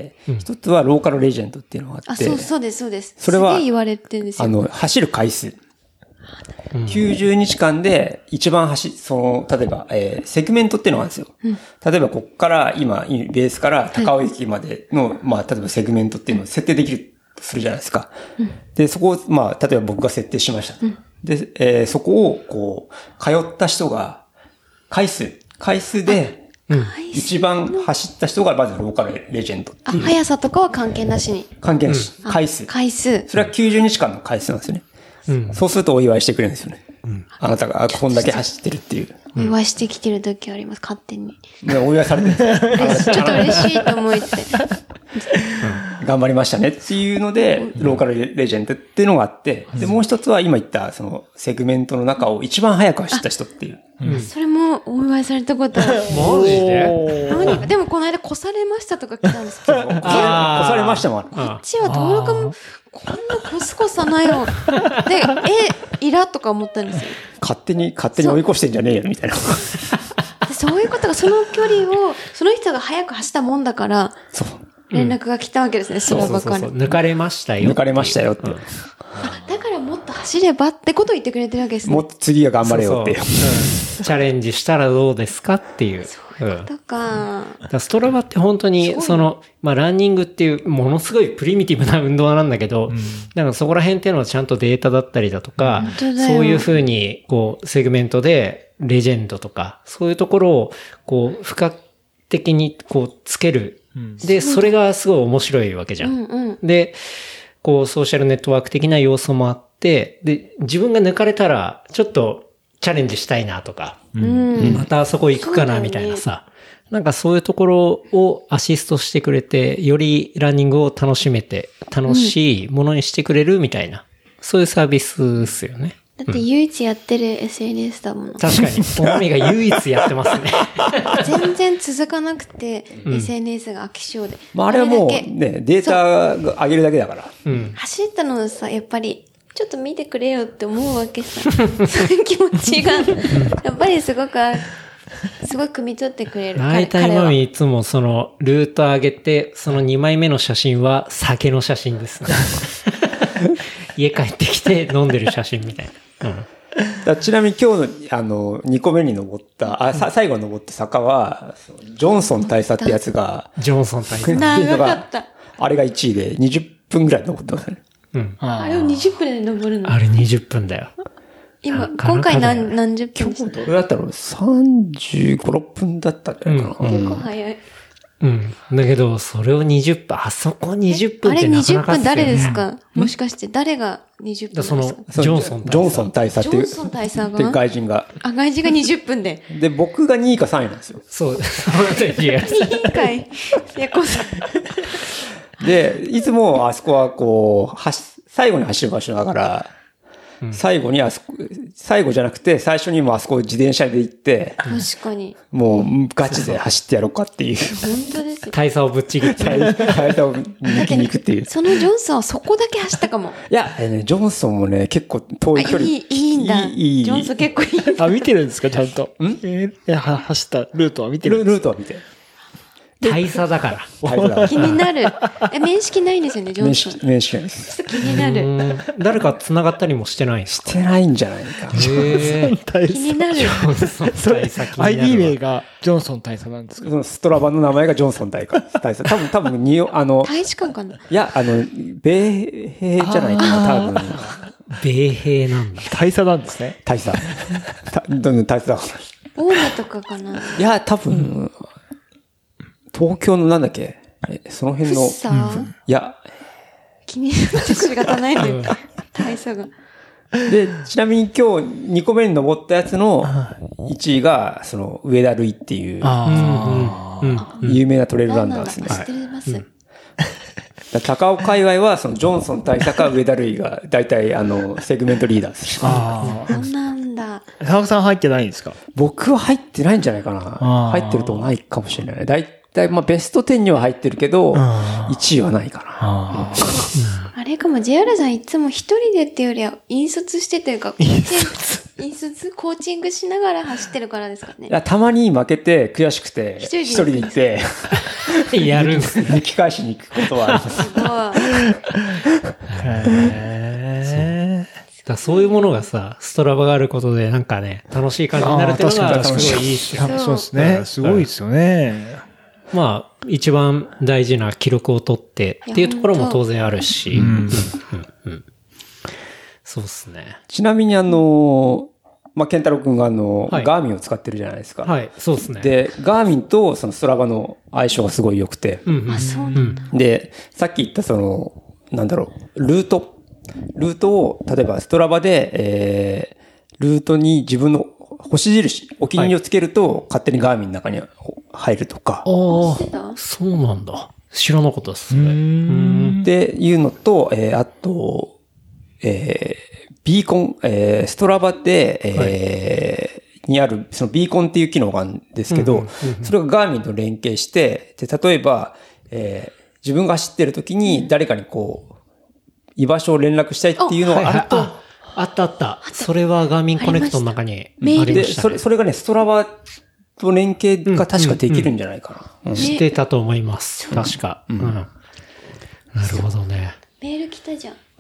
一、うん、つはローカルレジェンドっていうのがあって。 あ、そう、そうです、そうです。 それは、 すげえ言われてるんですよ。 あの、走る回数。うん、きゅうじゅうにちかんで一番走、その、例えば、えー、セグメントっていうのがあるんですよ。うん、例えば、ここから、今、ベースから高尾駅までの、はい、まあ、例えばセグメントっていうのを設定できるとするじゃないですか。うん、で、そこを、まあ、例えば僕が設定しました。うん、で、えー、そこを、こう、通った人が、回数、回数で、一番走った人がまずローカルレジェンドっていう。 あ、速さとかは関係なしに。 関係なし。うん、回数。 回数。 それはきゅうじゅうにちかんの回数なんですよね。うん、そうするとお祝いしてくれるんですよね。うん、あなたがこんだけ走ってるっていう。 お祝いしてきてる時あります、勝手に。 お祝いされてるんですよ。ちょっと嬉しいと思って。 頑張りましたねっていうので、ローカルレジェンドっていうのがあって、で、もう一つは今言ったそのセグメントの中を一番早く走った人っていう。 うん、それもお祝いされたことある。 マジで？ 何か、でもこの間越されましたとか来たんですけど。越されましたもん。こっちは登録も、こんなコスコさないよ。で、え、イラとか思ったんですよ。 勝手に、勝手に追い越してんじゃねえよ、みたいな。 そういうことが、その距離を、その人が早く走ったもんだから、そう。連絡が来たわけですね、ストラバから。 抜かれましたよ。 抜かれましたよって。うん、 あ、だからもっと走ればってことを言ってくれてるわけですね。 もっと次は頑張れよっていう。 そうそう、うん。チャレンジしたらどうですかっていう。 そういうことか。 うん、だストラバって本当に、その、まあ、ランニングっていうものすごいプリミティブな運動なんだけど、うん、なんかそこら辺っていうのはちゃんとデータだったりだとか、そういうふうに、こう、セグメントで、レジェンドとか、そういうところを、こう、付加的に、こう、つける。で、それがすごい面白いわけじゃん。うんうん、で、こう、ソーシャルネットワーク的な要素もあって、で、自分が抜かれたら、ちょっとチャレンジしたいなとか、うん、またあそこ行くかなみたいなさ、ね、なんかそういうところをアシストしてくれて、よりランニングを楽しめて、楽しいものにしてくれるみたいな、うん、そういうサービスですよね。 だって唯一やってる エスエヌエス だもの。 確かに。おまみが唯一やってますね。 全然続かなくて、うん、エスエヌエス が飽き性で。 まああれはもうね、データ上げるだけだから。 うん、走ったのさ、やっぱり、ちょっと見てくれよって思うわけさ。そういう気持ちが、やっぱりすごく、すごい汲み取ってくれる。 大体まみいつもその、ルート上げて、そのにまいめの写真は酒の写真ですね。家帰ってきて飲んでる写真みたいな。うん、 だちなみに今日の、あの、にこめに登った、あ、さ、最後に登った坂は、ジョンソン大佐ってやつが、 ジョンソン大佐。 長かった。 あれがいちいでにじゅっぷんぐらい登ってますね。 うん。 あ, あれをにじゅっぷんで登るの？ あれにじゅっぷんだよ。 今、今回何、何十分でした？ どれだったの ?さんじゅうご、ろっぷんだったんじゃないかな。 うん、結構早い。 うん。だけど、それをにじゅっぷん、あそこにじゅっぷんってなかなかですよね。 あれにじゅっぷん誰ですか？もしかして誰がにじゅっぷんですか？ その、ジョンソン大佐。 ジョンソン大佐っていう。 ジョンソン大佐がっていう外人が。 あ、外人がにじゅっぷんで。 で、僕がにいかさんいなんですよ。 そう。にいかい。いや、こそ。 で、いつもあそこはこう、はし、最後に走る場所だから、うん、最後にあそこ、最後じゃなくて、最初にもあそこ自転車で行って、 確かに。 もうガチで走ってやろうかっていう。 本当ですよ。 大佐をぶっちぎって。 大佐を抜きに行くっていう。 そのジョンソンはそこだけ走ったかも。 いや、えーね、ジョンソンもね、結構遠い距離。いい、いいんだ。 いい、いい。 ジョンソン結構いいんだ。 あ、見てるんですか、ちゃんと。んえー、走ったルートは見てるルルートは見てる。 大差だから。 大差だ気になる。え、面識ないんですよね、ジョンソン。 面識ないです。 ちょっと気になる。 誰か繋がったりもしてないんですか？してないんじゃないか。 へー。 気になる。 ジョンソン大佐。アイディー 名がジョンソン大佐なんですか？ そのストラバの名前がジョンソン大佐。大佐。多分、多分、に、あの、 大使館かな？いや、あの、米兵じゃないかな、多分。 米兵なんだ。 大佐なんですね。 大佐。どんどん大佐だ。 オーナとかかな？ いや、多分、東京のなんだっけその辺の。 さあ、 いや。 気になって仕方ないのよ。大佐が。 で、ちなみに今日にこめに登ったやつのいちいが、その、上田類っていう、有名なトレイルランナーですね。 知ってます。 高尾界隈は、その、ジョンソン大佐か上田類が、だいたい、あの、セグメントリーダーです。 ああ。そうなんだ。 田中さん入ってないんですか？ 僕は入ってないんじゃないかな。入ってるとないかもしれない。だいたい、まあ、ベストじゅうには入ってるけど、いちいはないかな。 あれかも、ジェイアール さんいつも一人でっていうよりは、引率してというか、引率コーチングしながら走ってるからですかね。 いや、たまに負けて悔しくて、一人で行って、 やるんです抜き返しに行くことはあります。すごい。 へー。だそういうものがさ、ストラバがあることでなんかね、楽しい感じになるっていうのがすごいいいっすよね。 そうですね。すごいですよね。 まあ、一番大事な記録を取ってっていうところも当然あるし。うんうんうん、そうですね。 ちなみにあの、まあ、ケンタロウ君があの、はい、ガーミンを使ってるじゃないですか。 はい、そうですね。 で、ガーミンとそのストラバの相性がすごい良くて。 うんうん、あ、そうなんだ。 で、さっき言ったその、なんだろう、ルート。ルートを、例えばストラバで、えー、ルートに自分の星印、お気に入りをつけると、はい、勝手にガーミンの中に入るとか。 ああ、そうなんだ。知らなかったですね。 っていうのと、えー、あと、えー、ビーコン、えー、ストラバで、えーはい、にある、そのビーコンっていう機能があるんですけど、それがガーミンと連携して、で、例えば、えー、自分が走ってる時に誰かにこう、居場所を連絡したいっていうのがあると、 あったあった。それはガーミンコネクトの中にありましたね。で、 それ、それがね、ストラバと連携が確かできるんじゃないかな。 してたと思います。確か。うん。なるほどね。 メール来たじゃん。 うん。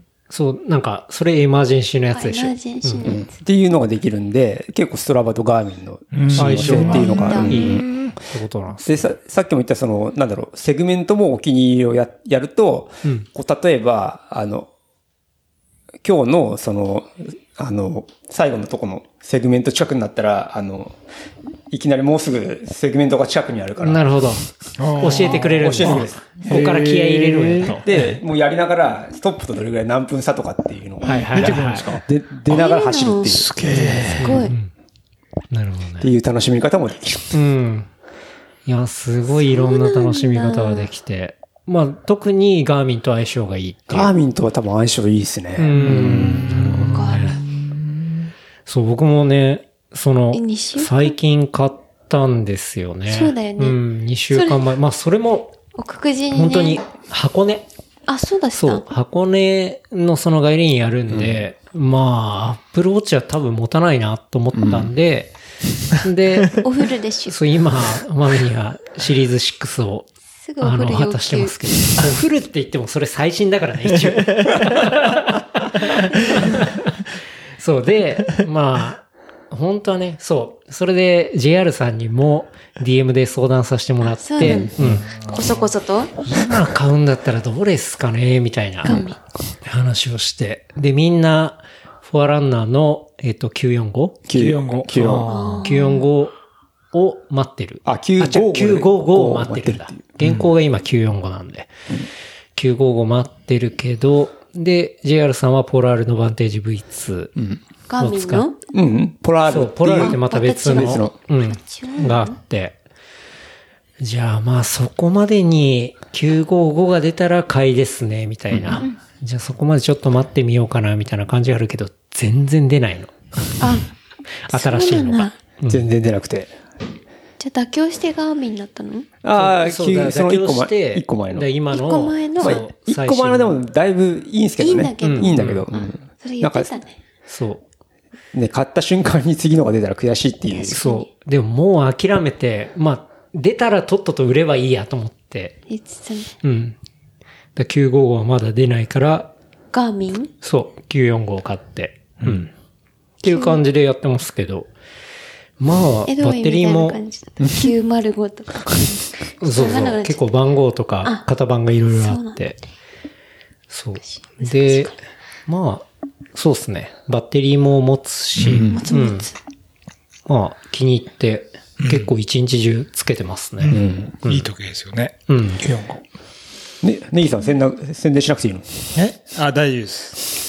そう、なんか、それエマージェンシーのやつでしょ。エマージェンシーのやつ。っていうのができるんで、結構ストラバとガーミンの相性っていうのがいい。 ってことなんですで、さ、さっきも言ったその、なんだろう、セグメントもお気に入りをや、やると、うん、こう、例えば、あの、今日の、その、あの、最後のとこのセグメント近くになったら、あの、いきなりもうすぐセグメントが近くにあるから。 なるほど。教えてくれるんです。 教えてくれるんです。 ここから気合い入れるんやと。 で、もうやりながら、ストップとどれぐらい何分差とかっていうのが出てくるんですか？ で、出ながら走るっていう。 すげえ。 すごい。 なるほどね。 っていう楽しみ方もできる。 うん。いや、すごいいろんな楽しみ方ができて。まあ、特にガーミンと相性がいい。 ガーミンとは多分相性いいですね。 うん。わかる。そう、僕もね、その、最近買ったんですよね。 そうだよね。 うん、にしゅうかんまえ。まあ、それも、 奥久慈に、ね、 本当に、箱根。 あ、そうだした。 そう、箱根のその帰りにやるんで、うん、まあ、アップルウォッチは多分持たないなと思ったんで、うん、で、 おフルでしょ。 そう、今、マミにはシリーズろくを、 すぐおフル要求。 あの、果たしてますけど。おフルって言ってもそれ最新だからね、一応。そうで、まあ、本当はね、そう。それで ジェイアール さんにも ディーエム で相談させてもらって、うん。 こそこそと今買うんだったらどれですかねみたいな話をして。で、みんな、フォアランナーの、えっと、きゅうよんご? きゅうよんご。 きゅうよんごを待ってる。 あ、きゅうごごを待ってるんだ。現行が今きゅうよんごなんで。きゅうごご待ってるけど、で、ジェイアール さんはポラールのバンテージ ブイツー を使う。 うん。ポラール。 そう、ポラールってまた別の、うん、があって。じゃあまあそこまでにきゅうごごが出たら買いですね、みたいな。うん、じゃあそこまでちょっと待ってみようかな、みたいな感じがあるけど、全然出ないの。 あ、 新しいのが。 うん、全然出なくて。 じゃあ妥協してガーミンだったの？ ああ、 そうだ、 その妥協して、 一個前の。 今の、 一個前の。 一個前のでもだいぶいいんですけどね。 いいんだけど。 いいんだけど。 それ言ってたね。 そう。 ね、買った瞬間に次のが出たら悔しいっていう。 そう。でももう諦めて、まあ、 出たらとっとと売ればいいやと思って。 言ってたね。 うん。だきゅうごごはまだ出ないから、 ガーミンそう、きゅうよんごを買って。うん。うん、っていう感じでやってますけど。まあ、バッテリーも。 きゅうまるごとか。 そうそう。結構番号とか、型番がいろいろあって。そう。で、まあ、そうですね。バッテリーも持つし。 持つ持つ。 まあ、気に入って、結構一日中つけてますね。 うんうん、いい時計ですよね。 うん。 きゅうよんご。 ね、ネギさん宣伝、宣伝しなくていいの？ えあ、大丈夫です。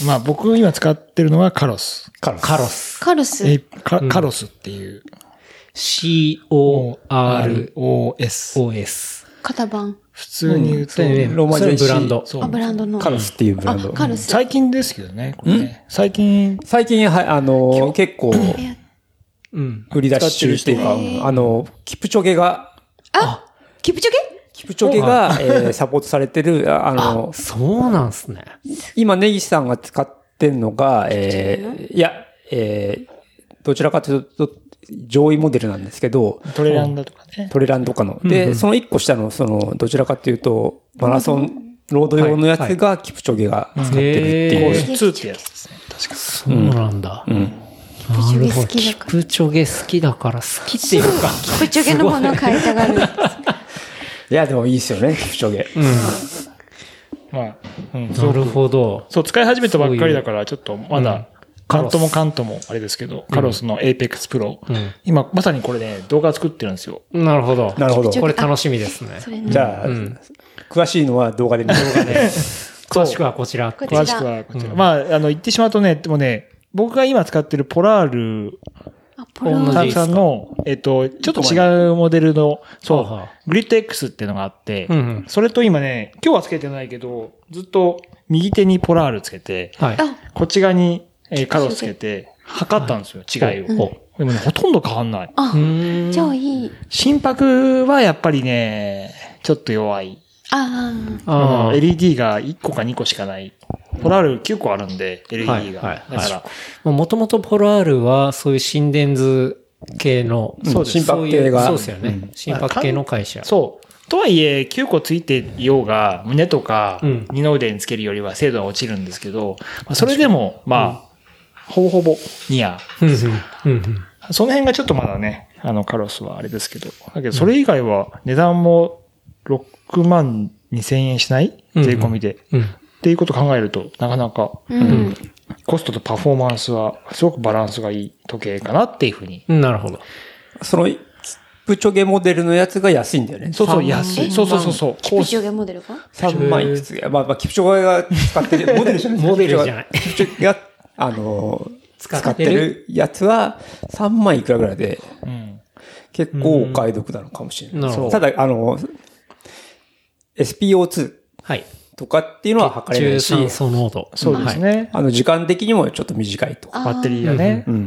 まあ僕今使ってるのはカロス。 カロス。 カロス。 カロス。 え、カカロスっていう。 シーオーアールオーエス。 オーエス。 型番。 普通に言うと、 うん、ローマ字ブランド。 あ、ブランドの。 カロスっていうブランド。 カロス。 最近ですけどね、これね。最近。 最近、はい、あの、結構、 うん。 売り出し中っていうか、あの、キプチョゲが、 あキプチョゲキプチョゲが、えー、サポートされてる、あの、 あそうなんすね。 今、ネギさんが使ってるのが、えー、いや、えー、どちらかというと、上位モデルなんですけど、 トレランだとかね。 トレランとかの。で、うんうん、その一個下の、その、どちらかというと、マラソン、ロード用のやつが、キプチョゲが使ってるっていう。 ツーってやつですね。確かそうなんだ。 うん。 なるほど。キプチョゲ好きだから好きっていうか。 キプチョゲのものを買いたがる。 いや、でもいいですよね、キプチョゲ。 うん。 まあ、うん。 なるほど。 そう、使い始めたばっかりだから、ちょっとまだ、カントもカントもあれですけど、カロスの Apex Pro。今、まさにこれね、動画作ってるんですよ。 なるほど。 なるほど。 これ楽しみですね。 じゃあ、詳しいのは動画で見る。動画で。 詳しくはこちら。 詳しくはこちら。まあ、あの、言ってしまうとね、でもね、僕が今使ってるポラール、タさんの、えっと、ちょっと違うモデルの、そう、グリッド X っていうのがあって、それと今ね、今日はつけてないけど、ずっと右手にポラールつけて、こっち側にカロスつけて、測ったんですよ、違いを。でもね、ほとんど変わんない。 あ、じゃあいい。 心拍はやっぱりね、ちょっと弱い。 ああ。エルイーディー がいっこかにこしかない。ポラールきゅうこあるんで、エルイーディー が。はいはい、だから。 もともとポラールはそういう心電図系の、 そうです。心拍系が。 そうですよね。うん、心拍系の会社。 そう。とはいえ、きゅうこついていようが、胸とか二の腕につけるよりは精度は落ちるんですけど、まあ、それでも、まあ、ほぼほぼニア。その辺がちょっとまだね、あの、カロスはあれですけど。だけど、それ以外は値段もろくまんにせんえんしない税込みで。うんうん、っていうことを考えると、なかなか、うんうん、コストとパフォーマンスは、すごくバランスがいい時計かなっていうふうに。 なるほど。 その、キプチョゲモデルのやつが安いんだよね。 そうそう、安い。そうそうそうそう。 キプチョゲモデルが ? さんまんいくつ。まあ、まあ、キプチョゲが使ってる、モデルじゃない。 モデルじゃない。 キプチョゲが、あの、使ってるやつはさんまんいくらぐらいで、うん、結構お買い得なのかもしれない。うん、ただ、あの、エスピーオーツー はい。とかっていうのは測れないし。 中酸素濃度。 そうですね。 あの、時間的にもちょっと短いと。 バッテリーがね。 うん。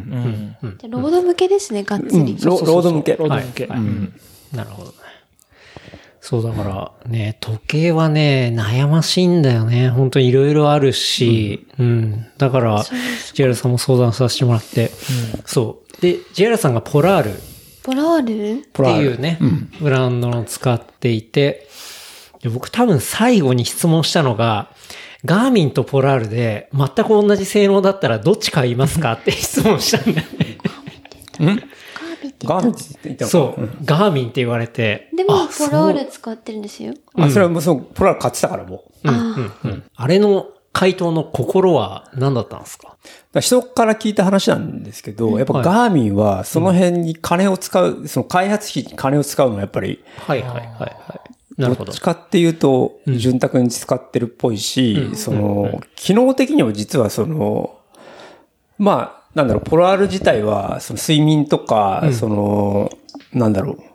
うん。じゃロード向けですね、がっつり。 ロード向け。 ロード向け。 なるほどね。そうだからね、時計はね、悩ましいんだよね。本当にいろいろあるし、うん。うん、だから、ジェラルさんも相談させてもらって、うん、そう。で、ジェラルさんがポラール。 ポラールっていうね、うん、ブランドの使っていて、僕多分最後に質問したのが、ガーミンとポラールで全く同じ性能だったらどっち買いますかって質問したんだよね。んガーミンって言ったの？ そう、うん、ガーミンって言われて。 でも、ポラール使ってるんですよ。 あ、それはもうそう、ポラール買ってたからもう。 うんうんうん、あれの回答の心は何だったんですか？ だ人から聞いた話なんですけど、やっぱガーミンはその辺に金を使う、その開発費に金を使うのはやっぱり。 はいはいはいはい。なるほど。 どっちかっていうと、潤沢に使ってるっぽいし、うん、その、機能的にも実はその、まあ、なんだろう、ポラール自体は、その睡眠とか、うん、その、なんだろう、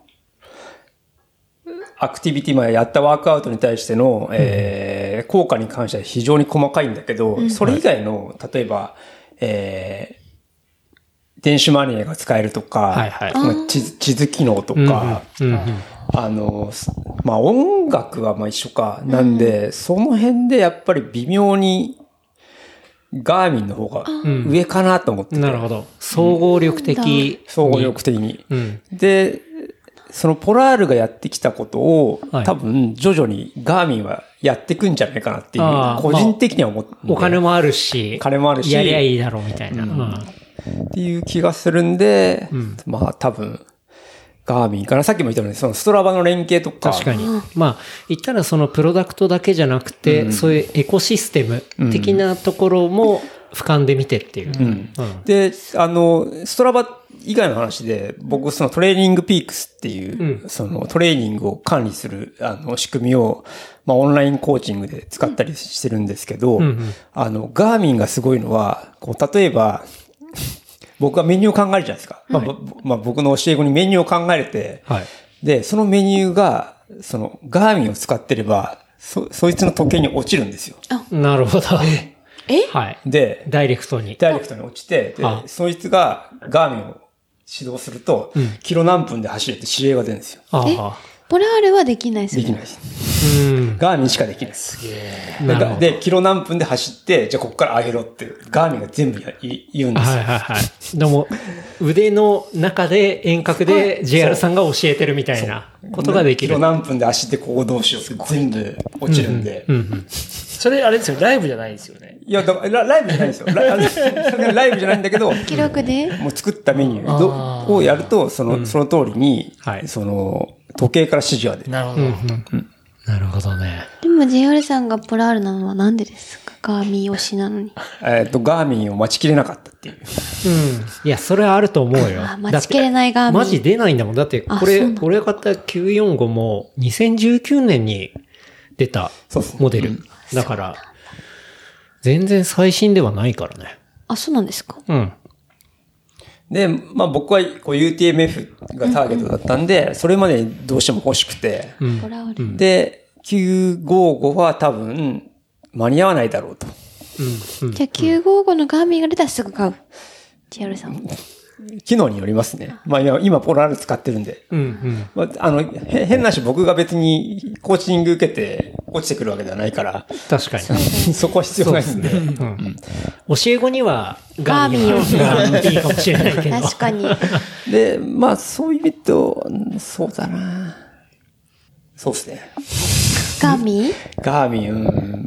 アクティビティまでやったワークアウトに対しての、うん、えー、効果に関しては非常に細かいんだけど、うん、それ以外の、例えば、えー、電子マネーが使えるとか、はいはい、地, 地図機能とか、うんうんうん、あの、まあ、音楽はまあ一緒か。なんで、うん、その辺でやっぱり微妙に、ガーミンの方が上かなと思ってて、 うん。なるほど。総合力的、 うん。総合力的に。 うん、 で、 そのポラールがやってきたことを、はい、多分徐々にガーミンはやっていくんじゃないかなっていう、個人的には思って、 まあ、お金もあるし、 金もあるし、 やりゃいいだろうみたいな。うんうん、 っていう気がするんで、うん、まあ多分、ガーミンかな。さっきも言ったように、そのストラバの連携とか。 確かに。まあ、言ったらそのプロダクトだけじゃなくて、うん、そういうエコシステム的なところも俯瞰で見てっていう。うんうん、 で、あの、ストラバ以外の話で、僕そのトレーニングピークスっていう、うん、そのトレーニングを管理する、あの、仕組みを、まあオンラインコーチングで使ったりしてるんですけど、うんうんうん、あの、ガーミンがすごいのは、こう、例えば、僕はメニューを考えるじゃないですか。はい、まあ、まあ、僕の教え子にメニューを考えて、はい、で、そのメニューが、その、ガーミンを使ってれば、そ、そいつの時計に落ちるんですよ。 あ、なるほど。ええはい。 で、 ダイレクトに。 ダイレクトに落ちて、で、そいつがガーミンを指導すると、うん、キロ何分で走れって指令が出るんですよ。 ああ。ポラールはできないですね。できないです。うん。ガーミンしかできないです。すげえ。で、キロ何分で走って、じゃあここから上げろって、ガーミンが全部や言うんですよ。 はいはいはい。でも、腕の中で遠隔で ジェイアール さんが教えてるみたいなことができる。 キロ何分で走ってここどうしようって全部落ちるんで。うんうんうん、 それあれですよ、ライブじゃないですよね。 いや、だからライブじゃないんですよ。ラ, ライブじゃないんだけど、 記録でもう作ったメニューをやると、その、うん、その通りに、はい、その、時計から指示が出る。 なるほど。うんうん、なるほどね。 でも ジェイアール さんがポラールなのはなんでですか？ガーミン推しなのに。 えっと、ガーミンを待ちきれなかったっていう。うん。 いや、それはあると思うよ。 あ、待ちきれないガーミン。 マジ出ないんだもん。だって、これ、俺が買ったきゅうよんごもにせんじゅうきゅうねんに出たモデル。うん、だから、全然最新ではないからね。 あ、そうなんですか？ うん。 で、まあ僕はこう ユーティーエムエフ がターゲットだったんで、うんうん、それまでにどうしても欲しくて、うん、で、きゅうごごは多分間に合わないだろうと。 うんうん、じゃあきゅうごごのガーミンが出たらすぐ買う。ジェイアール さん。 機能によりますね。まあ今、今ポラール使ってるんで。うんうんまあ、あの、変なし僕が別にコーチング受けて落ちてくるわけではないから。 確かに。 そこは必要ないんで。でねうんうん、教え子にはガーミンがいいかもしれないけど。 確かに。 で、まあそういう意味と、そうだな。そうですね。 ガーミンガーミン、うん、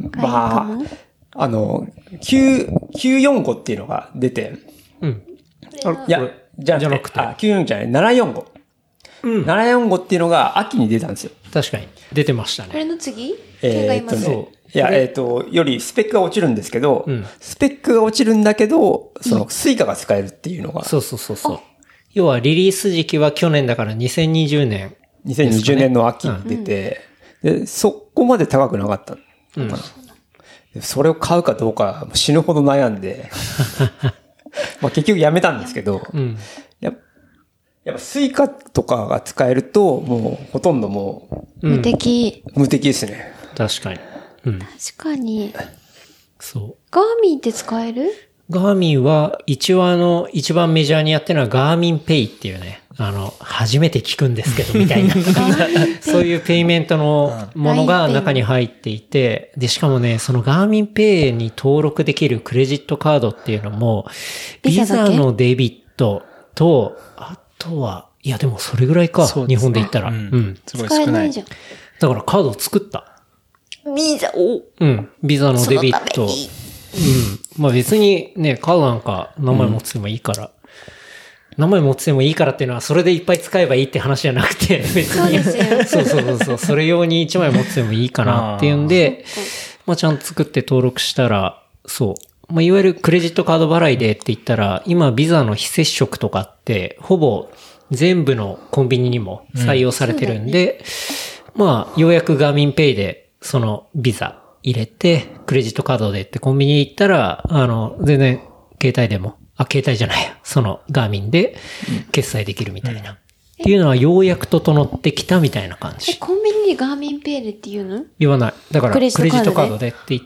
まあ、あの、きゅうよんごっていうのが出て、うん。いや、じゃなくて、あ、きゅうよんごじゃない、ななよんご。うん。ななよんごっていうのが秋に出たんですよ。 確かに。出てましたね。 これの次えー、っとね。いや、えー、っと、よりスペックが落ちるんですけど、うん、スペックが落ちるんだけど、その、スイカが使えるっていうのが。 そうそうそうそう。要は、リリース時期は去年だからにせんにじゅうねん、ね。 にせんにじゅうねんの秋に出て、うん、で、そこまで高くなかったのかな。うん、それを買うかどうか死ぬほど悩んで、まあ結局やめたんですけど、うん、や, やっぱスイカとかが使えると、もうほとんどもう、無敵。 無敵ですね。 確かに。うん、 確かに。 そう。 ガーミンって使える？ ガーミンは一応あの、一番メジャーにやってるのはガーミンペイっていうね、あの、初めて聞くんですけど、みたいな。そういうペイメントのものが中に入っていて、で、しかもね、そのガーミンペイに登録できるクレジットカードっていうのも、ビザのデビットと、あとは、いやでもそれぐらいか、日本で言ったら。うん。 すごい少ない。 だからカードを作った。 ビザをうん。ビザのデビット。うん。まあ別にね、カードなんか名前持っててもいいから。うん、名前持っててもいいからっていうのは、それでいっぱい使えばいいって話じゃなくて、別に。そうそうそうそう。それ用にいちまい持っててもいいかなっていうんで、まあちゃんと作って登録したら、そう。まあいわゆるクレジットカード払いでって言ったら、今ビザの非接触とかって、ほぼ全部のコンビニにも採用されてるんで、うん、まあようやくガーミンペイでそのビザ入れて、クレジットカードでってコンビニ行ったら、あの、全然携帯でも、あ、携帯じゃないや。そのガーミンで決済できるみたいな。うん、っていうのはようやく整ってきたみたいな感じ。 え、コンビニにガーミンペイでって言うの？ 言わない。だからクレジットカードでって言って、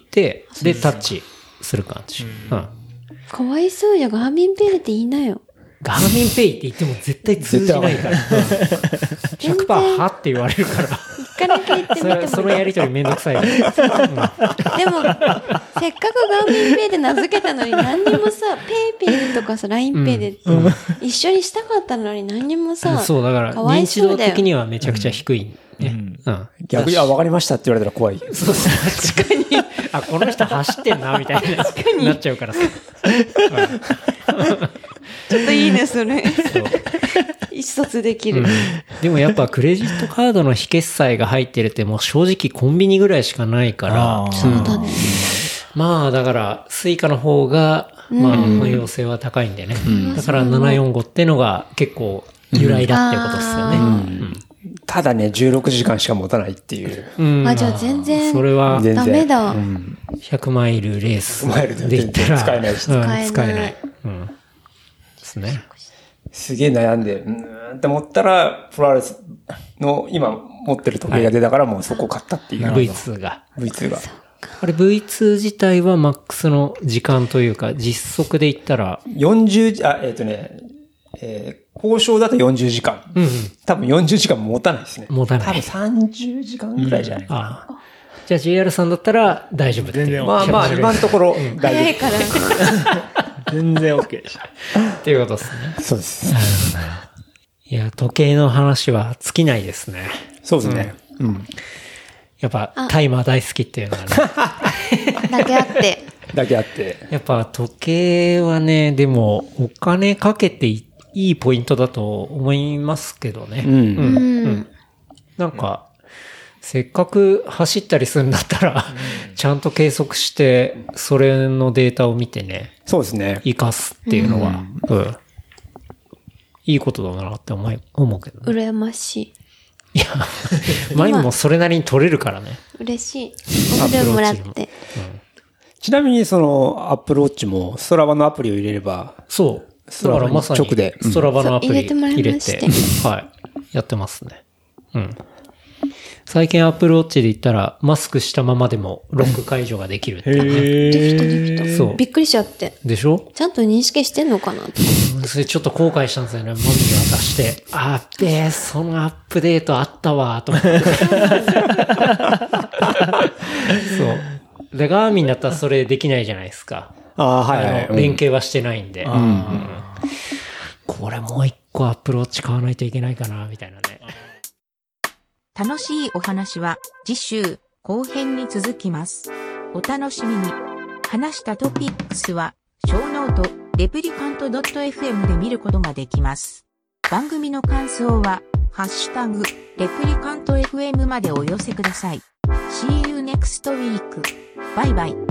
で、タッチする感じ。うん。 かわいそうじゃ、ガーミンペイでって言いなよ。 ガーミンペイって言っても絶対通じないから。ひゃくパーセント はって言われるから。 から聞いてみてもいい？ そのやりとりめんどくさいよ、うん、でも、 せっかくガーミンペイで名付けたのに何にもさ、ペイペイとかさ、ラインペイで一緒にしたかったのに何にもさ、 うん、そうだから認知度的にはめちゃくちゃ低い、ね、うんうん、 逆に、あ、わかりましたって言われたら怖い。 そうそう、確かに。あ、この人走ってんな、みたいな。確かに。なっちゃうからさ。 ちょっといいね、それ。そう意思疎通できる、うん。 でもやっぱクレジットカードの非決済が入ってるってもう正直コンビニぐらいしかないから。 そうだね。 まあだからスイカの方が、まあ汎用性は高いんでね。うん、だからななよんごってのが結構由来だってことですよね。うんうんただね、じゅうろくじかんしか持たないっていう。 うん、あ、じゃあ全然。 それは、 ダメだ。 ひゃくマイルレースで言ったら。 使えないし。 使えない。使えない。うん。ですね。 すげえ悩んで、うーんって思ったら、プロアレスの今持ってる時計が出たからもうそこ買ったっていう。 ブイツー が。 ブイツー が。 あれ ブイツー 自体はマックスの時間というか、実測で言ったら。 よんじゅう、あ、えっとね、えー、交渉だとよんじゅうじかん。うんうん、多分よんじゅうじかん持たないですね。 持たない。 多分さんじゅうじかんぐらいじゃないかな。うん、ああじゃあ ジェイアール さんだったら大丈夫っていう。 まあまあ今のところ大丈夫。 早いから。 全然 OK でした。 っていうことですね。 そうです。 いや、時計の話は尽きないですね。 そうですね。うん。うん、 やっぱタイマー大好きっていうのはね。 だけあって。 だけあって。 やっぱ時計はね、でもお金かけていいポイントだと思いますけどね。うん。うん。うん、なんか、せっかく走ったりするんだったら、うん、ちゃんと計測して、それのデータを見てね。 そうですね。 活かすっていうのは、うん。うん、いいことだなって思い、思うけどね。羨ましい。 いや、前もそれなりに取れるからね。 嬉しい。オフでもらって。うんちなみにそのアップルウォッチもストラバのアプリを入れれば。 そう。だからまさに直でストラバのアプリ入れてもらいまして。 はい。やってますね。うん。最近アップルウォッチで言ったらマスクしたままでもロック解除ができるっていう。 できたできた。そう。びっくりしちゃって。 でしょ？ ちゃんと認識してんのかなって。 それちょっと後悔したんですよね。マミに渡して。あっべえ、そのアップデートあったわ、と思って。そう。で、ガーミンだったらそれできないじゃないですか。 ああ、はい、はい。 連携はしてないんで。うんうん、これもう一個アップルウォッチ買わないといけないかな、みたいなね。 楽しいお話は次週後編に続きます。お楽しみに。話したトピックスはショーノート、レプリカント .fm で見ることができます。番組の感想は、ハッシュタグ、レプリカント エフエム までお寄せください。See you next week. バイバイ。